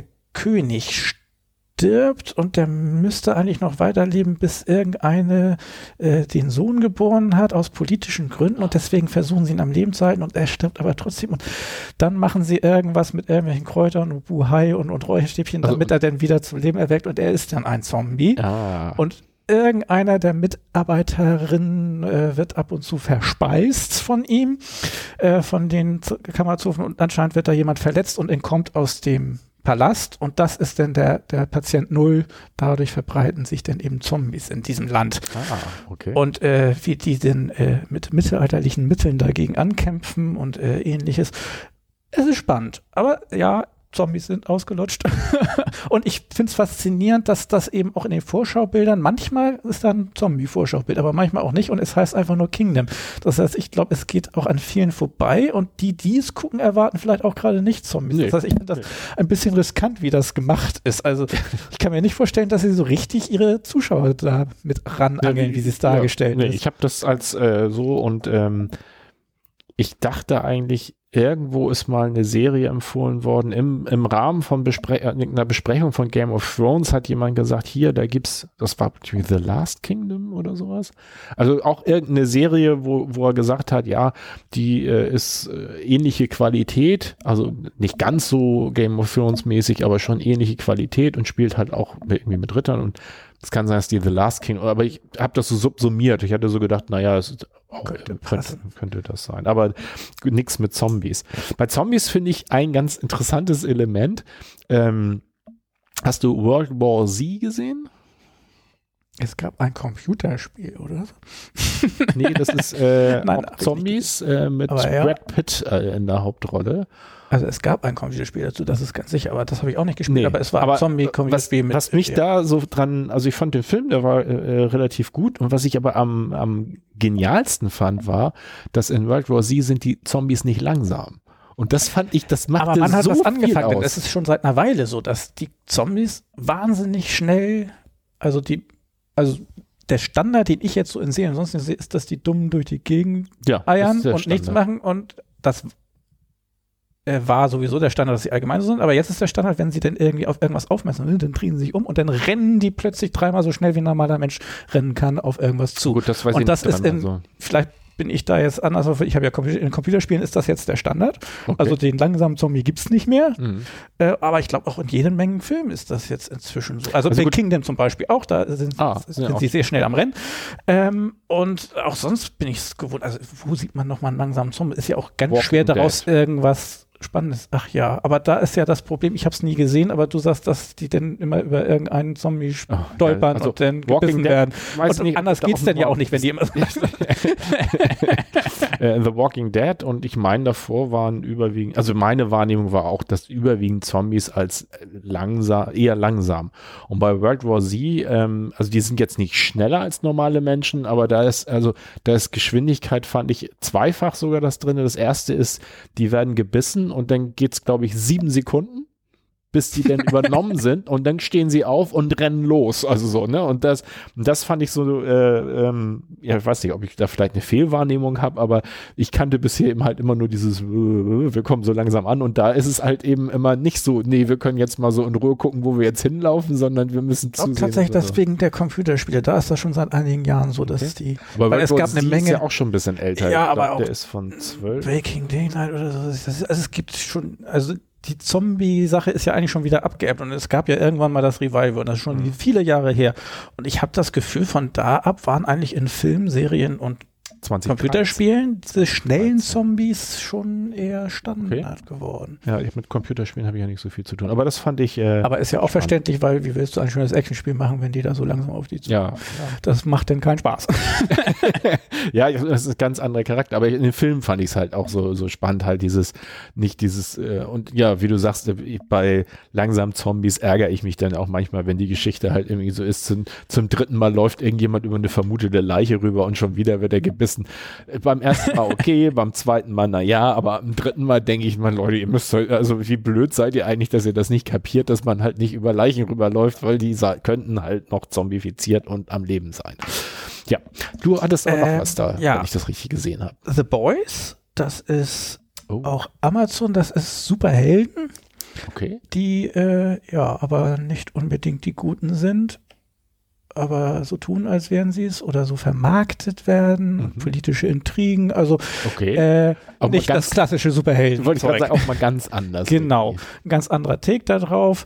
[SPEAKER 3] König stirbt und der müsste eigentlich noch weiterleben, bis irgendeine den Sohn geboren hat aus politischen Gründen und deswegen versuchen sie ihn am Leben zu halten und er stirbt aber trotzdem und dann machen sie irgendwas mit irgendwelchen Kräutern und Buhai und Räucherstäbchen, damit er dann wieder zum Leben erweckt und er ist dann ein Zombie. Und irgendeiner der Mitarbeiterinnen wird ab und zu verspeist von ihm, von den Kammerzofen und anscheinend wird da jemand verletzt und entkommt aus dem Palast und das ist dann der Patient Null. Dadurch verbreiten sich dann eben Zombies in diesem Land.
[SPEAKER 2] Okay.
[SPEAKER 3] Und wie die denn mit mittelalterlichen Mitteln dagegen ankämpfen und ähnliches. Es ist spannend, aber ja, Zombies sind ausgelutscht. Und ich finde es faszinierend, dass das eben auch in den Vorschaubildern, manchmal ist da ein Zombie-Vorschaubild, aber manchmal auch nicht und es heißt einfach nur Kingdom. Das heißt, ich glaube, es geht auch an vielen vorbei und die es gucken, erwarten vielleicht auch gerade nicht Zombies. Nee. Das heißt, ich finde das ein bisschen riskant, wie das gemacht ist. Also ich kann mir nicht vorstellen, dass sie so richtig ihre Zuschauer da mit ranangeln, wie sie es dargestellt ist.
[SPEAKER 2] Ich habe das als so und ich dachte eigentlich, irgendwo ist mal eine Serie empfohlen worden. Im Rahmen von einer Besprechung von Game of Thrones hat jemand gesagt, hier, da gibt's, das war The Last Kingdom oder sowas. Also auch irgendeine Serie, wo er gesagt hat, ja, die ist ähnliche Qualität, also nicht ganz so Game of Thrones mäßig, aber schon ähnliche Qualität und spielt halt auch irgendwie mit Rittern und es kann sein, dass die The Last King, aber ich habe das so subsumiert. Ich hatte so gedacht, naja, es ist auch, könnte das sein. Aber nichts mit Zombies. Bei Zombies finde ich ein ganz interessantes Element. Hast du World War Z gesehen?
[SPEAKER 3] Es gab ein Computerspiel, oder?
[SPEAKER 2] Nee, das ist
[SPEAKER 3] Nein,
[SPEAKER 2] Zombies mit
[SPEAKER 3] ja.
[SPEAKER 2] Brad Pitt in der Hauptrolle.
[SPEAKER 3] Also es gab ein Computerspiel dazu, das ist ganz sicher, aber das habe ich auch nicht gespielt, aber es war
[SPEAKER 2] aber
[SPEAKER 3] ein Zombie-Computerspiel mit.
[SPEAKER 2] Was mich da so dran, also ich fand den Film, der war relativ gut, und was ich aber am genialsten fand, war, dass in World War Z sind die Zombies nicht langsam. Und das fand ich, das machte so viel aus.
[SPEAKER 3] Aber man hat was angefangen, denn es ist schon seit einer Weile so, dass die Zombies wahnsinnig schnell, also der Standard, den ich jetzt so in Serien sonst nicht sehe, ist, dass die Dummen durch die Gegend eiern und nichts machen, und das war sowieso der Standard, dass sie allgemein so sind, aber jetzt ist der Standard, wenn sie dann irgendwie auf irgendwas aufmessen, dann drehen sie sich um und dann rennen die plötzlich dreimal so schnell, wie ein normaler Mensch rennen kann, auf irgendwas zu.
[SPEAKER 2] Gut, das weiß
[SPEAKER 3] und
[SPEAKER 2] ich
[SPEAKER 3] das
[SPEAKER 2] nicht
[SPEAKER 3] ist
[SPEAKER 2] dran,
[SPEAKER 3] vielleicht bin ich da jetzt anders, ich habe ja in Computerspielen ist das jetzt der Standard.
[SPEAKER 2] Okay.
[SPEAKER 3] Also den langsamen Zombie gibt es nicht mehr. Aber ich glaube auch in jeden Menge Filmen ist das jetzt inzwischen so. Also bei Kingdom zum Beispiel auch, da sind sie sehr schnell am Rennen. Und auch sonst bin ich es gewohnt. Also wo sieht man nochmal einen langsamen Zombie? Ist ja auch ganz
[SPEAKER 2] Walking
[SPEAKER 3] schwer daraus
[SPEAKER 2] Dead.
[SPEAKER 3] Irgendwas Spannendes. Ach ja, aber da ist ja das Problem, ich habe es nie gesehen, aber du sagst, dass die dann immer über irgendeinen Zombie stolpern und dann gebissen werden. Und nicht, anders geht's dann ja auch nicht, wenn die immer so
[SPEAKER 2] The Walking Dead, und ich meine, davor waren überwiegend, also meine Wahrnehmung war auch, dass überwiegend Zombies als eher langsam. Und bei World War Z, also die sind jetzt nicht schneller als normale Menschen, aber da ist Geschwindigkeit, fand ich, zweifach sogar das drin. Das erste ist, die werden gebissen und dann geht's, glaube ich, 7 Sekunden, bis die dann übernommen sind, und dann stehen sie auf und rennen los, also so, ne, und das fand ich so, ich weiß nicht, ob ich da vielleicht eine Fehlwahrnehmung habe, aber ich kannte bisher eben halt immer nur dieses, wir kommen so langsam an, und da ist es halt eben immer nicht so, nee, wir können jetzt mal so in Ruhe gucken, wo wir jetzt hinlaufen, sondern wir müssen zusehen.
[SPEAKER 3] Tatsächlich, das wegen der Computerspiele, da ist das schon seit einigen Jahren so, dass
[SPEAKER 2] aber
[SPEAKER 3] weil es gab eine Menge.
[SPEAKER 2] Ist ja auch schon ein bisschen älter.
[SPEAKER 3] Ja, aber
[SPEAKER 2] glaub,
[SPEAKER 3] auch
[SPEAKER 2] der ist von 12.
[SPEAKER 3] Breaking Daylight oder so, also es gibt schon, also die Zombie-Sache ist ja eigentlich schon wieder abgeebbt, und es gab ja irgendwann mal das Revival, und das ist schon viele Jahre her. Und ich habe das Gefühl, von da ab waren eigentlich in Filmen, Serien und Computerspielen diese schnellen Zombies schon eher Standard geworden.
[SPEAKER 2] Ja, mit Computerspielen habe ich ja nicht so viel zu tun. Aber das fand ich
[SPEAKER 3] aber ist ja auch verständlich, weil wie willst du ein schönes Actionspiel machen, wenn die da so langsam auf die
[SPEAKER 2] ja.
[SPEAKER 3] Das macht denn keinen Spaß.
[SPEAKER 2] Ja, das ist ein ganz anderer Charakter. Aber in den Filmen fand ich es halt auch so spannend, halt und ja, wie du sagst, bei langsamen Zombies ärgere ich mich dann auch manchmal, wenn die Geschichte halt irgendwie so ist, zum dritten Mal läuft irgendjemand über eine vermutete Leiche rüber und schon wieder wird er gebissen. Beim ersten Mal okay, beim zweiten Mal naja, aber am dritten Mal denke ich mal, Leute, ihr müsst, also wie blöd seid ihr eigentlich, dass ihr das nicht kapiert, dass man halt nicht über Leichen rüberläuft, weil die könnten halt noch zombifiziert und am Leben sein. Ja, du hattest auch noch was da, wenn ich das richtig gesehen habe.
[SPEAKER 3] The Boys, das ist auch Amazon, das ist Superhelden, die aber nicht unbedingt die Guten sind, aber so tun, als wären sie es, oder so vermarktet werden, politische Intrigen, also nicht das klassische Superhelden.
[SPEAKER 2] Wollte ich gerade sagen, auch mal ganz anders.
[SPEAKER 3] Genau, ein ganz anderer Take da drauf.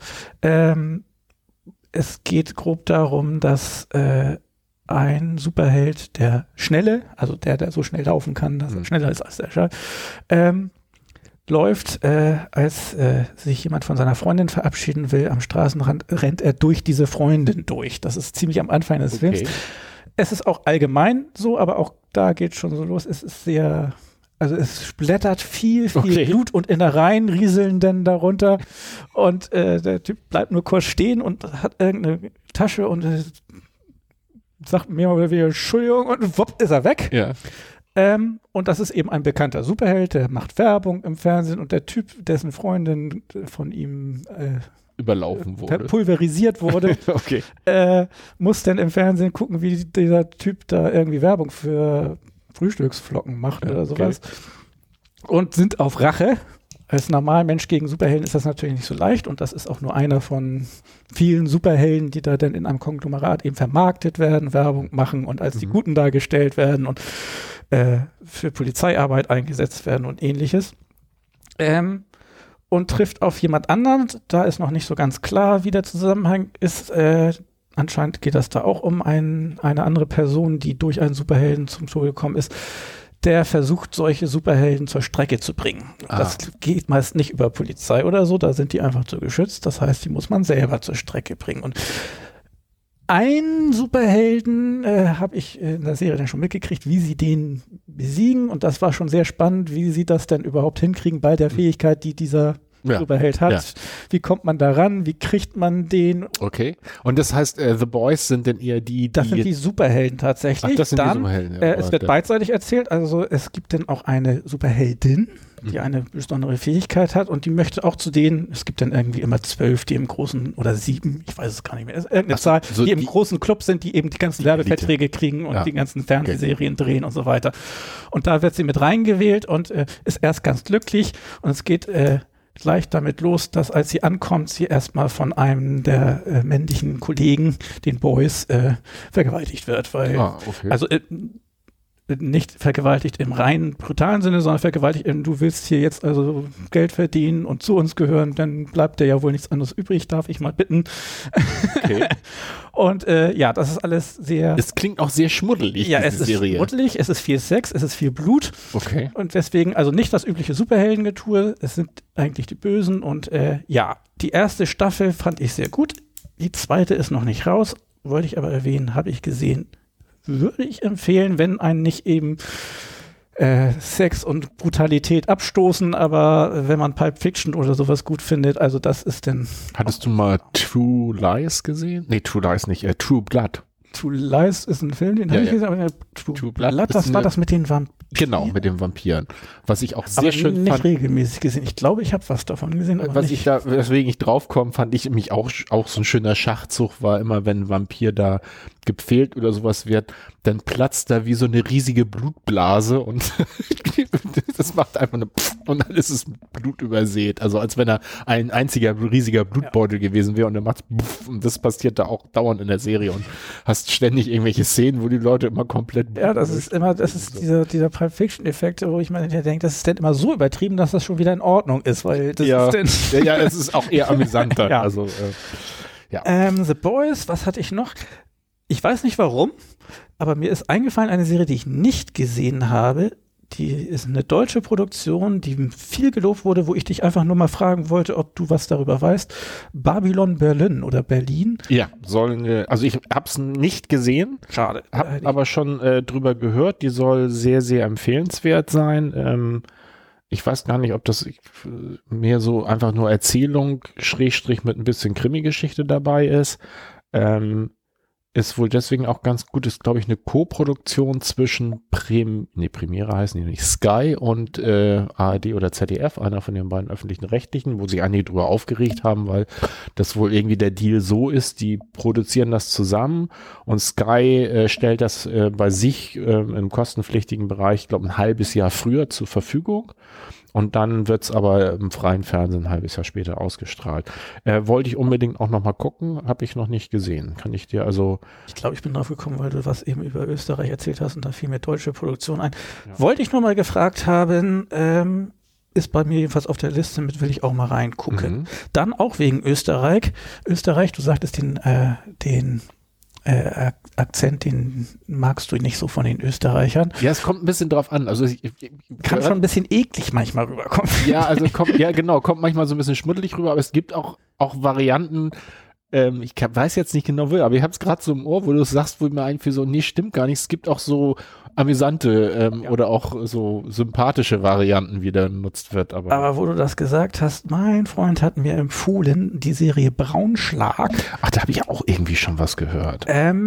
[SPEAKER 3] Es geht grob darum, dass ein Superheld, der Schnelle, also der so schnell laufen kann, dass er schneller ist als der Schall, läuft, als sich jemand von seiner Freundin verabschieden will, am Straßenrand rennt er durch diese Freundin durch. Das ist ziemlich am Anfang des Films. Es ist auch allgemein so, aber auch da geht schon so los. Es ist sehr, also es splattert viel Blut und Innereien rieseln dann darunter, und der Typ bleibt nur kurz stehen und hat irgendeine Tasche und sagt mehr oder weniger Entschuldigung, und wupp ist er weg.
[SPEAKER 2] Ja.
[SPEAKER 3] Und das ist eben ein bekannter Superheld, der macht Werbung im Fernsehen, und der Typ, dessen Freundin von ihm
[SPEAKER 2] überlaufen wurde,
[SPEAKER 3] pulverisiert wurde, muss dann im Fernsehen gucken, wie dieser Typ da irgendwie Werbung für Frühstücksflocken macht oder sowas. Und sind auf Rache. Als Normalmensch gegen Superhelden ist das natürlich nicht so leicht, und das ist auch nur einer von vielen Superhelden, die da dann in einem Konglomerat eben vermarktet werden, Werbung machen und als die Guten dargestellt werden und für Polizeiarbeit eingesetzt werden und ähnliches. Und trifft auf jemand anderen, da ist noch nicht so ganz klar, wie der Zusammenhang ist. Anscheinend geht das da auch um eine andere Person, die durch einen Superhelden zum Tode gekommen ist, der versucht, solche Superhelden zur Strecke zu bringen. Das geht meist nicht über Polizei oder so, da sind die einfach zu geschützt. Das heißt, die muss man selber zur Strecke bringen. Und einen Superhelden habe ich in der Serie dann schon mitgekriegt, wie sie den besiegen, und das war schon sehr spannend, wie sie das denn überhaupt hinkriegen bei der Fähigkeit, die dieser Superheld hat. Ja. Wie kommt man da ran? Wie kriegt man den?
[SPEAKER 2] Okay. Und das heißt, The Boys sind denn eher die...
[SPEAKER 3] Das sind die Superhelden tatsächlich.
[SPEAKER 2] Ach, das sind die Superhelden. Ja,
[SPEAKER 3] es wird beidseitig erzählt. Also es gibt dann auch eine Superheldin, die eine besondere Fähigkeit hat, und die möchte auch zu denen, es gibt dann irgendwie immer 12, die im großen, oder 7, ich weiß es gar nicht mehr, irgendeine Zahl, so die im großen Club sind, die eben die ganzen Werbeverträge kriegen und die ganzen Fernsehserien drehen und so weiter. Und da wird sie mit reingewählt und ist erst ganz glücklich, und es geht gleich damit los, dass als sie ankommt, sie erstmal von einem der männlichen Kollegen, den Boys, vergewaltigt wird, weil also nicht vergewaltigt im rein brutalen Sinne, sondern vergewaltigt im, du willst hier jetzt also Geld verdienen und zu uns gehören, dann bleibt dir ja wohl nichts anderes übrig, darf ich mal bitten. Okay. Und das ist alles sehr...
[SPEAKER 2] Es klingt auch sehr schmuddelig,
[SPEAKER 3] ja, es ist schmuddelig, es ist viel Sex, es ist viel Blut.
[SPEAKER 2] Okay.
[SPEAKER 3] Und deswegen, also nicht das übliche Superheldengetue, es sind eigentlich die Bösen, und die erste Staffel fand ich sehr gut, die zweite ist noch nicht raus, wollte ich aber erwähnen, habe ich gesehen, würde ich empfehlen, wenn einen nicht eben Sex und Brutalität abstoßen, aber wenn man Pulp Fiction oder sowas gut findet, also das ist denn...
[SPEAKER 2] Hattest du mal True Lies gesehen? Nee, True Lies nicht, True Blood.
[SPEAKER 3] True Lies ist ein Film, den habe ich gesehen, aber True Blood, das war das mit den Vampiren.
[SPEAKER 2] Genau, mit den Vampiren. Was ich auch sehr schön fand.
[SPEAKER 3] Nicht regelmäßig gesehen. Ich glaube, ich habe was davon gesehen. Aber
[SPEAKER 2] was ich da, weswegen ich draufkomme, fand ich mich auch so ein schöner Schachzug war immer, wenn ein Vampir da gepfählt oder sowas wird, dann platzt da wie so eine riesige Blutblase und das macht einfach eine und alles ist Blut übersät. Also als wenn er ein einziger riesiger Blutbeutel gewesen wäre, und dann macht's und das passiert da auch dauernd in der Serie, und hast ständig irgendwelche Szenen, wo die Leute immer komplett...
[SPEAKER 3] Ja, das ist dieser Pulp Fiction-Effekt, wo ich mir denke, das ist dann immer so übertrieben, dass das schon wieder in Ordnung ist, weil das ist dann...
[SPEAKER 2] es ist auch eher amüsanter.
[SPEAKER 3] Ja. Also, The Boys, was hatte ich noch? Ich weiß nicht warum, aber mir ist eingefallen, eine Serie, die ich nicht gesehen habe. Die ist eine deutsche Produktion, die viel gelobt wurde, wo ich dich einfach nur mal fragen wollte, ob du was darüber weißt. Babylon Berlin oder Berlin.
[SPEAKER 2] Ja, also ich habe es nicht gesehen.
[SPEAKER 3] Schade.
[SPEAKER 2] Habe aber schon drüber gehört. Die soll sehr, sehr empfehlenswert sein. Ich weiß gar nicht, ob das mehr so einfach nur Erzählung, Schrägstrich mit ein bisschen Krimi-Geschichte dabei ist. Ist wohl deswegen auch ganz gut, ist glaube ich eine Co-Produktion zwischen Premiere heißen die nicht, Sky und ARD oder ZDF, einer von den beiden öffentlichen Rechtlichen, wo sich einige drüber aufgeregt haben, weil das wohl irgendwie der Deal so ist, die produzieren das zusammen und Sky stellt das bei sich im kostenpflichtigen Bereich, ich glaube ein halbes Jahr früher zur Verfügung. Und dann wird's aber im freien Fernsehen ein halbes Jahr später ausgestrahlt. Wollte ich unbedingt auch noch mal gucken, habe ich noch nicht gesehen. Kann ich dir also...
[SPEAKER 3] Ich glaube, ich bin drauf gekommen, weil du was eben über Österreich erzählt hast, und da fiel mir deutsche Produktion ein. Ja. Wollte ich nur mal gefragt haben, ist bei mir jedenfalls auf der Liste, mit will ich auch mal reingucken. Mhm. Dann auch wegen Österreich. Österreich, du sagtest den Akzent, den magst du nicht so von den Österreichern.
[SPEAKER 2] Ja, es kommt ein bisschen drauf an. Also ich
[SPEAKER 3] kann schon ein bisschen eklig manchmal rüberkommen.
[SPEAKER 2] Ja, also kommt manchmal so ein bisschen schmuddelig rüber, aber es gibt auch Varianten, ich weiß jetzt nicht genau, aber ich habe es gerade so im Ohr, wo du es sagst, wo mir eigentlich so, nee, stimmt gar nicht. Es gibt auch so amüsante oder auch so sympathische Varianten, wie da benutzt wird.
[SPEAKER 3] Aber wo du das gesagt hast, mein Freund hat mir empfohlen, die Serie Braunschlag.
[SPEAKER 2] Ach, da habe ich auch irgendwie schon was gehört.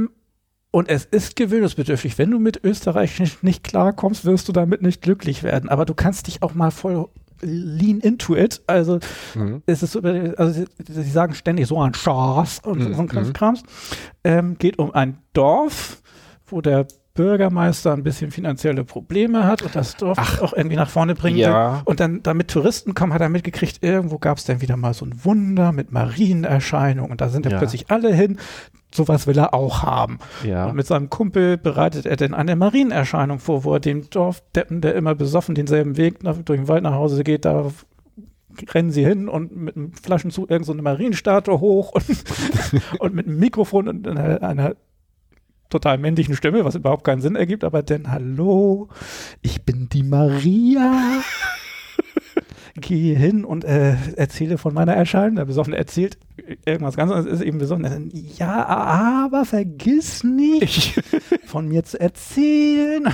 [SPEAKER 3] Und es ist gewöhnungsbedürftig. Wenn du mit Österreich nicht klarkommst, wirst du damit nicht glücklich werden. Aber du kannst dich auch mal voll lean into it. Also es ist so, also sie sagen ständig so ein Schatz und so ein Krams. Geht um ein Dorf, wo der Bürgermeister ein bisschen finanzielle Probleme hat und das Dorf auch irgendwie nach vorne bringen will. Und dann, damit Touristen kommen, hat er mitgekriegt, irgendwo gab es dann wieder mal so ein Wunder mit Marienerscheinungen und da sind dann plötzlich alle hin. Sowas will er auch haben. Ja. Und mit seinem Kumpel bereitet er dann eine Marienerscheinung vor, wo er dem Dorfdeppen, der immer besoffen denselben Weg durch den Wald nach Hause geht, da rennen sie hin und mit einem Flaschenzug irgend so eine Marienstatue hoch und mit einem Mikrofon und einer total männlichen Stimme, was überhaupt keinen Sinn ergibt, aber dann, hallo, ich bin die Maria. gehe hin und erzähle von meiner Erscheinung. Der Besoffene erzählt irgendwas ganz anderes, ist eben besoffen. Ja, aber vergiss nicht, von mir zu erzählen.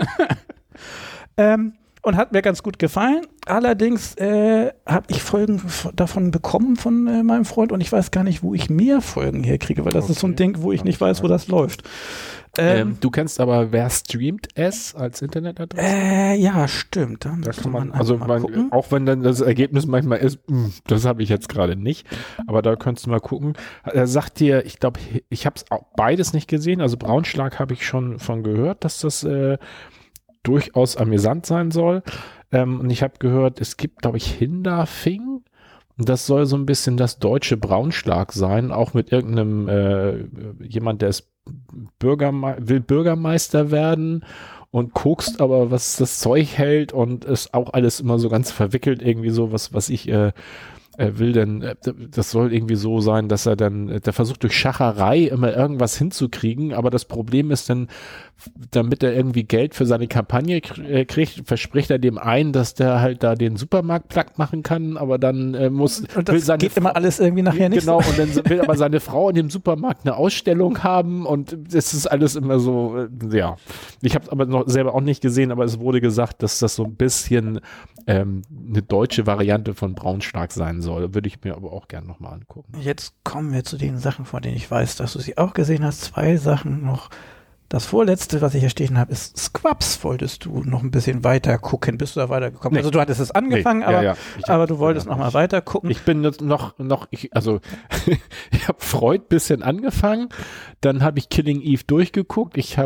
[SPEAKER 3] Und hat mir ganz gut gefallen. Allerdings habe ich Folgen davon bekommen von meinem Freund und ich weiß gar nicht, wo ich mehr Folgen herkriege, weil das ist so ein Ding, wo ich nicht weiß, wo das läuft.
[SPEAKER 2] Du kennst aber, wer streamt es als Internetadresse?
[SPEAKER 3] Ja, stimmt. Da
[SPEAKER 2] kann man, also auch wenn dann das Ergebnis manchmal ist, das habe ich jetzt gerade nicht, aber da könntest du mal gucken. Er sagt dir, ich glaube, ich habe es beides nicht gesehen, also Braunschlag habe ich schon von gehört, dass das durchaus amüsant sein soll. Und ich habe gehört, es gibt, glaube ich, Hinterfing. Und das soll so ein bisschen das deutsche Braunschlag sein, auch mit irgendeinem jemand, der ist will Bürgermeister werden und kokst aber, was das Zeug hält und ist auch alles immer so ganz verwickelt, irgendwie so, was ich will denn, das soll irgendwie so sein, dass er dann, der versucht durch Schacherei immer irgendwas hinzukriegen, aber das Problem ist dann, damit er irgendwie Geld für seine Kampagne kriegt, verspricht er dem einen, dass der halt da den Supermarkt platt machen kann, aber dann muss...
[SPEAKER 3] Und das geht immer alles irgendwie nachher nicht.
[SPEAKER 2] Genau, und dann will aber seine Frau in dem Supermarkt eine Ausstellung haben und es ist alles immer so, ja. Ich habe es aber noch selber auch nicht gesehen, aber es wurde gesagt, dass das so ein bisschen eine deutsche Variante von Braunschlag sein soll. Würde ich mir aber auch gerne nochmal angucken.
[SPEAKER 3] Jetzt kommen wir zu den Sachen, von denen ich weiß, dass du sie auch gesehen hast. 2 Sachen noch. Das vorletzte, was ich hier stehen habe, ist Squabs. Wolltest du noch ein bisschen weiter gucken? Bist du da weitergekommen? Nee. Also du hattest es angefangen, aber du wolltest noch mal weiter gucken.
[SPEAKER 2] Ich bin jetzt ich habe Freud ein bisschen angefangen, dann habe ich Killing Eve durchgeguckt, ich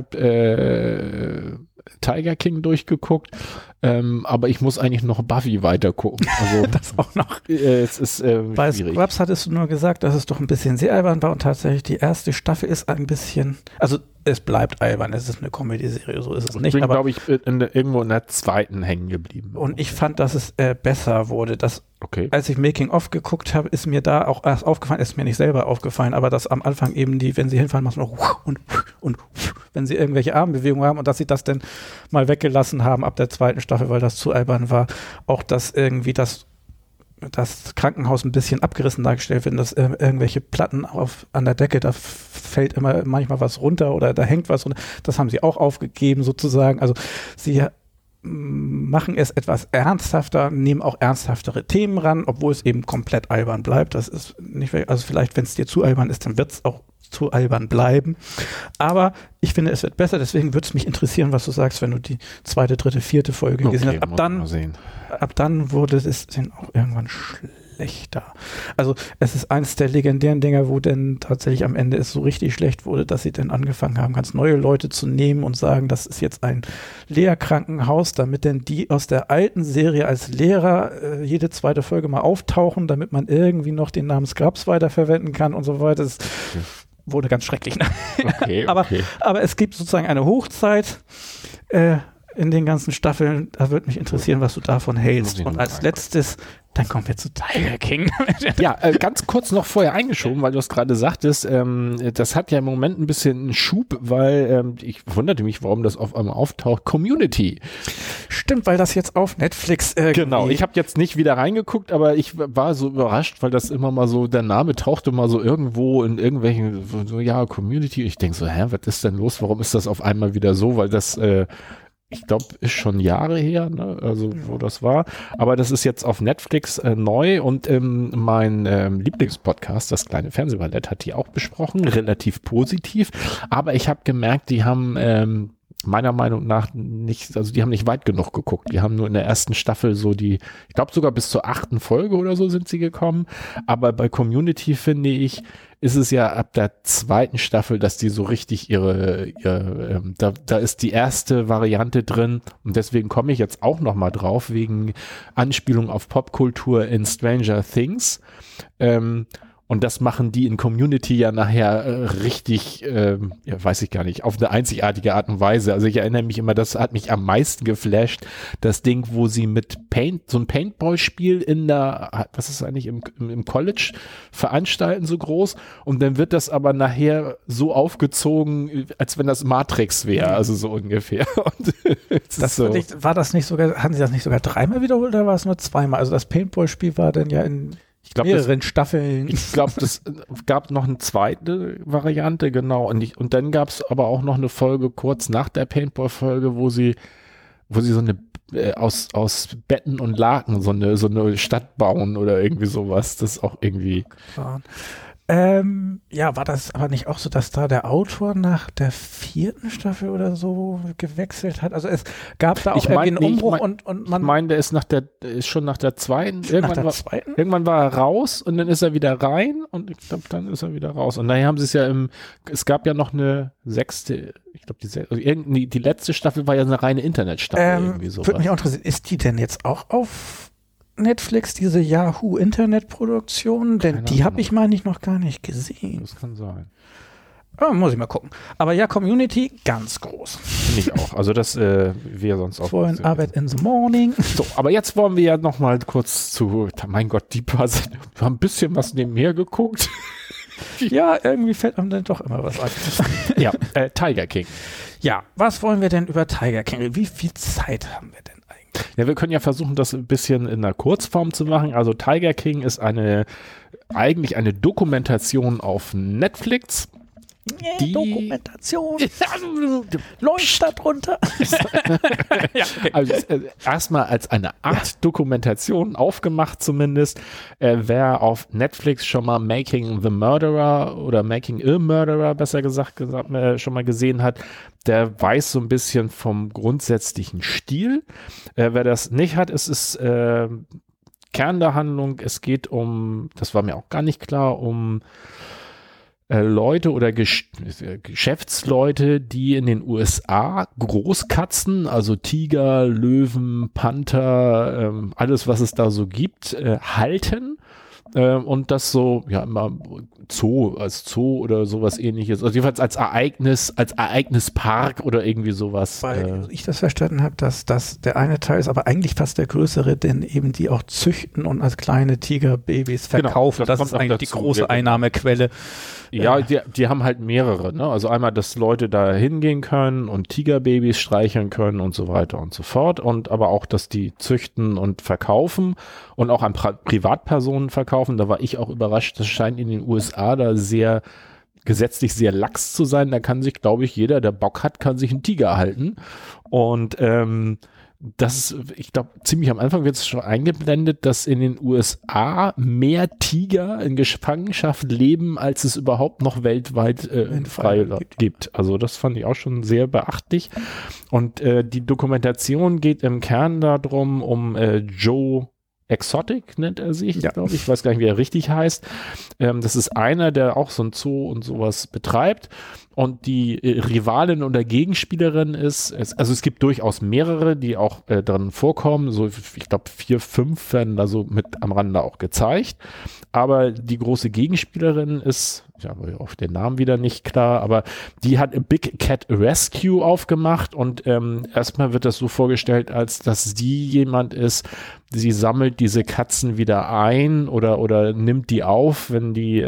[SPEAKER 2] habe Tiger King durchgeguckt, aber ich muss eigentlich noch Buffy weiter gucken. Also
[SPEAKER 3] das auch noch.
[SPEAKER 2] Es ist
[SPEAKER 3] bei
[SPEAKER 2] schwierig.
[SPEAKER 3] Scrubs hattest du nur gesagt, dass es doch ein bisschen sehr albern war und tatsächlich die erste Staffel ist ein bisschen, also es bleibt albern, es ist eine Comedy-Serie, so ist es nicht.
[SPEAKER 2] Ich bin, glaube ich, irgendwo in der zweiten hängen geblieben.
[SPEAKER 3] Und ich fand, dass es besser wurde. Als ich Making of geguckt habe, ist mir da auch erst aufgefallen, ist mir nicht selber aufgefallen, aber dass am Anfang eben wenn sie hinfallen, machen sie noch und wenn sie irgendwelche Armbewegungen haben und dass sie das dann mal weggelassen haben ab der zweiten Staffel, weil das zu albern war. Auch, dass irgendwie das Krankenhaus ein bisschen abgerissen dargestellt wird, dass irgendwelche Platten an der Decke, da fällt immer manchmal was runter oder da hängt was runter. Das haben sie auch aufgegeben sozusagen. Also sie machen es etwas ernsthafter, nehmen auch ernsthaftere Themen ran, obwohl es eben komplett albern bleibt. Das ist nicht, also vielleicht, wenn es dir zu albern ist, dann wird es auch zu albern bleiben. Aber ich finde, es wird besser. Deswegen würde es mich interessieren, was du sagst, wenn du die 2., 3., 4. Folge gesehen hast. Ab dann wurde es dann auch irgendwann schlechter. Also es ist eins der legendären Dinger, wo dann tatsächlich am Ende es so richtig schlecht wurde, dass sie dann angefangen haben, ganz neue Leute zu nehmen und sagen, das ist jetzt ein Lehrkrankenhaus, damit denn die aus der alten Serie als Lehrer jede 2. Folge mal auftauchen, damit man irgendwie noch den Namen Scrubs weiterverwenden kann und so weiter. Das wurde ganz schrecklich.
[SPEAKER 2] Okay.
[SPEAKER 3] Aber es gibt sozusagen eine Hochzeit in den ganzen Staffeln. Da würde mich interessieren, was du davon hältst. Und als letztes, dann kommen wir zu Tiger King.
[SPEAKER 2] Ja, ganz kurz noch vorher eingeschoben, weil du es gerade sagtest, das hat ja im Moment ein bisschen einen Schub, weil ich wunderte mich, warum das auf einmal auftaucht. Community.
[SPEAKER 3] Stimmt, weil das jetzt auf Netflix
[SPEAKER 2] Genau, ich habe jetzt nicht wieder reingeguckt, aber ich war so überrascht, weil das immer mal so, der Name tauchte mal so irgendwo in irgendwelchen, so, ja, Community. Ich denke so, was ist denn los? Warum ist das auf einmal wieder so? Weil das ich glaube, ist schon Jahre her, ne? Also wo das war. Aber das ist jetzt auf Netflix neu und mein Lieblingspodcast, das kleine Fernsehballett, hat die auch besprochen, relativ positiv. Aber ich habe gemerkt, die haben meiner Meinung nach nicht, also die haben nicht weit genug geguckt. Die haben nur in der ersten Staffel so ich glaube sogar bis zur 8. Folge oder so sind sie gekommen. Aber bei Community, finde ich, ist es ja ab der 2. Staffel, dass die so richtig da ist die erste Variante drin und deswegen komme ich jetzt auch noch mal drauf, wegen Anspielung auf Popkultur in Stranger Things. Und das machen die in Community ja nachher richtig, ja, weiß ich gar nicht, auf eine einzigartige Art und Weise. Also ich erinnere mich immer, das hat mich am meisten geflasht, das Ding, wo sie mit so ein Paintball-Spiel in der, was ist eigentlich, im College veranstalten, so groß. Und dann wird das aber nachher so aufgezogen, als wenn das Matrix wäre, also so ungefähr. Und
[SPEAKER 3] das so. Haben sie das nicht sogar dreimal wiederholt oder war es nur zweimal? Also das Paintball-Spiel war dann ja in mehreren Staffeln.
[SPEAKER 2] Ich glaube, das gab noch eine zweite Variante, genau. Und dann gab es aber auch noch eine Folge kurz nach der Paintball-Folge, wo sie so eine aus Betten und Laken so eine Stadt bauen oder irgendwie sowas. Das ist auch irgendwie.
[SPEAKER 3] Ja, war das aber nicht auch so, dass da der Autor nach der 4. Staffel oder so gewechselt hat? Also es gab da auch irgendwie einen Umbruch und man.
[SPEAKER 2] Ich meine, der ist schon nach der 2. Irgendwann war er raus und dann ist er wieder rein und ich glaube, dann ist er wieder raus. Und daher haben sie es ja es gab ja noch eine 6. Ich glaube, die letzte Staffel war ja eine reine Internetstaffel. Irgendwie sowas.
[SPEAKER 3] Würde mich auch interessieren, ist die denn jetzt auch auf Netflix, diese Yahoo-Internet-Produktion? Denn die habe ich, meine ich, noch gar nicht gesehen.
[SPEAKER 2] Das kann sein.
[SPEAKER 3] Oh, muss ich mal gucken. Aber ja, Community, ganz groß.
[SPEAKER 2] Finde ich auch. Also das wäre sonst auch.
[SPEAKER 3] Vorhin Arbeit in the morning.
[SPEAKER 2] So, aber jetzt wollen wir ja noch mal kurz mein Gott, wir haben ein bisschen was nebenher geguckt.
[SPEAKER 3] Ja, irgendwie fällt einem dann doch immer was ein.
[SPEAKER 2] Ja, Tiger King.
[SPEAKER 3] Ja, was wollen wir denn über Tiger King? Wie viel Zeit haben wir denn eigentlich?
[SPEAKER 2] Ja, wir können ja versuchen, das ein bisschen in einer Kurzform zu machen. Also Tiger King ist eigentlich eine Dokumentation auf Netflix.
[SPEAKER 3] Dokumentation. Läuft da drunter.
[SPEAKER 2] Ja, okay. Also erstmal als eine Art Dokumentation aufgemacht zumindest. Wer auf Netflix schon mal Making the Murderer oder Making a Murderer besser gesagt schon mal gesehen hat, der weiß so ein bisschen vom grundsätzlichen Stil. Wer das nicht hat, es ist Kern der Handlung. Es geht das war mir auch gar nicht klar, um Leute oder Geschäftsleute, die in den USA Großkatzen, also Tiger, Löwen, Panther, alles, was es da so gibt, halten. Und das so, ja, immer als Zoo oder sowas ähnliches. Also jedenfalls als Ereignispark oder irgendwie sowas.
[SPEAKER 3] Weil ich das verstanden habe, dass das der eine Teil ist, aber eigentlich fast der größere, denn eben die auch züchten und als kleine Tigerbabys verkaufen.
[SPEAKER 2] Genau,
[SPEAKER 3] das ist eigentlich die große Einnahmequelle.
[SPEAKER 2] Ja, die haben halt mehrere, ne? Also einmal, dass Leute da hingehen können und Tigerbabys streicheln können und so weiter und so fort. Und aber auch, dass die züchten und verkaufen und auch an Privatpersonen verkaufen. Da war ich auch überrascht. Das scheint in den USA da gesetzlich sehr lax zu sein. Da kann sich, glaube ich, jeder, der Bock hat, kann sich einen Tiger halten. Und das ist, ich glaube, ziemlich am Anfang wird es schon eingeblendet, dass in den USA mehr Tiger in Gefangenschaft leben, als es überhaupt noch weltweit frei gibt. Also das fand ich auch schon sehr beachtlich. Und die Dokumentation geht im Kern darum, um Joe Exotic nennt er sich, glaube ich. Ich weiß gar nicht, wie er richtig heißt. Das ist einer, der auch so ein Zoo und sowas betreibt. Und die Rivalin oder Gegenspielerin also es gibt durchaus mehrere, die auch drin vorkommen. So, ich glaube, 4, 5 werden da so mit am Rande auch gezeigt. Aber die große Gegenspielerin ist, ja, auf den Namen wieder nicht klar, aber die hat Big Cat Rescue aufgemacht und erstmal wird das so vorgestellt, als dass sie jemand ist, sie sammelt diese Katzen wieder ein oder nimmt die auf, wenn die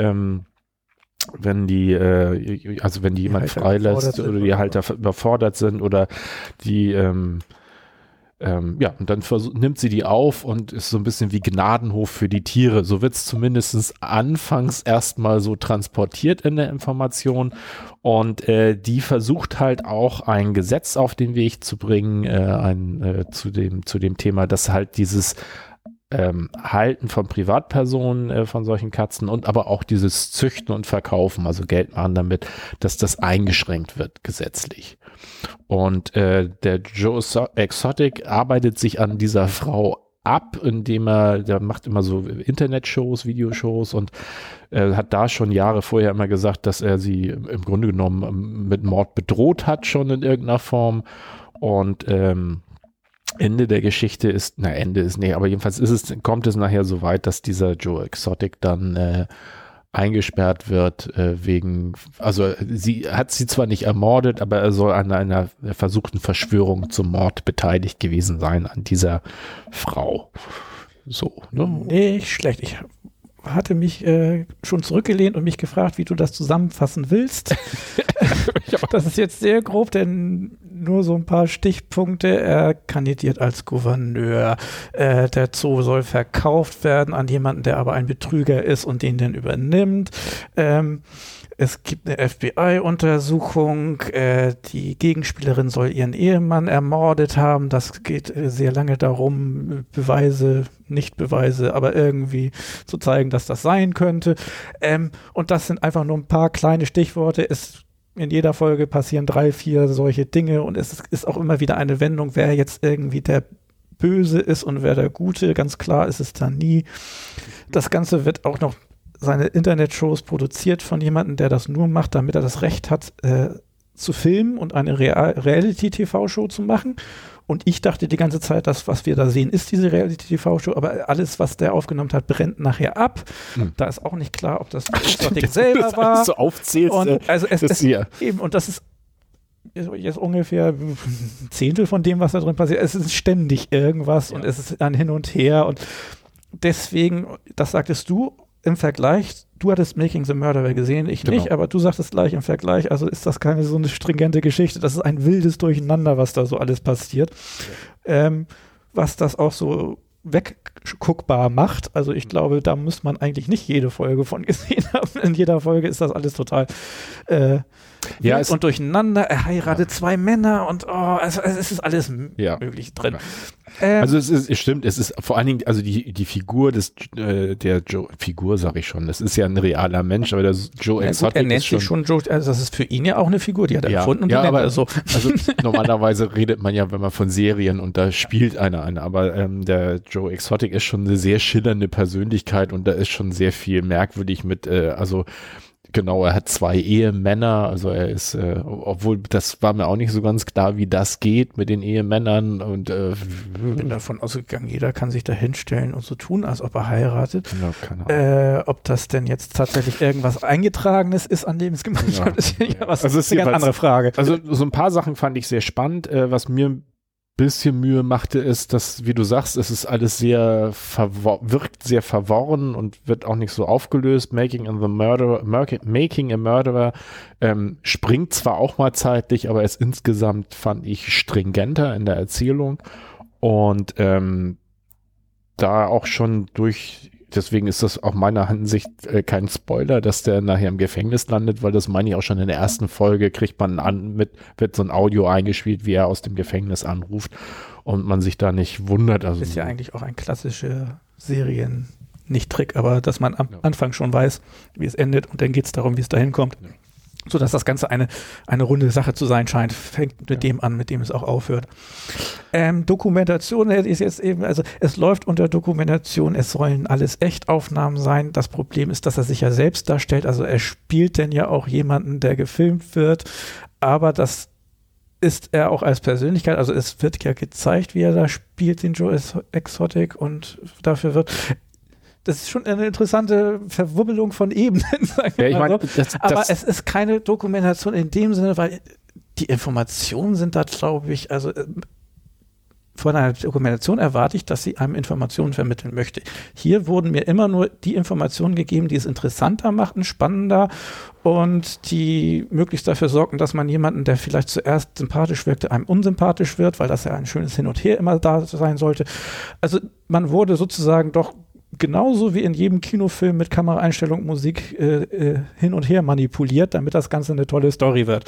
[SPEAKER 2] jemand freilässt oder die Halter überfordert sind oder die und dann nimmt sie die auf und ist so ein bisschen wie Gnadenhof für die Tiere. So wird es zumindest anfangs erstmal so transportiert in der Information. Und die versucht halt auch ein Gesetz auf den Weg zu bringen, zu dem Thema, dass halt dieses Halten von Privatpersonen von solchen Katzen und aber auch dieses Züchten und Verkaufen, also Geld machen damit, dass das eingeschränkt wird gesetzlich. Und der Joe Exotic arbeitet sich an dieser Frau ab, indem der macht immer so Internetshows, Videoshows und hat da schon Jahre vorher immer gesagt, dass er sie im Grunde genommen mit Mord bedroht hat, schon in irgendeiner Form. Und Ende der Geschichte aber jedenfalls kommt es nachher so weit, dass dieser Joe Exotic dann eingesperrt wird also sie hat sie zwar nicht ermordet, aber er soll an einer versuchten Verschwörung zum Mord beteiligt gewesen sein an dieser Frau. So, ne?
[SPEAKER 3] Nicht schlecht. Ich hatte mich schon zurückgelehnt und mich gefragt, wie du das zusammenfassen willst. Das ist jetzt sehr grob, denn nur so ein paar Stichpunkte. Er kandidiert als Gouverneur. Der Zoo soll verkauft werden an jemanden, der aber ein Betrüger ist und den dann übernimmt. Es gibt eine FBI-Untersuchung. Die Gegenspielerin soll ihren Ehemann ermordet haben. Das geht sehr lange darum, Beweise, Nicht-Beweise, aber irgendwie zu zeigen, dass das sein könnte. Und das sind einfach nur ein paar kleine Stichworte. In jeder Folge passieren 3, 4 solche Dinge und es ist auch immer wieder eine Wendung, wer jetzt irgendwie der Böse ist und wer der Gute. Ganz klar ist es da nie. Das Ganze wird auch noch seine Internetshows produziert von jemandem, der das nur macht, damit er das Recht hat, zu filmen und eine Reality-TV-Show zu machen. Und ich dachte die ganze Zeit, das, was wir da sehen, ist diese Reality-TV-Show, aber alles, was der aufgenommen hat, brennt nachher ab. Da ist auch nicht klar, ob das Exotic selber war.
[SPEAKER 2] Das so aufzählst,
[SPEAKER 3] und also
[SPEAKER 2] das hier.
[SPEAKER 3] Eben, und das ist jetzt ungefähr ein Zehntel von dem, was da drin passiert. Es ist ständig irgendwas und es ist ein Hin und Her. Und deswegen, das sagtest du, im Vergleich, du hattest Making the Murderer gesehen, ich nicht, aber du sagtest gleich im Vergleich, also ist das keine so eine stringente Geschichte, das ist ein wildes Durcheinander, was da so alles passiert, was das auch so wegguckbar macht. Also ich glaube, da muss man eigentlich nicht jede Folge von gesehen haben. In jeder Folge ist das alles total und durcheinander. Er heiratet 2 Männer und es ist alles möglich drin.
[SPEAKER 2] Also es stimmt, es ist vor allen Dingen, also die Figur der Joe, Figur sag ich schon, das ist ja ein realer Mensch, aber der Joe Exotic
[SPEAKER 3] er nennt sich schon Joe, also das ist für ihn ja auch eine Figur, die hat er erfunden und
[SPEAKER 2] aber
[SPEAKER 3] so.
[SPEAKER 2] Also normalerweise redet man ja, wenn man von Serien und da spielt einer, aber der Joe Exotic ist schon eine sehr schillernde Persönlichkeit und da ist schon sehr viel merkwürdig mit, genau, er hat 2 Ehemänner, also er ist, obwohl das war mir auch nicht so ganz klar, wie das geht mit den Ehemännern und
[SPEAKER 3] ich bin davon ausgegangen, jeder kann sich da hinstellen und so tun, als ob er heiratet.
[SPEAKER 2] Ja, keine Ahnung.
[SPEAKER 3] Ob das denn jetzt tatsächlich irgendwas Eingetragenes ist an Lebensgemeinschaft, ist ja was, das ist eine ganz andere Frage.
[SPEAKER 2] Also so ein paar Sachen fand ich sehr spannend, was mir bisschen Mühe machte, ist, dass, wie du sagst, es ist alles sehr wirkt sehr verworren und wird auch nicht so aufgelöst. Making a Murderer springt zwar auch mal zeitlich, aber es insgesamt fand ich stringenter in der Erzählung und da auch schon deswegen ist das auch meiner Ansicht kein Spoiler, dass der nachher im Gefängnis landet, weil das meine ich auch schon in der ersten Folge, kriegt man wird so ein Audio eingespielt, wie er aus dem Gefängnis anruft und man sich da nicht wundert. Also
[SPEAKER 3] ist ja eigentlich auch ein klassischer nicht Trick, aber dass man am Anfang schon weiß, wie es endet und dann geht es darum, wie es dahin kommt. Ja. Sodass das Ganze eine runde Sache zu sein scheint, fängt mit dem an, mit dem es auch aufhört. Dokumentation ist jetzt eben, also es läuft unter Dokumentation, es sollen alles Echtaufnahmen sein. Das Problem ist, dass er sich ja selbst darstellt, also er spielt denn ja auch jemanden, der gefilmt wird, aber das ist er auch als Persönlichkeit, also es wird ja gezeigt, wie er da spielt, den Joe Exotic und dafür wird... Das ist schon eine interessante Verwubbelung von Ebenen, sagen wir mal so. Aber es ist keine Dokumentation in dem Sinne, weil die Informationen sind da, glaube ich, also von einer Dokumentation erwarte ich, dass sie einem Informationen vermitteln möchte. Hier wurden mir immer nur die Informationen gegeben, die es interessanter machten, spannender und die möglichst dafür sorgten, dass man jemanden, der vielleicht zuerst sympathisch wirkte, einem unsympathisch wird, weil das ja ein schönes Hin und Her immer da sein sollte. Also man wurde sozusagen doch genauso wie in jedem Kinofilm mit Kameraeinstellung, Musik hin und her manipuliert, damit das Ganze eine tolle Story wird.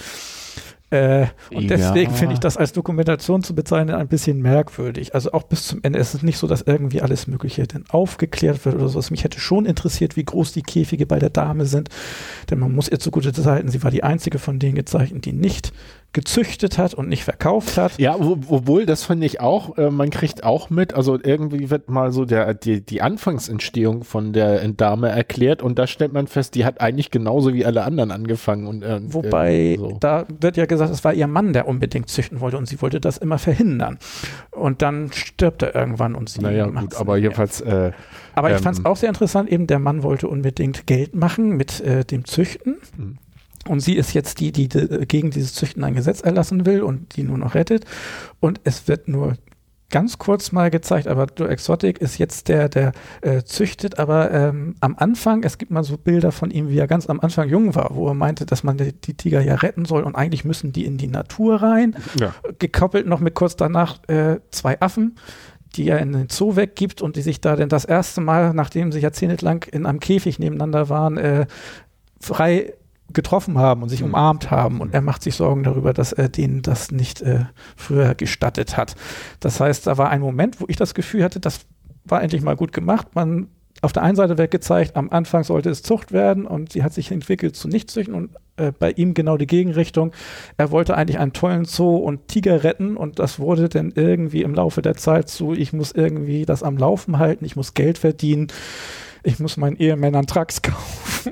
[SPEAKER 3] Und deswegen finde ich das als Dokumentation zu bezeichnen ein bisschen merkwürdig. Also auch bis zum Ende. Es ist nicht so, dass irgendwie alles Mögliche denn aufgeklärt wird oder so. Mich hätte schon interessiert, wie groß die Käfige bei der Dame sind. Denn man muss ihr zugute halten, sie war die einzige von denen gezeichnet, die nicht gezüchtet hat und nicht verkauft hat.
[SPEAKER 2] Ja, obwohl, das fand ich auch, man kriegt auch mit, also irgendwie wird mal so die Anfangsentstehung von der Dame erklärt und da stellt man fest, die hat eigentlich genauso wie alle anderen angefangen. Und,
[SPEAKER 3] wobei,
[SPEAKER 2] so.
[SPEAKER 3] Da wird ja gesagt, es war ihr Mann, der unbedingt züchten wollte und sie wollte das immer verhindern. Und dann stirbt er irgendwann und sie
[SPEAKER 2] naja, gut, aber jedenfalls
[SPEAKER 3] aber ich fand es auch sehr interessant, eben der Mann wollte unbedingt Geld machen mit dem Züchten. Und sie ist jetzt die gegen dieses Züchten ein Gesetz erlassen will und die nur noch rettet. Und es wird nur ganz kurz mal gezeigt, aber Joe Exotic ist jetzt der züchtet, aber am Anfang, es gibt mal so Bilder von ihm, wie er ganz am Anfang jung war, wo er meinte, dass man die Tiger ja retten soll und eigentlich müssen die in die Natur rein. Ja. Gekoppelt noch mit kurz danach 2 Affen, die er in den Zoo weggibt und die sich da denn das erste Mal, nachdem sie jahrzehntelang in einem Käfig nebeneinander waren, frei getroffen haben und sich umarmt haben und er macht sich Sorgen darüber, dass er denen das nicht früher gestattet hat. Das heißt, da war ein Moment, wo ich das Gefühl hatte, das war endlich mal gut gemacht. Man auf der einen Seite wird gezeigt, am Anfang sollte es Zucht werden und sie hat sich entwickelt zu Nichtzüchten und bei ihm genau die Gegenrichtung. Er wollte eigentlich einen tollen Zoo und Tiger retten und das wurde dann irgendwie im Laufe der Zeit zu, ich muss irgendwie das am Laufen halten, ich muss Geld verdienen, ich muss meinen Ehemännern Trucks kaufen.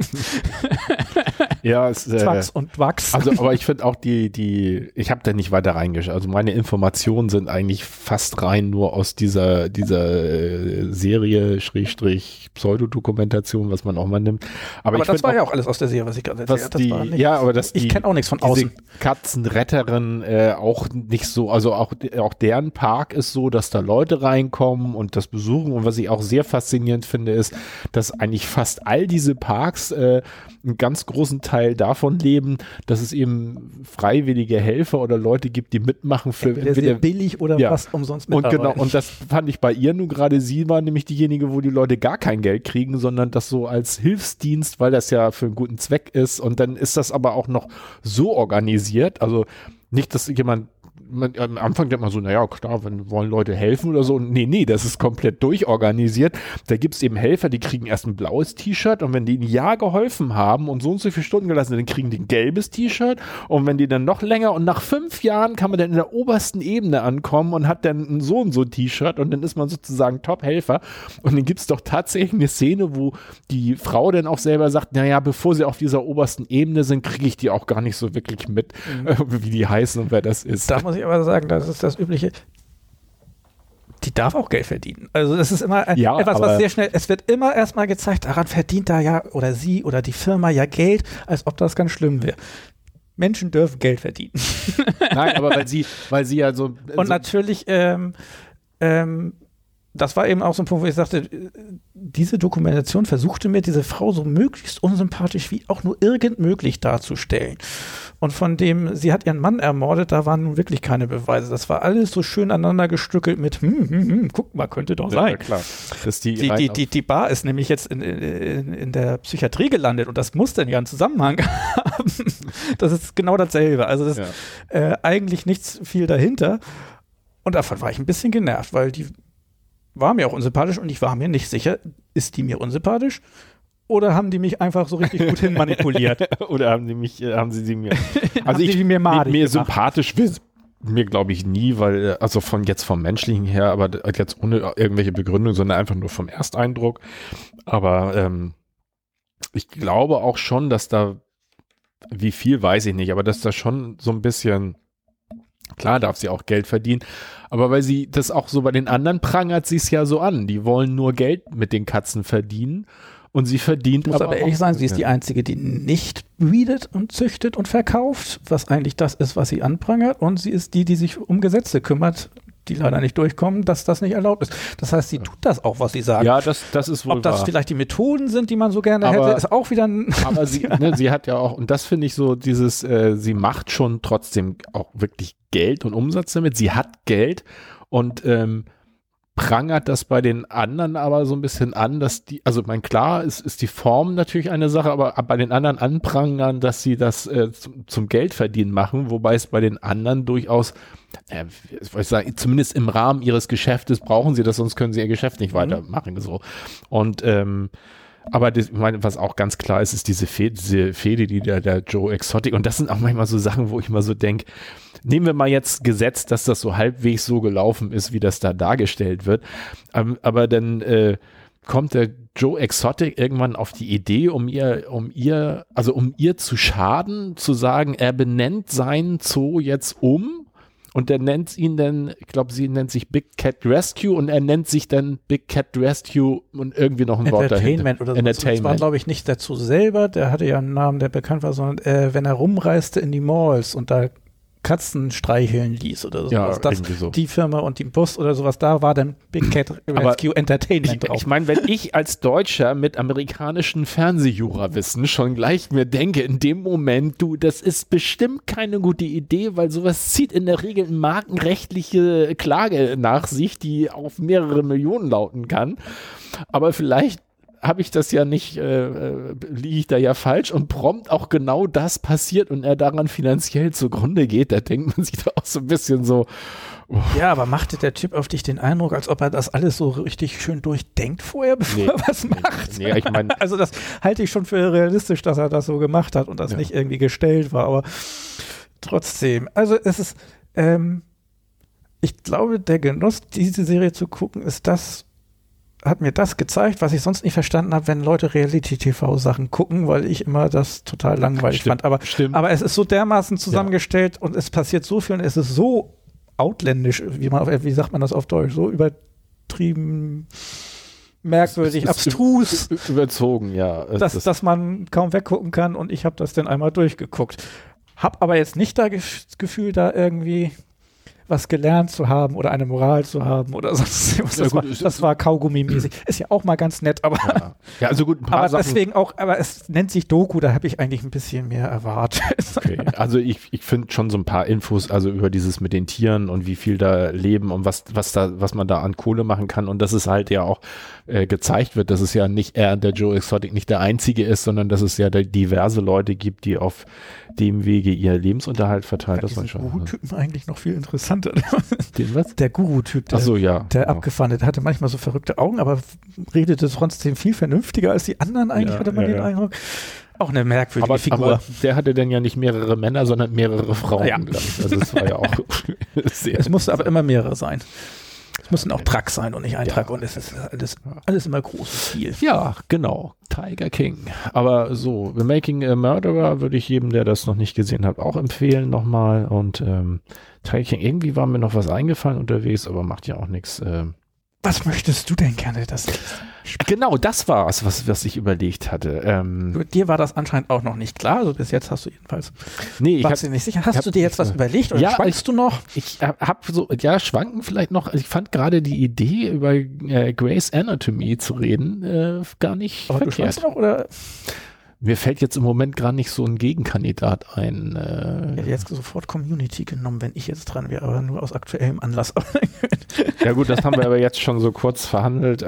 [SPEAKER 2] Ja,
[SPEAKER 3] Trucks und Wachs.
[SPEAKER 2] Also, aber ich finde auch ich habe da nicht weiter reingeschaut. Also meine Informationen sind eigentlich fast rein nur aus dieser Serie Pseudodokumentation, was man auch mal nimmt. Aber
[SPEAKER 3] das war ja auch alles aus der Serie, was ich gerade erzählt habe.
[SPEAKER 2] Ja, aber
[SPEAKER 3] ich kenne auch nichts von außen.
[SPEAKER 2] Katzenretterin auch nicht so, also auch deren Park ist so, dass da Leute reinkommen und das besuchen und was ich auch sehr faszinierend finde, ist, dass eigentlich fast all diese Parks einen ganz großen Teil davon leben, dass es eben freiwillige Helfer oder Leute gibt, die mitmachen für
[SPEAKER 3] entweder sehr billig oder was umsonst mitarbeiten.
[SPEAKER 2] Und genau, und das fand ich bei ihr nun gerade, sie war nämlich diejenige, wo die Leute gar kein Geld kriegen, sondern das so als Hilfsdienst, weil das ja für einen guten Zweck ist und dann ist das aber auch noch so organisiert, also nicht, dass jemand am Anfang denkt man so, naja, klar, wollen Leute helfen oder so. Nee, das ist komplett durchorganisiert. Da gibt es eben Helfer, die kriegen erst ein blaues T-Shirt und wenn die ein Jahr geholfen haben und so viele Stunden gelassen, dann kriegen die ein gelbes T-Shirt und wenn die dann noch länger und nach 5 Jahren kann man dann in der obersten Ebene ankommen und hat dann ein so und so T-Shirt und dann ist man sozusagen Top-Helfer und dann gibt es doch tatsächlich eine Szene, wo die Frau dann auch selber sagt, naja, bevor sie auf dieser obersten Ebene sind, kriege ich die auch gar nicht so wirklich mit, wie die heißen und wer das ist.
[SPEAKER 3] Da muss ich aber sagen, das ist das Übliche. Die darf auch Geld verdienen. Also das ist immer etwas, was sehr schnell, es wird immer erstmal gezeigt, daran verdient da ja oder sie oder die Firma ja Geld, als ob das ganz schlimm wäre. Menschen dürfen Geld verdienen.
[SPEAKER 2] Nein, aber weil sie ja so...
[SPEAKER 3] Und natürlich, das war eben auch so ein Punkt, wo ich sagte, diese Dokumentation versuchte mir, diese Frau so möglichst unsympathisch wie auch nur irgend möglich darzustellen. Und von dem, sie hat ihren Mann ermordet, da waren nun wirklich keine Beweise. Das war alles so schön aneinander gestückelt mit, guck mal, könnte doch sein. Ja,
[SPEAKER 2] klar.
[SPEAKER 3] Die Bar ist nämlich jetzt in der Psychiatrie gelandet und das muss dann ja einen Zusammenhang haben. Das ist genau dasselbe. Also das eigentlich nichts viel dahinter. Und davon war ich ein bisschen genervt, weil die war mir auch unsympathisch und ich war mir nicht sicher, ist die mir unsympathisch oder haben die mich einfach so richtig gut hin manipuliert?
[SPEAKER 2] Oder haben sie mir
[SPEAKER 3] also
[SPEAKER 2] mir sympathisch mir glaube ich nie, weil also vom Menschlichen her, aber jetzt ohne irgendwelche Begründung, sondern einfach nur vom Ersteindruck. Aber ich glaube auch schon, dass da, wie viel weiß ich nicht, aber dass da schon so ein bisschen, klar darf sie auch Geld verdienen, aber weil sie das auch so bei den anderen prangert sie es ja so an. Die wollen nur Geld mit den Katzen verdienen und sie verdient
[SPEAKER 3] aber ehrlich sein, sie ist die Einzige, die nicht breedet und züchtet und verkauft, was eigentlich das ist, was sie anprangert und sie ist die sich um Gesetze kümmert, die leider nicht durchkommen, dass das nicht erlaubt ist. Das heißt, sie tut das auch, was sie sagt.
[SPEAKER 2] Ja, das ist wohl
[SPEAKER 3] Ob das
[SPEAKER 2] wahr.
[SPEAKER 3] Vielleicht die Methoden sind, die man so gerne hätte, ist auch wieder ein...
[SPEAKER 2] Aber sie hat ja auch, und das finde ich so, sie macht schon trotzdem auch wirklich Geld und Umsatz damit. Sie hat Geld und prangert das bei den anderen aber so ein bisschen an, dass die, also klar ist die Form natürlich eine Sache, aber bei den anderen anprangern, dass sie das zum Geldverdienen machen, wobei es bei den anderen durchaus, ich sagen, zumindest im Rahmen ihres Geschäftes brauchen sie das, sonst können sie ihr Geschäft nicht weitermachen. So. Und Aber das, ich meine, was auch ganz klar ist, ist diese Fehde, die der Joe Exotic, und das sind auch manchmal so Sachen, wo ich mal so denke, nehmen wir mal jetzt gesetzt, dass das so halbwegs so gelaufen ist, wie das da dargestellt wird, aber dann kommt der Joe Exotic irgendwann auf die Idee, um ihr zu schaden, zu sagen, er benennt seinen Zoo jetzt um. Und er nennt ihn dann, ich glaube, sie nennt sich Big Cat Rescue und er nennt sich dann Big Cat Rescue und irgendwie noch ein Wort dahinter.
[SPEAKER 3] Entertainment oder so. Das war, glaube ich, nicht dazu selber, der hatte ja einen Namen, der bekannt war, sondern wenn er rumreiste in die Malls und da Katzen streicheln ließ oder sowas.
[SPEAKER 2] Ja,
[SPEAKER 3] das,
[SPEAKER 2] so.
[SPEAKER 3] Die Firma und die Bus oder sowas, da war dann Big Cat Rescue Entertainment drauf.
[SPEAKER 2] Ich meine, wenn ich als Deutscher mit amerikanischen Fernsehjurawissen schon gleich mir denke, in dem Moment, das ist bestimmt keine gute Idee, weil sowas zieht in der Regel eine markenrechtliche Klage nach sich, die auf mehrere Millionen lauten kann. Aber vielleicht habe ich das ja nicht, liege ich da ja falsch und prompt auch genau das passiert und er daran finanziell zugrunde geht, da denkt man sich da auch so ein bisschen so.
[SPEAKER 3] Ja, aber machte der Typ auf dich den Eindruck, als ob er das alles so richtig schön durchdenkt vorher, bevor er was macht?
[SPEAKER 2] Nee, ich meine,
[SPEAKER 3] also das halte ich schon für realistisch, dass er das so gemacht hat und das nicht irgendwie gestellt war, aber trotzdem. Also es ist, ich glaube, der Genuss, diese Serie zu gucken, hat mir das gezeigt, was ich sonst nicht verstanden habe, wenn Leute Reality-TV-Sachen gucken, weil ich immer das total langweilig fand. Aber es ist so dermaßen zusammengestellt und es passiert so viel und es ist so ausländisch, wie sagt man das auf Deutsch, so übertrieben, merkwürdig, abstrus.
[SPEAKER 2] Überzogen, ja.
[SPEAKER 3] Dass man kaum weggucken kann und ich habe das dann einmal durchgeguckt. Hab aber jetzt nicht das Gefühl, da irgendwie was gelernt zu haben oder eine Moral zu haben oder sonst was. Das war Kaugummi-mäßig. Ist ja auch mal ganz nett, aber
[SPEAKER 2] ja, also gut, ein paar
[SPEAKER 3] aber
[SPEAKER 2] Sachen.
[SPEAKER 3] Deswegen auch, aber es nennt sich Doku, da habe ich eigentlich ein bisschen mehr erwartet.
[SPEAKER 2] Okay. Also ich finde schon so ein paar Infos, also über dieses mit den Tieren und wie viel da leben und was man da an Kohle machen kann und dass es halt ja auch gezeigt wird, dass es ja nicht der Joe Exotic nicht der einzige ist, sondern dass es ja diverse Leute gibt, die auf dem Wege ihr Lebensunterhalt verteilt. Das war schon.
[SPEAKER 3] Guru-Typen eigentlich noch viel interessanter.
[SPEAKER 2] Den was?
[SPEAKER 3] Der Guru-Typ, der abgefahren ist, hatte manchmal so verrückte Augen, aber redete trotzdem viel vernünftiger als die anderen eigentlich, hatte man den Eindruck. Auch eine merkwürdige Figur.
[SPEAKER 2] Aber der hatte dann ja nicht mehrere Männer, sondern mehrere Frauen. Ja. Also das war ja auch sehr.
[SPEAKER 3] Es musste aber immer mehrere sein. Es mussten auch Truck sein und nicht ein Truck und es ist alles immer groß und viel.
[SPEAKER 2] Ja, genau. Tiger King. Aber so, The Making a Murderer würde ich jedem, der das noch nicht gesehen hat, auch empfehlen nochmal. Und Tiger King, irgendwie war mir noch was eingefallen unterwegs, aber macht ja auch nichts.
[SPEAKER 3] Was möchtest du denn gerne?
[SPEAKER 2] Genau, das war es, was ich überlegt hatte.
[SPEAKER 3] Dir war das anscheinend auch noch nicht klar, also bis jetzt hast du jedenfalls.
[SPEAKER 2] Nee, ich
[SPEAKER 3] warst du nicht sicher. Hast du dir jetzt was überlegt oder schwankst du noch?
[SPEAKER 2] Ich habe so, schwanken vielleicht noch. Ich fand gerade die Idee, über Grey's Anatomy zu reden, gar nicht
[SPEAKER 3] aber
[SPEAKER 2] verkehrt.
[SPEAKER 3] Du schwankst noch, oder?
[SPEAKER 2] Mir fällt jetzt im Moment gar nicht so ein Gegenkandidat ein.
[SPEAKER 3] Ich hätte jetzt sofort Community genommen, wenn ich jetzt dran wäre, aber nur aus aktuellem Anlass.
[SPEAKER 2] Ja gut, das haben wir aber jetzt schon so kurz verhandelt.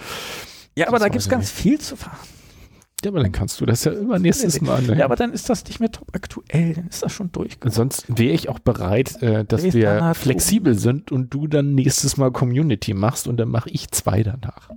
[SPEAKER 3] Ja, aber da gibt es ganz viel zu verhandeln.
[SPEAKER 2] Ja, aber dann kannst du das ja übernächstes Mal. Ne?
[SPEAKER 3] Ja, aber dann ist das nicht mehr top aktuell, dann ist das schon durchgekommen.
[SPEAKER 2] Sonst wäre ich auch bereit, dass wir flexibel sind und du dann nächstes Mal Community machst und dann mache ich 2 danach.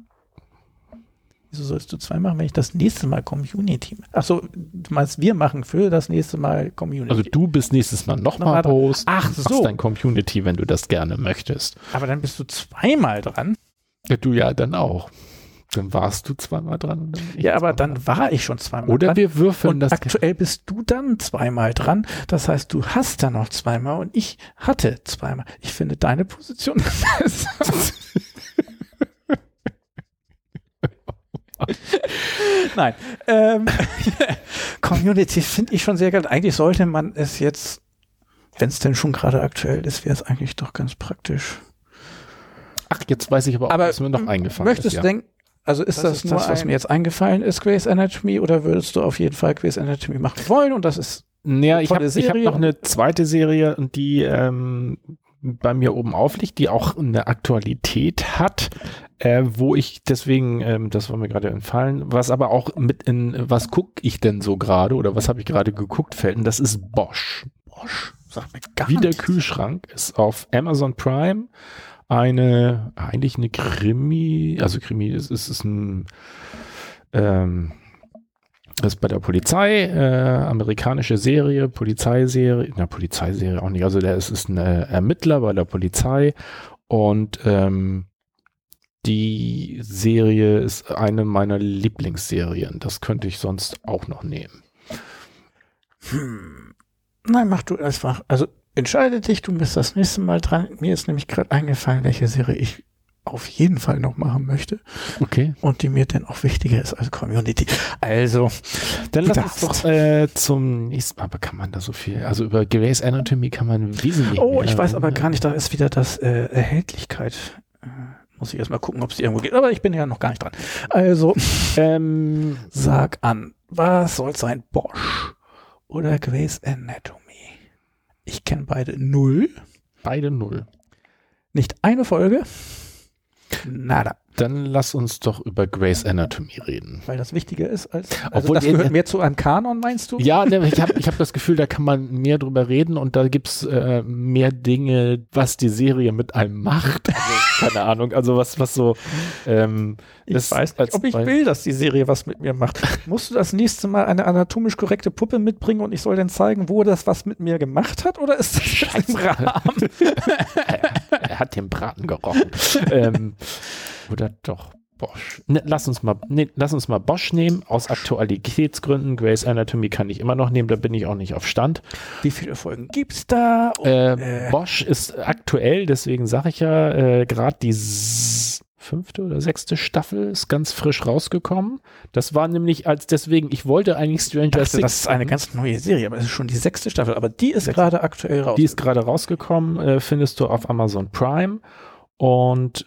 [SPEAKER 3] Wieso sollst du 2 machen, wenn ich das nächste Mal Community mache? Achso, du meinst, wir machen für das nächste Mal Community.
[SPEAKER 2] Also du bist nächstes Mal nochmal Host.
[SPEAKER 3] Ach so.
[SPEAKER 2] Machst dein Community, wenn du das gerne möchtest.
[SPEAKER 3] Aber dann bist du 2-mal dran.
[SPEAKER 2] Ja, du ja dann auch. Dann warst du 2-mal dran. Und dann
[SPEAKER 3] ja, aber dann war ich schon 2-mal dran.
[SPEAKER 2] Oder wir würfeln
[SPEAKER 3] und
[SPEAKER 2] das.
[SPEAKER 3] Aktuell bist du dann 2-mal dran. Das heißt, du hast dann noch 2-mal und ich hatte 2-mal. Ich finde deine Position besser. Nein. Community finde ich schon sehr geil. Eigentlich sollte man es jetzt, wenn es denn schon gerade aktuell ist, wäre es eigentlich doch ganz praktisch.
[SPEAKER 2] Ach, jetzt weiß ich aber auch, was mir noch eingefallen ist.
[SPEAKER 3] Möchtest du denken, also ist das nur was mir jetzt eingefallen ist, Grey's Anatomy, oder würdest du auf jeden Fall Grey's Anatomy machen wollen? Und das ist
[SPEAKER 2] ja, ich hab noch eine zweite Serie, die bei mir oben aufliegt, die auch eine Aktualität hat, wo ich deswegen, das war mir gerade entfallen, was aber auch mit in, was gucke ich denn so gerade oder was habe ich gerade geguckt, fällt, und das ist Bosch. Bosch, sagt mir gar nicht. Wie der Kühlschrank ist auf Amazon Prime eigentlich eine Krimi, also Krimi, es ist ein ist bei der Polizei, amerikanische Serie, Polizeiserie auch nicht, also der ist ein Ermittler bei der Polizei und die Serie ist eine meiner Lieblingsserien. Das könnte ich sonst auch noch nehmen.
[SPEAKER 3] Nein, mach du einfach. Also entscheide dich, du bist das nächste Mal dran. Mir ist nämlich gerade eingefallen, welche Serie ich auf jeden Fall noch machen möchte.
[SPEAKER 2] Okay.
[SPEAKER 3] Und die mir dann auch wichtiger ist als Community. Also,
[SPEAKER 2] dann lass uns doch zum nächsten Mal, aber kann man da so viel, also über Grey's Anatomy kann man wesentlich mehr.
[SPEAKER 3] Oh, ich weiß aber gar nicht, da ist wieder das Erhältlichkeit. Muss ich erstmal gucken, ob es irgendwo geht. Aber ich bin ja noch gar nicht dran. Also, sag an, was soll es sein? Bosch oder Grey's Anatomy? Ich kenne beide 0.
[SPEAKER 2] Beide 0.
[SPEAKER 3] Nicht eine Folge. Nada.
[SPEAKER 2] Dann lass uns doch über Grey's Anatomy reden.
[SPEAKER 3] Weil das wichtiger ist als,
[SPEAKER 2] Obwohl
[SPEAKER 3] das gehört mehr zu einem Kanon, meinst du?
[SPEAKER 2] Ja, ich hab das Gefühl, da kann man mehr drüber reden und da gibt's mehr Dinge, was die Serie mit einem macht. Also, keine Ahnung, also was so
[SPEAKER 3] ich weiß nicht, ob ich will, dass die Serie was mit mir macht. Musst du das nächste Mal eine anatomisch korrekte Puppe mitbringen und ich soll dann zeigen, wo das was mit mir gemacht hat? Oder ist das im Rahmen?
[SPEAKER 2] Er hat den Braten gerochen. Oder doch Bosch. Lass uns mal Bosch nehmen, aus Aktualitätsgründen. Grey's Anatomy kann ich immer noch nehmen, da bin ich auch nicht auf Stand.
[SPEAKER 3] Wie viele Folgen gibt's da?
[SPEAKER 2] Bosch ist aktuell, deswegen sage ich ja, gerade die 5. oder 6. Staffel ist ganz frisch rausgekommen. Das war nämlich ich wollte eigentlich Stranger Things.
[SPEAKER 3] Das ist eine ganz neue Serie, aber es ist schon die 6. Staffel, aber die ist gerade aktuell rausgekommen.
[SPEAKER 2] Die ist gerade rausgekommen, findest du auf Amazon Prime. Und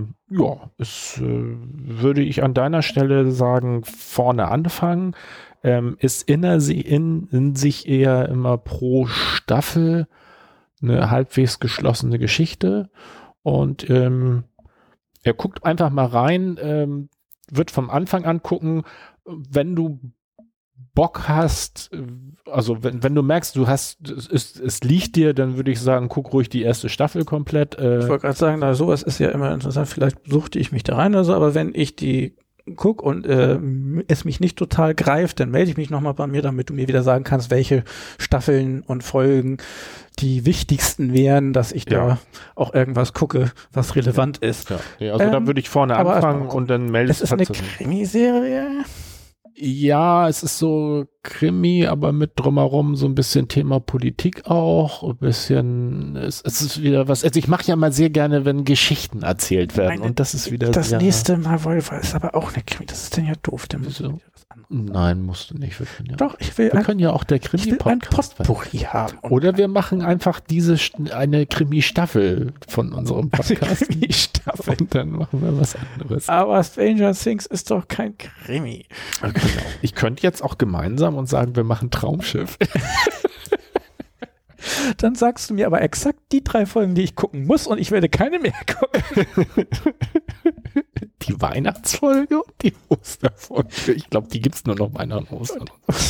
[SPEAKER 2] würde ich an deiner Stelle sagen, vorne anfangen. Ist in sich eher immer pro Staffel eine halbwegs geschlossene Geschichte. Und er guckt einfach mal rein, wird vom Anfang an gucken, wenn du Bock hast, also wenn du merkst, es liegt dir, dann würde ich sagen, guck ruhig die erste Staffel komplett.
[SPEAKER 3] Ich wollte gerade sagen, sowas ist ja immer interessant, vielleicht suchte ich mich da rein oder so, aber wenn ich die gucke und es mich nicht total greift, dann melde ich mich nochmal bei mir, damit du mir wieder sagen kannst, welche Staffeln und Folgen die wichtigsten wären, dass ich da auch irgendwas gucke, was relevant ist.
[SPEAKER 2] Ja, also da würde ich vorne anfangen und dann meldest du.
[SPEAKER 3] Es ist eine Krimiserie.
[SPEAKER 2] Ja, es ist so Krimi, aber mit drumherum so ein bisschen Thema Politik auch, ein bisschen, es ist wieder was, also ich mache ja mal sehr gerne, wenn Geschichten erzählt werden und das ist wieder
[SPEAKER 3] das nächste Mal Wolfer ist aber auch eine Krimi, das ist denn ja doof.
[SPEAKER 2] Nein, musst du nicht. Wir können ja auch der Krimi-Podcast
[SPEAKER 3] Potpourri haben.
[SPEAKER 2] Oder wir machen einfach eine Krimi-Staffel von unserem Podcast.
[SPEAKER 3] Krimi-Staffel.
[SPEAKER 2] Und dann machen wir was anderes.
[SPEAKER 3] Aber Stranger Things ist doch kein Krimi.
[SPEAKER 2] Genau. Ich könnte jetzt auch gemeinsam und sagen, wir machen Traumschiff.
[SPEAKER 3] Dann sagst du mir aber exakt die 3 Folgen, die ich gucken muss und ich werde keine mehr gucken.
[SPEAKER 2] Die Weihnachtsfolge und die Osterfolge. Ich glaube, die gibt es nur noch Weihnachten und Ostern.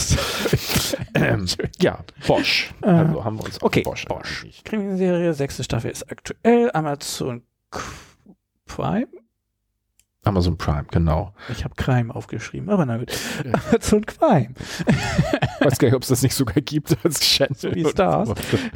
[SPEAKER 2] Ja, Bosch. Also haben wir uns
[SPEAKER 3] Bosch. Krimiserie, 6. Staffel ist aktuell. Amazon Prime.
[SPEAKER 2] Amazon Prime, genau.
[SPEAKER 3] Ich habe Crime aufgeschrieben, aber na gut. Ja. Amazon Prime.
[SPEAKER 2] Ich weiß gar nicht, ob es das nicht sogar gibt als Channel.
[SPEAKER 3] Wie Stars.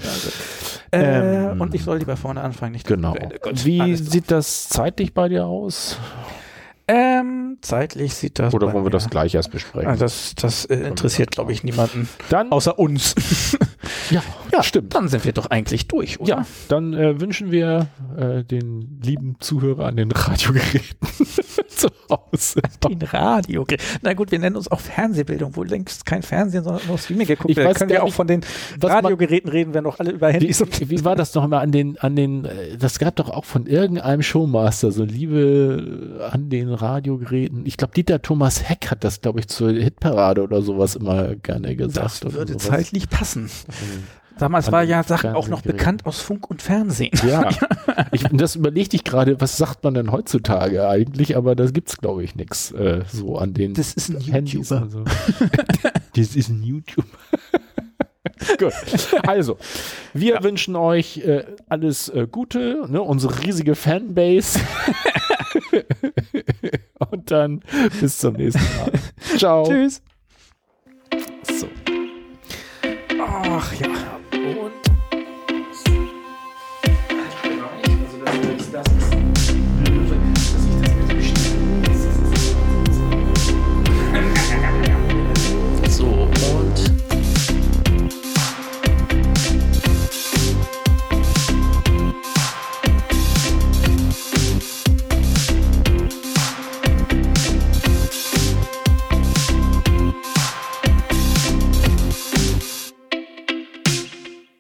[SPEAKER 3] Und ich soll lieber vorne anfangen, nicht
[SPEAKER 2] genau. Wie sieht das zeitlich bei dir aus?
[SPEAKER 3] Zeitlich sieht das.
[SPEAKER 2] Oder wollen wir das gleich erst besprechen?
[SPEAKER 3] Das interessiert, glaube ich, niemanden.
[SPEAKER 2] Dann,
[SPEAKER 3] außer uns.
[SPEAKER 2] Ja, stimmt.
[SPEAKER 3] Dann sind wir doch eigentlich durch, oder?
[SPEAKER 2] Ja, dann wünschen wir den lieben Zuhörer an den Radiogeräten zu Hause.
[SPEAKER 3] Den Radiogeräten. Na gut, wir nennen uns auch Fernsehbildung, wo längst kein Fernsehen, sondern nur Streaming geguckt wird. Können wir auch von den Radiogeräten reden, wenn doch alle über Handys
[SPEAKER 2] Wie war das noch mal an den, das gab doch auch von irgendeinem Showmaster, so Liebe an den Radiogeräten. Ich glaube, Dieter Thomas Heck hat das, glaube ich, zur Hitparade oder sowas immer gerne gesagt.
[SPEAKER 3] Das würde zeitlich passen. Damals war ja Sachen auch noch bekannt aus Funk und Fernsehen.
[SPEAKER 2] Ja, das überlegte ich gerade, was sagt man denn heutzutage eigentlich, aber da gibt's, glaube ich, nichts so an den
[SPEAKER 3] Das ist ein
[SPEAKER 2] Handys.
[SPEAKER 3] YouTuber.
[SPEAKER 2] So. Das ist ein YouTuber. Gut, also, wir wünschen euch alles Gute, ne, unsere riesige Fanbase. Und dann bis zum nächsten Mal. Ciao.
[SPEAKER 3] Tschüss.
[SPEAKER 2] So.
[SPEAKER 3] Ach ja.